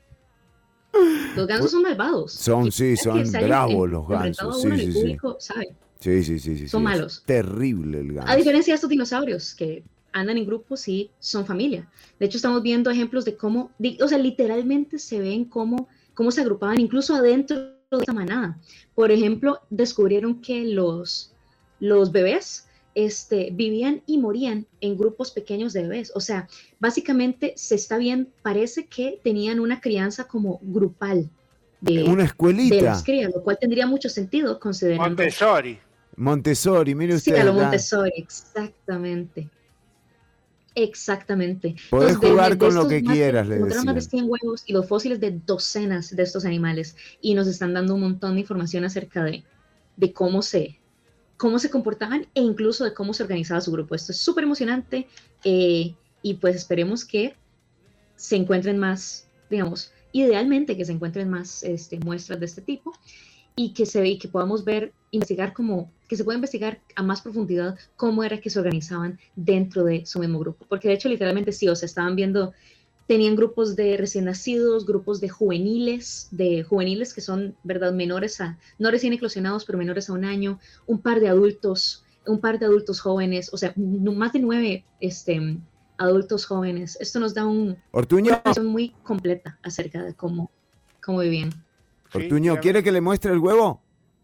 los gansos son malvados. Son, sí, son bravos los gansos. Sí, sí, sí. ¿Sabe? Sí, sí, sí, sí. Son sí, malos. Es terrible el ganso. A diferencia de estos dinosaurios, que andan en grupos y son familia. De hecho, estamos viendo ejemplos de cómo, de, o sea, literalmente se ven cómo, cómo se agrupaban incluso adentro de esta manada. Por ejemplo, descubrieron que los, los bebés este, vivían y morían en grupos pequeños de bebés. O sea, básicamente se está viendo, parece que tenían una crianza como grupal. De, una escuelita. De las crías, lo cual tendría mucho sentido considerando... Montessori. Montessori, mire usted. Sí, a lo la... Montessori, exactamente. Exactamente. Podés Los de- jugar de con lo estos que más de- quieras, le encontraron más de decían. cien huevos y los fósiles de docenas de estos animales. Y nos están dando un montón de información acerca de, de cómo se, cómo se comportaban e incluso de cómo se organizaba su grupo. Esto es súper emocionante eh, y pues esperemos que se encuentren más, digamos, idealmente que se encuentren más este, muestras de este tipo y que se ve que podamos ver, investigar como, que se pueda investigar a más profundidad cómo era que se organizaban dentro de su mismo grupo. Porque de hecho, literalmente sí, o sea, estaban viendo, tenían grupos de recién nacidos, grupos de juveniles, de juveniles que son, verdad, menores a, no recién eclosionados, pero menores a un año, un par de adultos, un par de adultos jóvenes, o sea, no- más de nueve, este, adultos jóvenes. Esto nos da un, Ortuño. una información muy completa acerca de cómo, cómo vivían. Ortuño, ¿quiere que le muestre el huevo?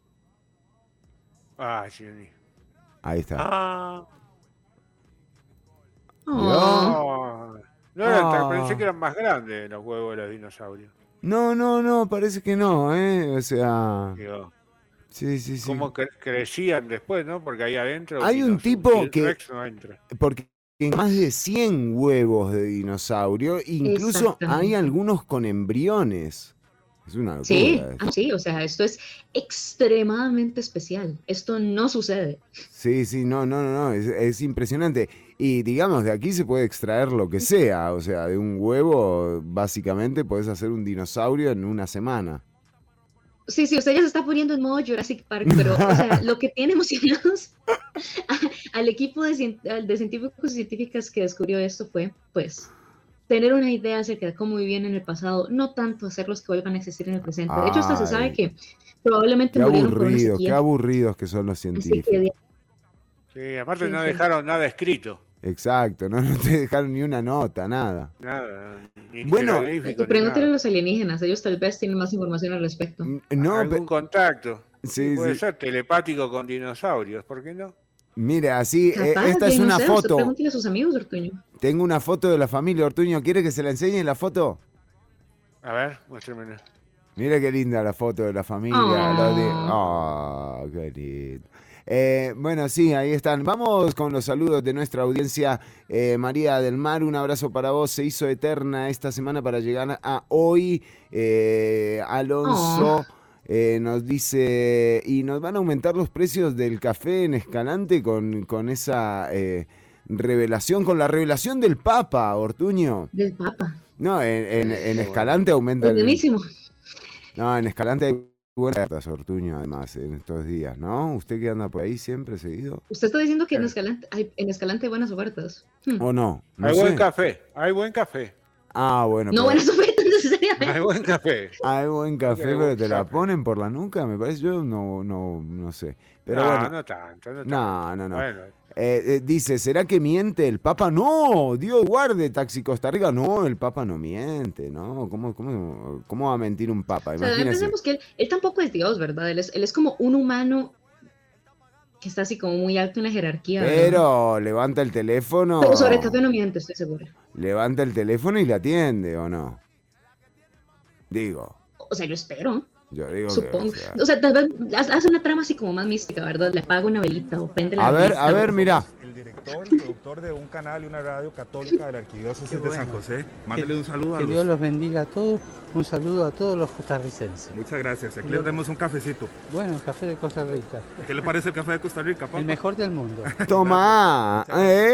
Ah, sí. Ahí está. Ah. ¿Vio? No, no eran tan- Ah. pensé que eran más grandes los huevos de los dinosaurios. No, no, no, parece que no, ¿eh? O sea... Digo, Sí, sí, sí. cómo cre- crecían después, ¿no? Porque ahí adentro. Hay un dinos- tipo el que- Rex no entra. Porque hay más de cien huevos de dinosaurio, incluso Exactamente. hay algunos con embriones. Es una locura. Sí, eso. ah, sí, o sea, esto es extremadamente especial. Esto no sucede. Sí, sí, no, no, no, no, es, es impresionante. Y digamos, de aquí se puede extraer lo que sea, o sea, de un huevo básicamente podés hacer un dinosaurio en una semana. Sí, sí, usted ya se está poniendo en modo Jurassic Park, pero, o sea, lo que tiene emocionados a- al equipo de, cien- de científicos y científicas que descubrió esto fue, pues, tener una idea acerca de cómo vivían en el pasado, no tanto hacerlos que vuelvan a existir en el presente. De hecho, hasta se sabe Ay. que probablemente Qué murieron por una aburridos, qué sequía. aburridos que son los Así científicos. que, Sí, aparte Sí, no sí. dejaron nada escrito. Exacto, no, no te dejaron ni una nota, nada. Nada. Ni Bueno, jeroglífico, ni pregúntale a nada. los alienígenas, ellos tal vez tienen más información al respecto. No, Algún pe- contacto. Sí, Puede sí. ser telepático con dinosaurios, ¿por qué no? Mira, así, eh, Capaz, esta de es no una sé, usted foto. pregúntele a sus amigos, Ortuño. Tengo una foto de la familia Ortuño. ¿Quiere que se la enseñe la foto? A ver, muéstremela. Mira qué linda la foto de la familia. Oh. lo de- oh, qué lindo. Eh, bueno, sí, ahí están. Vamos con los saludos de nuestra audiencia. Eh, María del Mar, un abrazo para vos. Se hizo eterna esta semana para llegar a hoy. Eh, Alonso Oh. eh, nos dice, y nos van a aumentar los precios del café en Escalante con, con esa eh, revelación, con la revelación del Papa, Ortuño. Del Papa. No, en, en- en Escalante aumenta Es el... buenísimo. No, en Escalante hay buenas ofertas, Ortuño, además, en estos días, ¿no? ¿Usted que anda por ahí siempre seguido? Usted está diciendo que en Escalante hay, en Escalante hay buenas ofertas. Hmm. ¿O no? No Hay sé. buen café, hay buen café. Ah, bueno. No pero- buenas ofertas necesariamente. Hay buen café. Hay buen café, Hay pero buen te la café. ponen por la nuca, me parece. Yo no, no, no sé. Pero no, bueno. no tanto, no tanto. No, no, no. Bueno, Eh, eh, dice, ¿será que miente el Papa? No, Dios guarde, Taxi Costa Rica. No, el Papa no miente, ¿no? ¿Cómo, cómo, cómo va a mentir un Papa? O sea, también Imagínese. pensemos que él, él tampoco es Dios, ¿verdad? Él es, él es como un humano que está así como muy alto en la jerarquía. ¿verdad? Pero levanta el teléfono. Pero sobre el café no miente, estoy segura. Levanta el teléfono y le atiende, ¿o no? Digo, O sea, yo espero, yo digo supongo. que... o sea- O sea, tal vez haz- hace una trama así como más mística, ¿verdad? Le apaga una velita o prende la A ver, velita, a ver, o- mira. El director y productor de un canal y una radio católica de la Arquidiócesis de San José. Mándele un saludo a Que los... Dios los bendiga a todos. Un saludo a todos los costarricenses. Muchas gracias. Aquí les damos un cafecito. Bueno, café de Costa Rica. ¿Qué le parece el café de Costa Rica, papá? El mejor del mundo. Toma.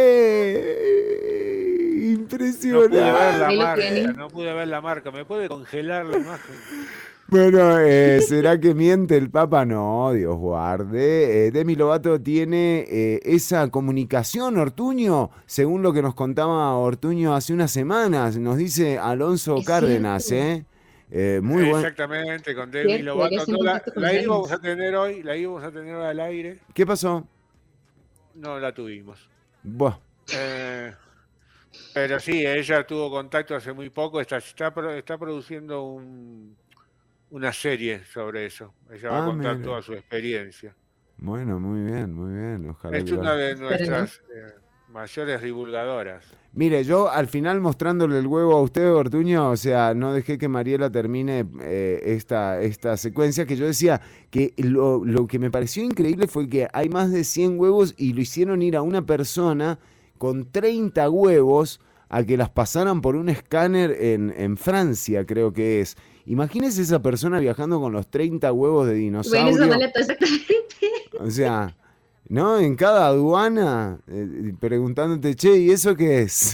¡Eh! no pude ver Impresionante. la Ahí lo marca, tienen. no pude ver la marca. ¿Me puede congelar la imagen? Bueno, eh, ¿será que miente el Papa? No, Dios guarde. Eh, Demi Lovato tiene eh, esa comunicación, Ortuño, según lo que nos contaba Ortuño hace unas semanas. Nos dice Alonso Es Cárdenas, cierto. ¿eh? Eh, muy bueno. Exactamente, con Demi Cierto, Lovato. eres en No, la, contacto con la Demi. íbamos a tener hoy, la íbamos a tener al aire. ¿Qué pasó? No la tuvimos. Buah. Eh, pero sí, ella tuvo contacto hace muy poco, está, está, está produciendo un, una serie sobre eso. Ella va Ah, a contar mira. toda su experiencia. Bueno, muy bien, muy bien. Ojalá Es que lo- una de nuestras eh, mayores divulgadoras. Mire, yo al final mostrándole el huevo a usted, Ortuño, o sea, no dejé que Mariela termine eh, esta, esta secuencia, que yo decía que lo, lo que me pareció increíble fue que hay más de cien huevos y lo hicieron ir a una persona con treinta huevos a que las pasaran por un escáner en, en Francia, creo que es. Imagínese esa persona viajando con los treinta huevos de Ven dinosaurio. esa maleta, exactamente. O sea, ¿no? En cada aduana, eh, preguntándote, che, ¿y eso qué es?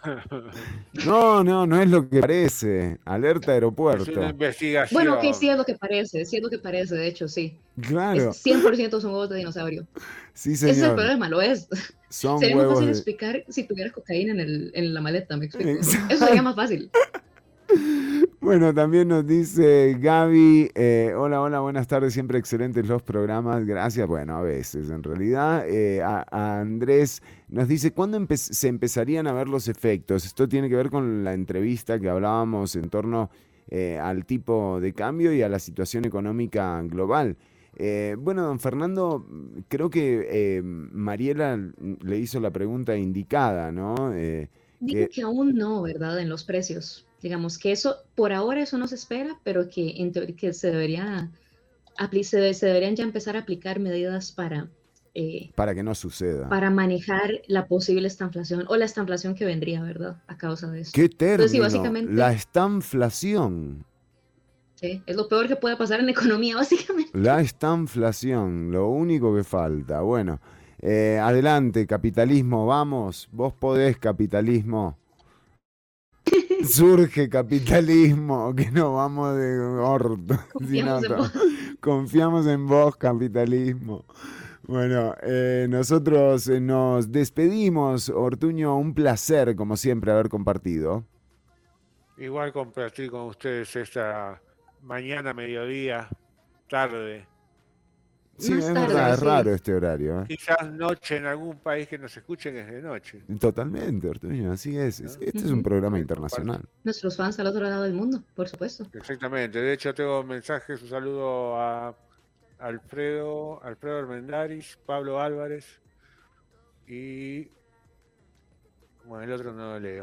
No, no, no es lo que parece. Alerta aeropuerto. Es una investigación. Bueno, ok, sí es lo que parece, sí es lo que parece, de hecho, sí. Claro, Es cien por ciento son huevos de dinosaurio. sí, Ese es el señor. problema, lo es. Son Sería más huevos fácil de- explicar si tuviera cocaína en, el, en la maleta, me explico. Exacto. Eso sería más fácil. Bueno, también nos dice Gaby, eh, hola, hola, buenas tardes, siempre excelentes los programas, gracias. Bueno, a veces, en realidad. Eh, a, a Andrés nos dice, ¿cuándo empe- se empezarían a ver los efectos? Esto tiene que ver con la entrevista que hablábamos en torno eh, al tipo de cambio y a la situación económica global. Eh, bueno, don Fernando, creo que eh, Mariela le hizo la pregunta indicada, ¿no? Eh, Digo que- que aún no, ¿verdad? En los precios. Digamos que eso, por ahora eso no se espera, pero que en teoría que se debería apli- se, de- se deberían ya empezar a aplicar medidas para, eh, para que no suceda. para manejar la posible estanflación o la estanflación que vendría, ¿verdad? A causa de eso. ¿Qué término? Entonces, sí, básicamente, La estanflación. sí, es lo peor que puede pasar en economía, básicamente. La estanflación, lo único que falta. Bueno, eh, adelante, capitalismo, vamos. Vos podés, capitalismo. Surge capitalismo, que no vamos de orto. Confiamos sino en vos. Confiamos en vos, capitalismo. Bueno, eh, nosotros eh, nos despedimos, Ortuño, un placer, como siempre, haber compartido. Igual compartir con ustedes esta mañana, mediodía, tarde. Sí, Más es tarde, verdad, es sí. raro este horario. ¿eh? Quizás noche en algún país que nos escuchen es de noche. Totalmente, Ortuño, así es. Es- Este es un programa internacional. Nuestros fans al otro lado del mundo, por supuesto. Exactamente. De hecho, tengo mensajes, un saludo a Alfredo, Alfredo Armendáriz, Pablo Álvarez y... Bueno, el otro no lo leo.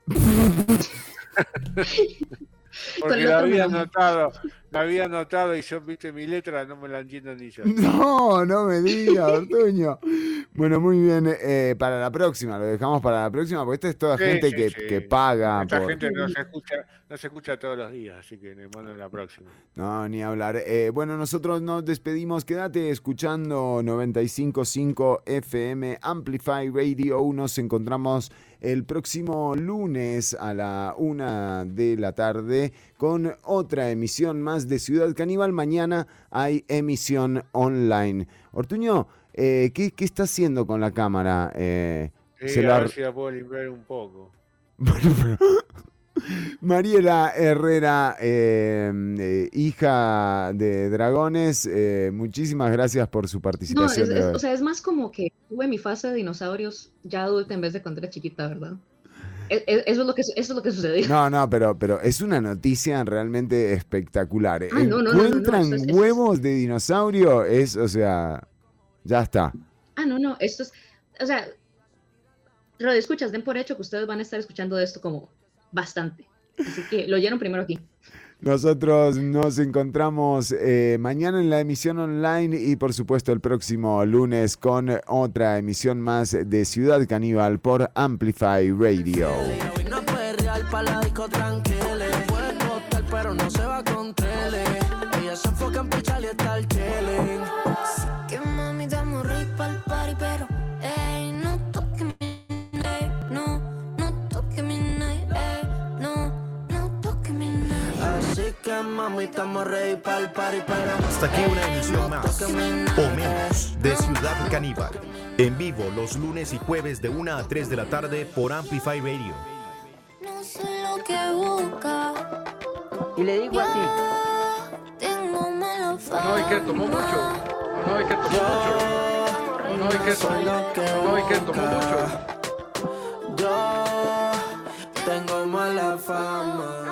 Con Porque el la otro había no. anotado, la había anotado y yo, viste, mi letra no me la entiendo ni yo. No, no me diga, Ortuño. Bueno, muy bien. eh, para la próxima, lo dejamos para la próxima, porque esta es toda Sí, gente sí, que, sí. que paga. Esta por- gente no se escucha, no se escucha todos los días, así que le mando la próxima. No, ni hablar. Eh, bueno, nosotros nos despedimos. Quédate escuchando noventa y cinco punto cinco F M Amplify Radio. Nos encontramos el próximo lunes a la una de la tarde con otra emisión más de Ciudad Caníbal. Mañana hay emisión online. Ortuño, eh, ¿qué, qué está haciendo con la cámara? Eh, Sí, se a la- ver si la puedo limpiar un poco. Mariela Herrera, eh, eh, hija de Dragones, eh, muchísimas gracias por su No, participación. es- de es- hoy. o sea, es más como que tuve mi fase de dinosaurios ya adulta en vez de cuando era chiquita, ¿verdad? E- e- Eso es lo que, eso es lo que sucedió. No, no, pero, pero es una noticia realmente espectacular. Ah, no, no, no, no, no, Encuentran esto es- esto es- huevos de dinosaurio, es, o sea, ya está. Ah, no, no, esto es, o sea, radio escuchas, den por hecho que ustedes van a estar escuchando de esto como bastante. Así que lo oyeron primero aquí. Nosotros nos encontramos eh, mañana en la emisión online y por supuesto el próximo lunes con otra emisión más de Ciudad Caníbal por Amplify Radio. No puede real pa' la disco tranquila. Puede costar, pero no se va con tele. Ella se enfoca en pichar y estar chilling. Sí que mami damos rey pa'l party, pero ey, no toque mi ey, no, no toque mi night, ey, no, no toque mi night. Así que mami estamos ready pa'l party, pero Hasta aquí una emisión más, o menos, de Ciudad Caníbal. En vivo los lunes y jueves de una a tres de la tarde por Amplify Radio. No sé lo que busca. Y le digo así. Tengo mala fama. No, es que tomó mucho. No, es que tomó mucho. No, es que tomó, no, es que tomó mucho. tengo mala fama.